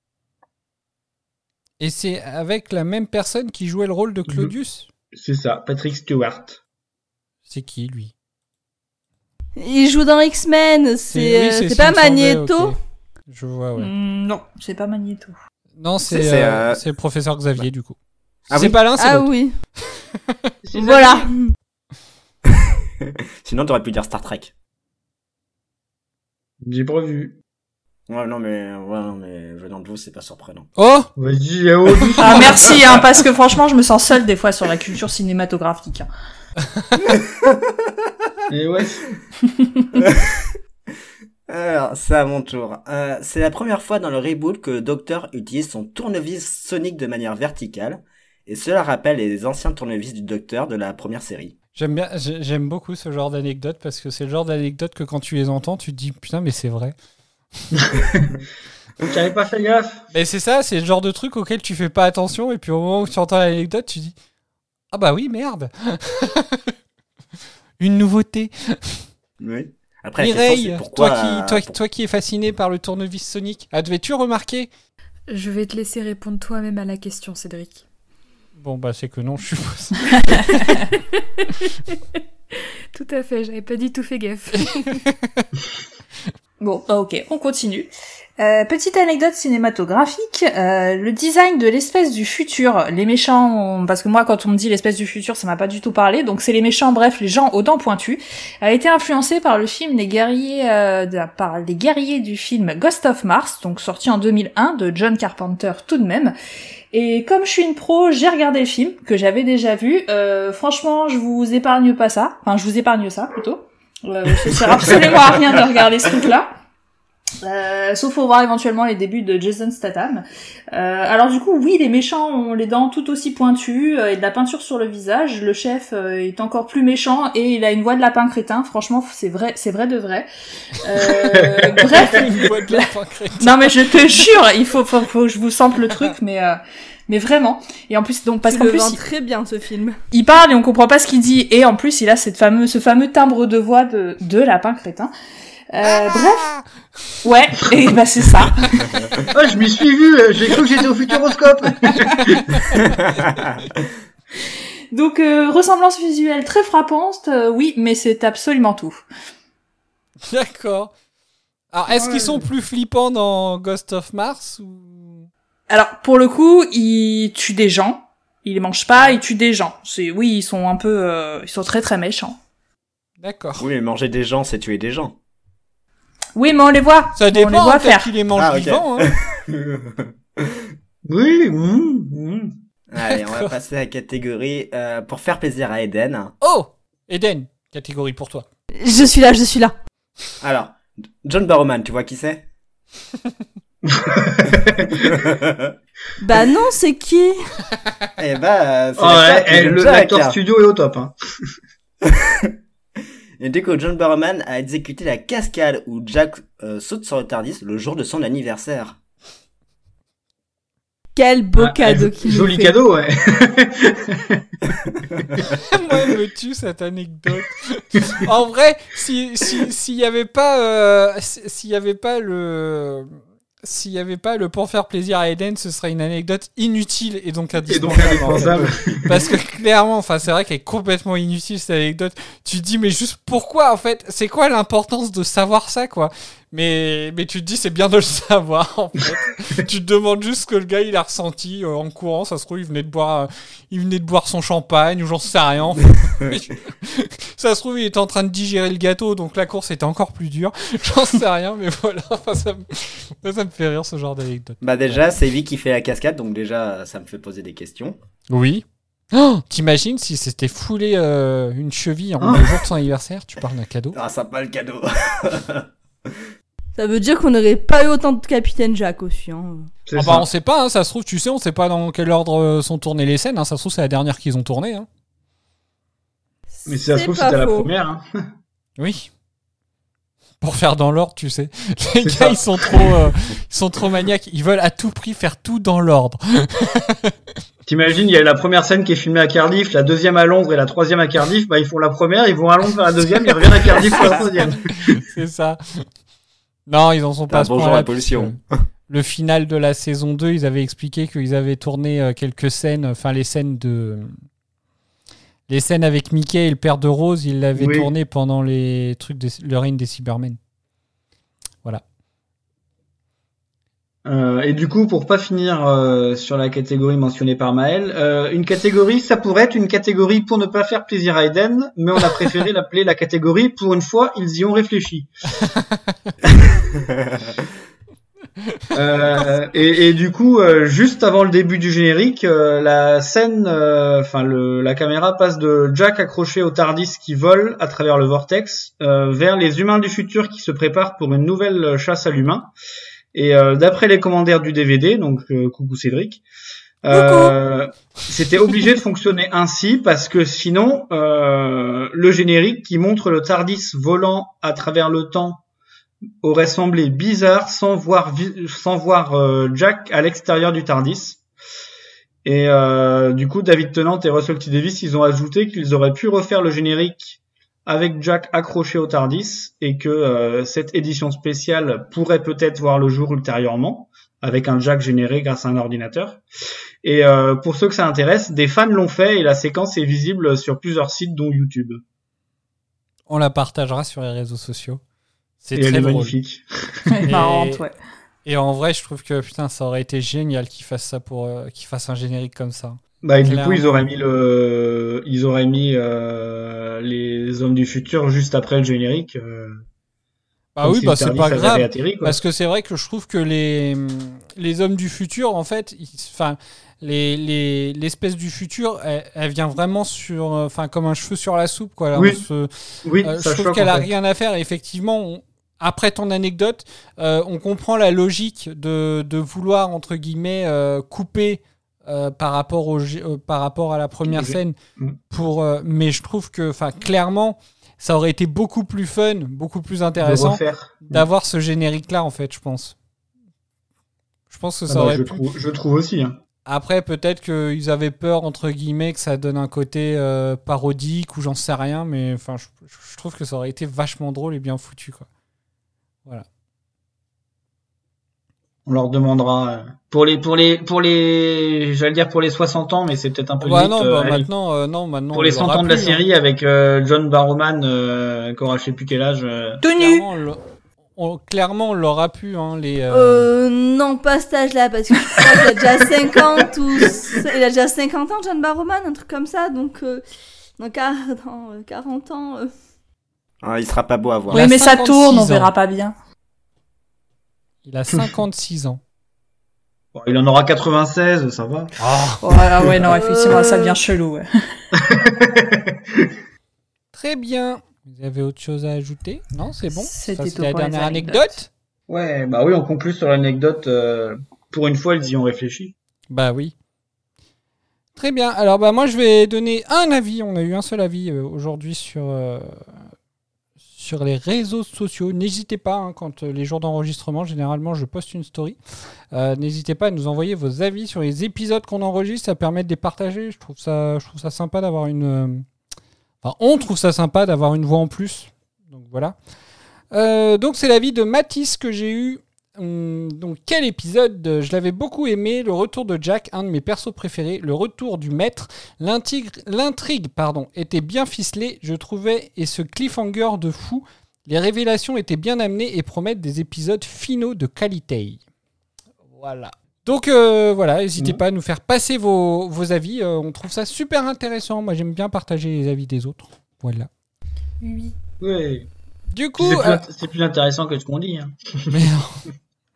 Et c'est avec la même personne qui jouait le rôle de Claudius ? C'est ça, Patrick Stewart. C'est qui, lui ? Il joue dans X-Men, c'est, oui, euh, c'est, c'est pas Magneto. Okay. Je vois, ouais. Mm, non, c'est pas Magneto. Non, c'est, C'est, c'est, euh, euh... c'est le professeur Xavier, ouais. Du coup. Ah c'est oui pas l'un, c'est ah l'autre. Oui. Voilà. Sinon, t'aurais pu dire Star Trek. J'ai pas vu. Ouais, non, mais, ouais, non, mais venant de vous, c'est pas surprenant. Oh! Vas-y, oh, ah, merci, hein, parce que franchement, je me sens seule des fois sur la culture cinématographique. Hein. Et ouais. Alors, c'est à mon tour. Euh, c'est la première fois dans le reboot que le Docteur utilise son tournevis sonique de manière verticale, et cela rappelle les anciens tournevis du Docteur de la première série. J'aime bien, j'aime beaucoup ce genre d'anecdotes, parce que c'est le genre d'anecdote que quand tu les entends, tu te dis, putain, mais c'est vrai. J'avais pas fait gaffe. Mais c'est ça, c'est le genre de truc auquel tu fais pas attention, et puis au moment où tu entends l'anecdote, tu dis ah bah oui, merde. Une nouveauté. Oui. Après, Mireille, question, pourquoi, toi, qui, toi, pour... toi qui es fasciné par le tournevis sonique, avais-tu remarqué ? Je vais te laisser répondre toi-même à la question, Cédric. Bon bah c'est que non, je suppose. Tout à fait, j'avais pas du tout fait gaffe. Bon, ok, on continue. Euh, petite anecdote cinématographique, euh, le design de l'espèce du futur, les méchants, parce que moi quand on me dit l'espèce du futur ça m'a pas du tout parlé, donc c'est les méchants, bref les gens aux dents pointues, a été influencé par le film Les Guerriers, euh, de, par les guerriers du film Ghost of Mars, donc sorti en deux mille un de John Carpenter tout de même. Et comme je suis une pro, j'ai regardé le film que j'avais déjà vu. Euh, franchement, je vous épargne pas ça, enfin je vous épargne ça plutôt. Euh, ça sert absolument à rien de regarder ce truc-là. Euh, sauf pour voir éventuellement les débuts de Jason Statham. Euh, alors du coup, oui, les méchants ont les dents tout aussi pointues euh, et de la peinture sur le visage. Le chef euh, est encore plus méchant et il a une voix de lapin crétin. Franchement, c'est vrai, c'est vrai de vrai. Euh, bref. Une voix de lapin crétin. Non mais je te jure, il faut, faut, faut que je vous sample le truc, mais. Euh, Mais vraiment. Et en plus, donc, parce tu qu'en le plus. vends Il... très bien, ce film. Il parle et on comprend pas ce qu'il dit. Et en plus, il a cette fameuse, ce fameux timbre de voix de, de lapin crétin. Euh, ah bref. Ouais. Et bah, c'est ça. Oh, je m'y suis vu. J'ai cru que j'étais au Futuroscope. Donc, euh, ressemblance visuelle très frappante. Euh, oui, mais c'est absolument tout. D'accord. Alors, est-ce ouais. qu'ils sont plus flippants dans Ghost of Mars ou... Alors, pour le coup, ils tuent des gens. Ils les mangent pas, ils tuent des gens. C'est, oui, ils sont un peu, euh, ils sont très très méchants. D'accord. Oui, mais manger des gens, c'est tuer des gens. Oui, mais on les voit. Ça dépend, on les voit hein, faire. Qu'ils les mangent ah, okay. vivants, hein. Oui, mmh, mmh. Allez, D'accord. on va passer à la catégorie, euh, pour faire plaisir à Eden. Oh! Eden, catégorie pour toi. Je suis là, je suis là. Alors, John Barrowman, tu vois qui c'est? Bah non, c'est qui? Eh bah, c'est oh, ouais, le, l'acteur studio est au top. Hein. Et dès que John Barrowman a exécuté la cascade où Jack euh, saute sur le TARDIS le jour de son anniversaire. Quel beau Ah, cadeau euh, qu'il Joli nous fait. cadeau, ouais. Moi, elle me tue cette anecdote. En vrai, si si s'il y avait pas euh, si- s'il y avait pas le s'il y avait pas le pour faire plaisir à Eden, ce serait une anecdote inutile et donc indispensable. donc indispensable. Parce que clairement, enfin c'est vrai qu'elle est complètement inutile cette anecdote. Tu te dis mais juste pourquoi en fait, c'est quoi l'importance de savoir ça quoi? Mais, mais tu te dis, c'est bien de le savoir, en fait. Tu te demandes juste ce que le gars, il a ressenti euh, en courant. Ça se trouve, il venait de boire, euh, il venait de boire son champagne, ou j'en sais rien. Ça se trouve, il était en train de digérer le gâteau, donc la course était encore plus dure. J'en sais rien, mais voilà. Enfin, ça, me... ça, ça me fait rire, ce genre d'anecdote. Bah déjà, c'est lui qui fait la cascade, donc déjà, ça me fait poser des questions. Oui. Oh, t'imagines si c'était foulé euh, une cheville en oh. le jour de son anniversaire, tu parles d'un cadeau. Ah, ça pas le cadeau. Ça veut dire qu'on n'aurait pas eu autant de Capitaine Jack aussi. Hein. Ah bah on sait pas, hein, ça se trouve, tu sais, on sait pas dans quel ordre sont tournées les scènes. Hein, ça se trouve, c'est la dernière qu'ils ont tournée. Hein. Mais si ça se trouve, c'était la première. Hein. Oui. Pour faire dans l'ordre, tu sais. Les c'est gars, ça. ils sont trop, euh, ils sont trop maniaques. Ils veulent à tout prix faire tout dans l'ordre. T'imagines, il y a la première scène qui est filmée à Cardiff, la deuxième à Londres et la troisième à Cardiff. Bah, ils font la première, ils vont à Londres faire la deuxième, ils reviennent à Cardiff pour la troisième. C'est ça. Non, ils en sont pas à ce bonjour point-là. La pollution. Le final de la saison deux, ils avaient expliqué qu'ils avaient tourné quelques scènes, enfin les scènes de... Les scènes avec Mickey et le père de Rose, ils l'avaient oui. tourné pendant les trucs de le règne des Cybermen. Voilà. Euh, et du coup, pour pas finir euh, sur la catégorie mentionnée par Maël, euh, une catégorie, ça pourrait être une catégorie pour ne pas faire plaisir à Eden, mais on a préféré l'appeler la catégorie pour une fois, ils y ont réfléchi. euh, et, et du coup, euh, juste avant le début du générique, euh, la scène, enfin euh, la caméra passe de Jack accroché au TARDIS qui vole à travers le vortex euh, vers les humains du futur qui se préparent pour une nouvelle chasse à l'humain. Et euh, d'après les commentaires du D V D, donc euh, coucou Cédric, euh, c'était obligé de fonctionner ainsi parce que sinon, euh, le générique qui montre le TARDIS volant à travers le temps aurait semblé bizarre sans voir vi- sans voir euh, Jack à l'extérieur du TARDIS. Et euh, du coup, David Tennant et Russell T Davies, ils ont ajouté qu'ils auraient pu refaire le générique avec Jack accroché au TARDIS et que euh, cette édition spéciale pourrait peut-être voir le jour ultérieurement avec un Jack généré grâce à un ordinateur. Et euh, pour ceux que ça intéresse, des fans l'ont fait et la séquence est visible sur plusieurs sites dont YouTube. On la partagera sur les réseaux sociaux. C'est et très elle est drôle. magnifique. Et... marrante, ouais. Et en vrai, je trouve que putain, ça aurait été génial qu'ils fassent ça pour euh, qu'ils fassent un générique comme ça. Bah et du coup ils auraient mis le ils auraient mis euh, les hommes du futur juste après le générique. Euh, bah oui, si bah c'est pas grave atterri, parce que c'est vrai que je trouve que les les hommes du futur en fait, enfin les les l'espèce du futur, elle, elle vient vraiment sur enfin comme un cheveu sur la soupe quoi. Là, oui. Se, oui. Euh, ça je trouve qu'elle a rien à faire. Et effectivement. On, Après ton anecdote, euh, on comprend la logique de, de vouloir entre guillemets euh, couper euh, par rapport au euh, par rapport à la première oui. scène. Pour, euh, mais je trouve que, enfin, clairement, ça aurait été beaucoup plus fun, beaucoup plus intéressant d'avoir oui. ce générique-là, en fait, je pense. Je pense que ça ah bah, aurait je pu. Trouve, je trouve aussi. Hein. Après, peut-être qu'ils avaient peur, entre guillemets, que ça donne un côté euh, parodique ou j'en sais rien, mais enfin, je, je trouve que ça aurait été vachement drôle et bien foutu, quoi. Voilà. On leur demandera euh, pour les pour les pour les j'allais dire pour les soixante ans mais c'est peut-être un peu bah limite. Non, bah, euh, maintenant euh, non, maintenant pour les cent ans de la plus, série hein. avec euh, John Barrowman euh, qui aura je sais plus quel âge. Euh... Tenu. Clairement, on, clairement, on l'aura pu hein, les euh... euh non, pas cet âge-là parce que je crois qu'il a déjà cinquante ou il a déjà cinquante ans John Barrowman, un truc comme ça, donc euh, dans quarante ans euh... Ah, il sera pas beau à voir. Oui, mais ça tourne, on verra pas bien. Il a cinquante-six ans. Bon, il en aura quatre-vingt-seize, ça va. Oh. Ouais, ouais, non, effectivement, ça devient chelou. Ouais. Très bien. Vous avez autre chose à ajouter? Non, c'est bon. C'était ça, la dernière anecdote. Ouais, bah oui, on conclut sur l'anecdote. Euh, pour une fois, ils y ont réfléchi. Bah oui. Très bien. Alors, bah moi, je vais donner un avis. On a eu un seul avis euh, aujourd'hui sur... Euh... sur les réseaux sociaux. N'hésitez pas, hein, quand euh, les jours d'enregistrement, généralement, je poste une story. Euh, n'hésitez pas à nous envoyer vos avis sur les épisodes qu'on enregistre. Ça permet de les partager. Je trouve ça, je trouve ça sympa d'avoir une... Euh... Enfin, on trouve ça sympa d'avoir une voix en plus. Donc, voilà. Euh, donc, c'est l'avis de Mathis que j'ai eu. Hum, donc, quel épisode euh, je l'avais beaucoup aimé. Le retour de Jack, un de mes persos préférés. Le retour du maître. L'intrigue, l'intrigue pardon, était bien ficelée, je trouvais. Et ce cliffhanger de fou. Les révélations étaient bien amenées et promettent des épisodes finaux de qualité. Voilà. Donc euh, voilà, n'hésitez mmh. pas à nous faire passer vos, vos avis. Euh, on trouve ça super intéressant. Moi, j'aime bien partager les avis des autres. Voilà. Oui. Oui. Du coup... C'est plus, euh... c'est plus intéressant que ce qu'on dit. Hein. Mais non.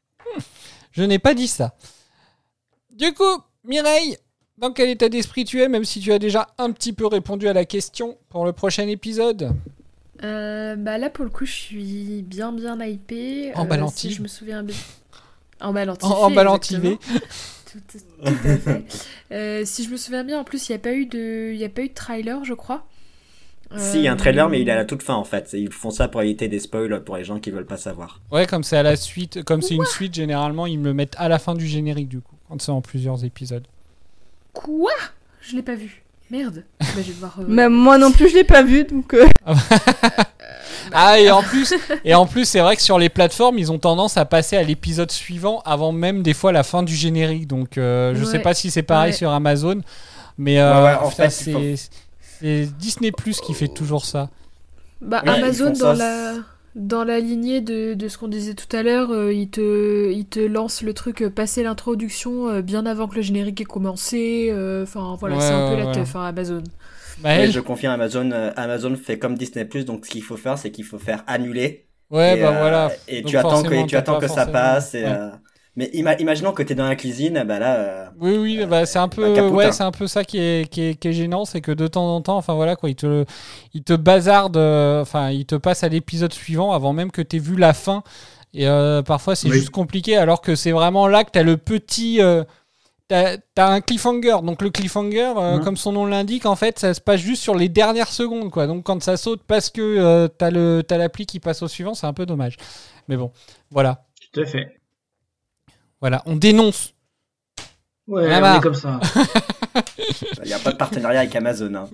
Je n'ai pas dit ça. Du coup, Mireille, dans quel état d'esprit tu es, même si tu as déjà un petit peu répondu à la question pour le prochain épisode? euh, Bah là, pour le coup, je suis bien bien hypée. Emballantive. Euh, si je me souviens bien. Emballantive. Emballantive. Tout, tout à fait. euh, si je me souviens bien, en plus, il n'y a pas eu de, il y a pas eu de trailer, je crois. Si, il y a un trailer, mais il est à la toute fin, en fait. Ils font ça pour éviter des spoils pour les gens qui veulent pas savoir. Ouais, comme c'est à la suite, comme c'est une suite, généralement, ils me le mettent à la fin du générique, du coup, quand c'est en plusieurs épisodes. Quoi? Je l'ai pas vu. Merde. Bah, je vais devoir, euh... Même moi non plus, je l'ai pas vu, donc... Euh... ah, et en plus, et en plus, c'est vrai que sur les plateformes, ils ont tendance à passer à l'épisode suivant avant même, des fois, la fin du générique. Donc, euh, je ouais. sais pas si c'est pareil ouais. sur Amazon, mais euh, ouais, ouais, en fait, c'est... Faut... C'est Disney Plus qui fait toujours ça. Bah, ouais, Amazon, dans la, dans la lignée de, de ce qu'on disait tout à l'heure, euh, il, te, il te lance le truc euh, passer l'introduction euh, bien avant que le générique ait commencé. Enfin, euh, voilà, ouais, c'est un peu ouais, la teuf, hein, Amazon. Bah, elle... Je confirme, Amazon, euh, Amazon fait comme Disney Plus, donc ce qu'il faut faire, c'est qu'il faut faire annuler. Ouais, et, bah euh, voilà. Et donc tu attends que, tu attends que ça passe. Et, ouais. euh... Mais ima- imaginons que t'es dans la cuisine, bah là. Euh, oui, oui, bah c'est un peu, bah, ouais, c'est un peu ça qui est, qui est, qui est gênant, c'est que de temps en temps, enfin voilà quoi, il te, il te bazarde, enfin, euh, il te passe à l'épisode suivant avant même que t'aies vu la fin. Et euh, parfois c'est oui. juste compliqué, alors que c'est vraiment là que t'as le petit, euh, t'as, t'as un cliffhanger. Donc le cliffhanger, euh, mmh. comme son nom l'indique, en fait, ça se passe juste sur les dernières secondes, quoi. Donc quand ça saute parce que euh, t'as le, t'as l'appli qui passe au suivant, c'est un peu dommage. Mais bon, voilà. Tout à fait. Voilà, on dénonce. Ouais, on, on est comme ça. Il n'y a pas de partenariat avec Amazon. Hein.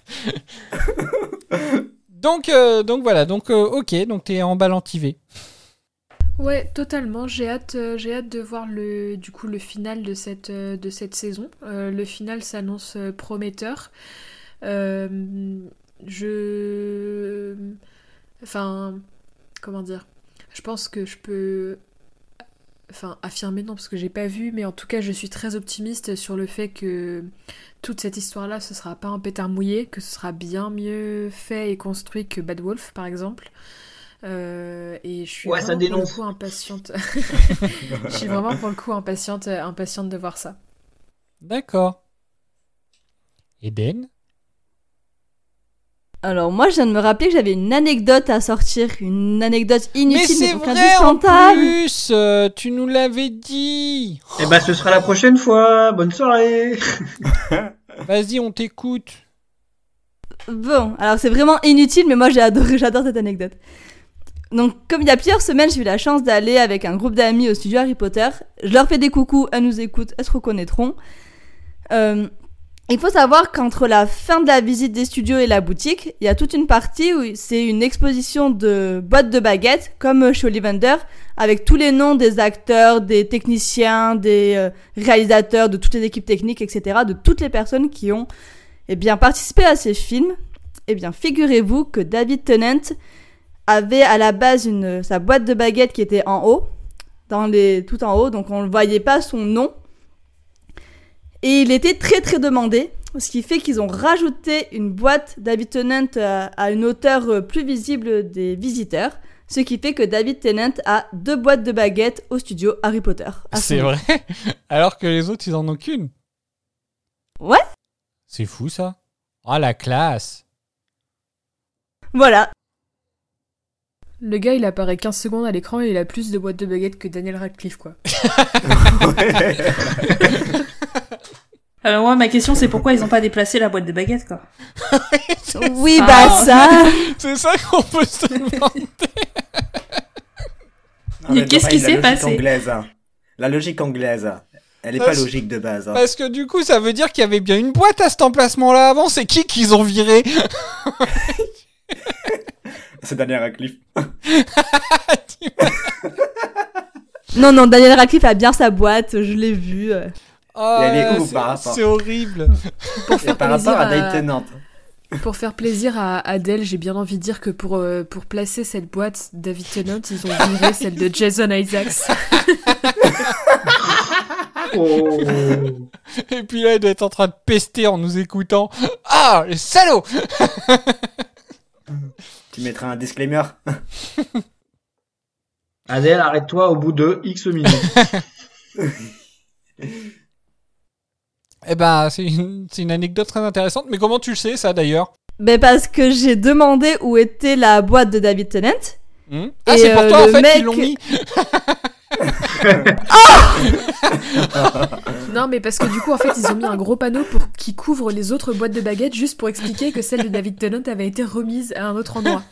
donc, euh, donc voilà, donc euh, ok, donc t'es emballantivé. Ouais, totalement. J'ai hâte, euh, j'ai hâte de voir le, du coup, le final de cette, euh, de cette saison. Euh, le final s'annonce euh, prometteur. Euh, je, enfin, comment dire ? Je pense que je peux. Enfin, affirmer non, parce que j'ai pas vu, mais en tout cas, je suis très optimiste sur le fait que toute cette histoire-là, ce sera pas un pétard mouillé, que ce sera bien mieux fait et construit que Bad Wolf, par exemple. Euh, et je suis ouais, vraiment pour le coup impatiente. Je suis vraiment pour le coup impatiente, impatiente de voir ça. D'accord. Eden ? Alors moi je viens de me rappeler que j'avais une anecdote à sortir, une anecdote inutile mais, mais donc vrai, indispensable. En plus, euh, tu nous l'avais dit. Eh ben ce sera la prochaine fois. Bonne soirée. Vas-y, on t'écoute. Bon, alors c'est vraiment inutile, mais moi j'ai adoré, j'adore cette anecdote. Donc comme il y a plusieurs semaines, j'ai eu la chance d'aller avec un groupe d'amis au studio Harry Potter. Je leur fais des coucous, elles nous écoutent, elles se reconnaîtront. Euh... Il faut savoir qu'entre la fin de la visite des studios et la boutique, il y a toute une partie où c'est une exposition de boîtes de baguettes, comme chez Ollivander, avec tous les noms des acteurs, des techniciens, des euh, réalisateurs, de toutes les équipes techniques, et cetera, de toutes les personnes qui ont eh bien, participé à ces films. Eh bien, figurez-vous que David Tennant avait à la base une, sa boîte de baguettes qui était en haut, dans les, tout en haut, donc on ne voyait pas son nom. Et il était très très demandé, ce qui fait qu'ils ont rajouté une boîte David Tennant à, à une hauteur plus visible des visiteurs, ce qui fait que David Tennant a deux boîtes de baguettes au studio Harry Potter. C'est vrai ? Alors que les autres, ils en ont qu'une ? Ouais ? C'est fou ça. Ah, la classe. Voilà. Le gars, il apparaît quinze secondes à l'écran et il a plus de boîtes de baguettes que Daniel Radcliffe, quoi. Alors moi, ma question, c'est pourquoi ils ont pas déplacé la boîte de baguettes, quoi. Oui, Ah. bah ça. C'est ça qu'on peut se demander. Non, mais Qu'est-ce qui pareil, s'est la logique passé anglaise, hein. La logique anglaise, hein. Elle est Parce- pas logique de base. Hein. Parce que du coup, ça veut dire qu'il y avait bien une boîte à cet emplacement-là avant. C'est qui qu'ils ont viré? C'est Daniel Radcliffe. Non, non, Daniel Radcliffe a bien sa boîte, je l'ai vu. euh. Ah, Et elle est où c'est- par rapport C'est horrible. Pour Et faire par plaisir rapport à à- Dave Tennant. Pour faire plaisir à Adèle, j'ai bien envie de dire que pour, euh, pour placer cette boîte David Tennant, ils ont viré celle de Jason Isaacs. Oh. Et puis là, il doit être en train de pester en nous écoutant. Ah, les salauds! Tu mettras un disclaimer. Adèle, arrête-toi au bout de X minutes. Eh ben, c'est une, c'est une anecdote très intéressante. Mais comment tu le sais, ça, d'ailleurs? Ben parce que j'ai demandé où était la boîte de David Tennant. Hmm Ah, Et, c'est pour euh, toi, en le fait, mec- qu'ils l'ont mis. Non, mais parce que du coup, en fait, ils ont mis un gros panneau pour qui couvre les autres boîtes de baguettes juste pour expliquer que celle de David Tennant avait été remise à un autre endroit.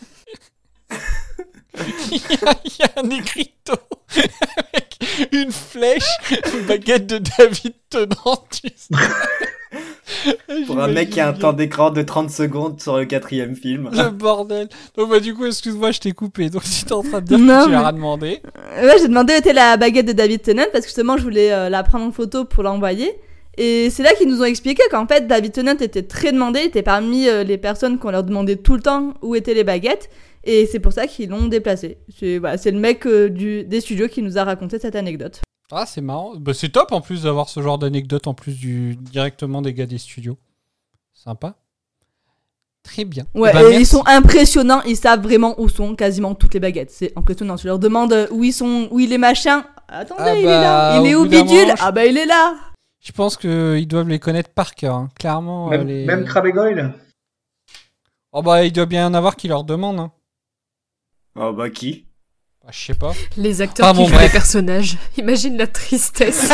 Il y, a, il y a un écriteau avec une flèche, une baguette de David Tennant. Tu sais. Pour un mec qui a un temps d'écran de trente secondes sur le quatrième film. Le bordel. Donc bah du coup, excuse-moi, je t'ai coupé. Donc si t'es en train de dire Non, que tu leur mais- as demandé. Ouais, j'ai demandé où était la baguette de David Tennant parce que justement je voulais euh, la prendre en photo pour l'envoyer. Et c'est là qu'ils nous ont expliqué qu'en fait David Tennant était très demandé, il était parmi euh, les personnes qu'on leur demandait tout le temps où étaient les baguettes. Et c'est pour ça qu'ils l'ont déplacé. C'est voilà, c'est le mec euh, du, des studios qui nous a raconté cette anecdote. Ah, c'est marrant. Bah, c'est top en plus d'avoir ce genre d'anecdote en plus du directement des gars des studios. Sympa. Très bien. Ouais, Eh ben, et merci. ils sont impressionnants, ils savent vraiment où sont quasiment toutes les baguettes. C'est impressionnant. Tu leur demandes où ils sont, où il est machin. Attendez, Ah il bah, est là. Il est au où bout d'un bidule? moment, je- Ah bah il est là. Je pense qu'ils doivent les connaître par cœur. Hein. Clairement. Même, euh, les... même Crabbe et Goyle. Oh bah il doit bien y en avoir qui leur demandent. Hein. Oh bah qui? Bah, je sais pas. Les acteurs Ah, qui bon, jouent bref. les personnages. Imagine la tristesse.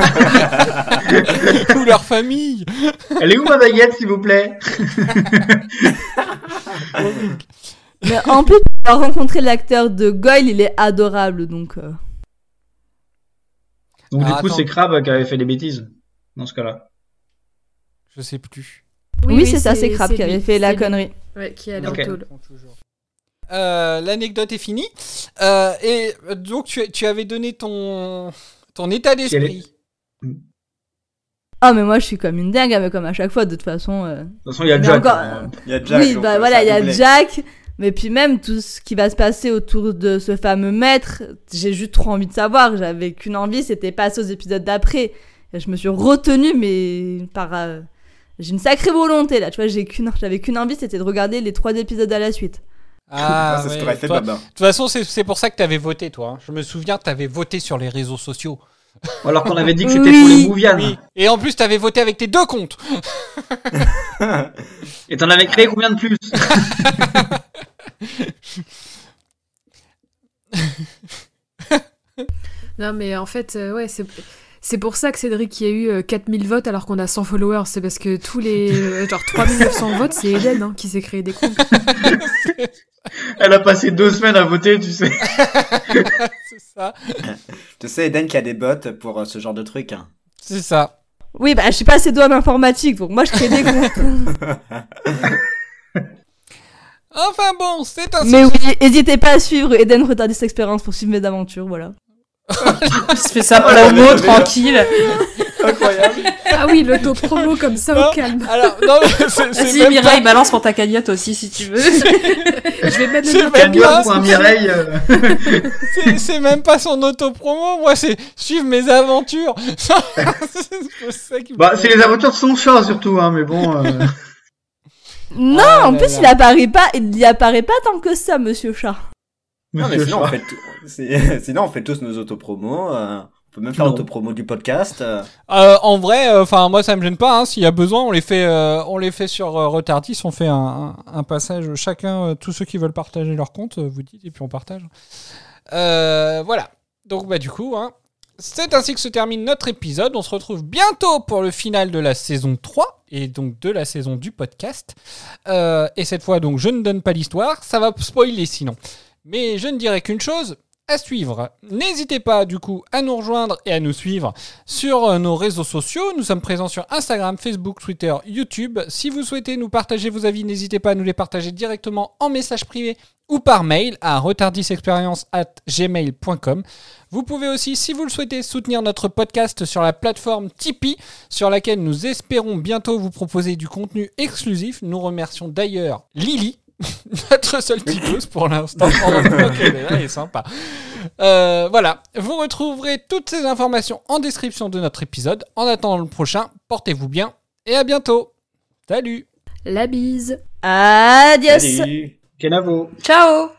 Ou leur famille. Elle est où ma baguette, s'il vous plaît? Mais en plus, avoir rencontré l'acteur de Goyle, il est adorable, donc. euh. Donc Ah, du coup, attends. c'est Crabbe qui avait fait des bêtises, dans ce cas-là. Je sais plus. Oui, c'est ça, c'est Crabbe qui avait lui, fait la c'est lui. connerie. Ouais, qui est allé Ok. en tôle. Euh, L'anecdote est finie. Euh, et euh, donc tu, tu avais donné ton ton état d'esprit. Ah, mais moi je suis comme une dingue, mais comme à chaque fois, de toute façon. euh. De toute façon, il y a Mais Jack. encore, hein. Il y a Jack. Oui, donc, bah euh, voilà, ça il y a doublait. Jack. Mais puis même tout ce qui va se passer autour de ce fameux maître, j'ai juste trop envie de savoir. J'avais qu'une envie, c'était passer aux épisodes d'après. Et je me suis retenue, mais par. euh, J'ai une sacrée volonté là, tu vois. J'ai qu'une, j'avais qu'une envie, c'était de regarder les trois épisodes à la suite. Ah, c'est ce ouais, que t'aurais fait, toi- Baba. De toute façon, c'est c'est pour ça que t'avais voté, toi. hein. Je me souviens, t'avais voté sur les réseaux sociaux. Alors qu'on avait dit que c'était Oui. pour les Mouvianes. Oui. Et en plus, t'avais voté avec tes deux comptes. Et t'en avais créé combien de plus? Non, mais en fait, euh, ouais, c'est. C'est pour ça que Cédric y a eu euh, quatre mille votes alors qu'on a cent followers. C'est parce que tous les. euh, genre trois mille neuf cents votes, c'est Eden hein, qui s'est créé des comptes. Elle a passé deux semaines à voter, tu sais. C'est ça. Tu sais, Eden qui a des bots pour euh, ce genre de truc. Hein. C'est ça. Oui, bah je suis pas assez douée en informatique, donc moi je crée des comptes. Enfin bon, c'est un. Mais oui, n'hésitez pas à suivre Eden Retardis Experience pour suivre mes aventures, voilà. Il se fait ça Oh là promo, là, tranquille. Incroyable. Ah oui, l'auto-promo comme ça Non, au calme. Alors, non, mais c'est c'est Vas-y, même Mireille, pas- balance pour ta cagnotte aussi si tu veux. Je vais mettre C'est le même Cagnotte pas- pour un Mireille. euh. c'est- c'est même pas son auto-promo. Moi, c'est suivre mes aventures. c'est ça qui me Bah, fait- c'est les aventures de son chat, surtout, hein, mais bon. euh. Non, Ah en là plus là. il apparaît pas, il y apparaît pas tant que ça, Monsieur Chat. Non, mais Monsieur sinon, on Chat. fait, tout- c'est- sinon, on fait tous nos autopromos. euh, On peut même faire Non. l'autopromo du podcast. euh. Euh, en vrai, enfin moi ça me gêne pas. Hein, s'il y a besoin, on les fait, euh, on les fait sur euh, Retardis. On fait un, un, un passage chacun, euh, tous ceux qui veulent partager leur compte, euh, vous dites et puis on partage. Euh, voilà. Donc bah du coup, hein, c'est ainsi que se termine notre épisode. On se retrouve bientôt pour le final de la saison trois et donc de la saison du podcast. Euh, et cette fois, donc, je ne donne pas l'histoire. Ça va spoiler sinon. Mais je ne dirai qu'une chose. À suivre. N'hésitez pas du coup à nous rejoindre et à nous suivre sur nos réseaux sociaux. Nous sommes présents sur Instagram, Facebook, Twitter, YouTube. Si vous souhaitez nous partager vos avis, n'hésitez pas à nous les partager directement en message privé ou par mail à retardisexperience arobase gmail point com. Vous pouvez aussi, si vous le souhaitez, soutenir notre podcast sur la plateforme Tipeee, sur laquelle nous espérons bientôt vous proposer du contenu exclusif. Nous remercions d'ailleurs Lily, notre seule tipeuse pour l'instant. Elle est là, elle est sympa. Euh, voilà, vous retrouverez toutes ces informations en description de notre épisode. En attendant le prochain, portez-vous bien et à bientôt. Salut. La bise. Adios. Salut. Kenavo. Ciao.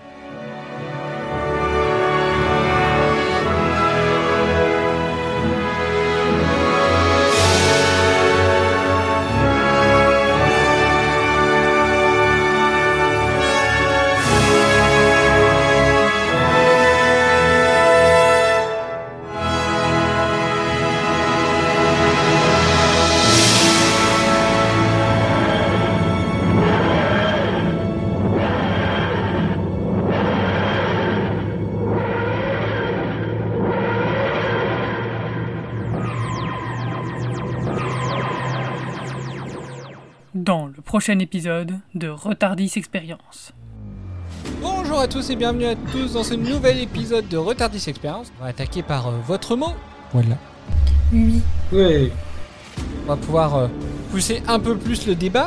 Dans le prochain épisode de Retardis Experience. Bonjour à tous et bienvenue à tous dans ce nouvel épisode de Retardis Experience. On va attaquer par euh, votre mot. Voilà. Oui. Oui. On va pouvoir euh, pousser un peu plus le débat.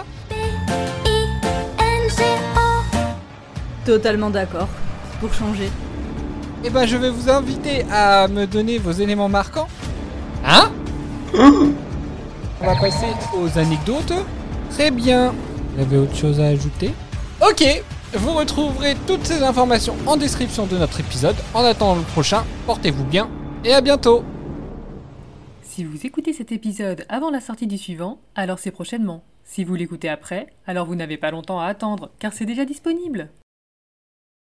Totalement d'accord. Pour changer. Et ben je vais vous inviter à me donner vos éléments marquants. Hein? On va passer aux anecdotes. Très bien. Vous avez autre chose à ajouter? Ok. Vous retrouverez toutes ces informations en description de notre épisode. En attendant le prochain, portez-vous bien et à bientôt. Si vous écoutez cet épisode avant la sortie du suivant, alors c'est prochainement. Si vous l'écoutez après, alors vous n'avez pas longtemps à attendre, car c'est déjà disponible.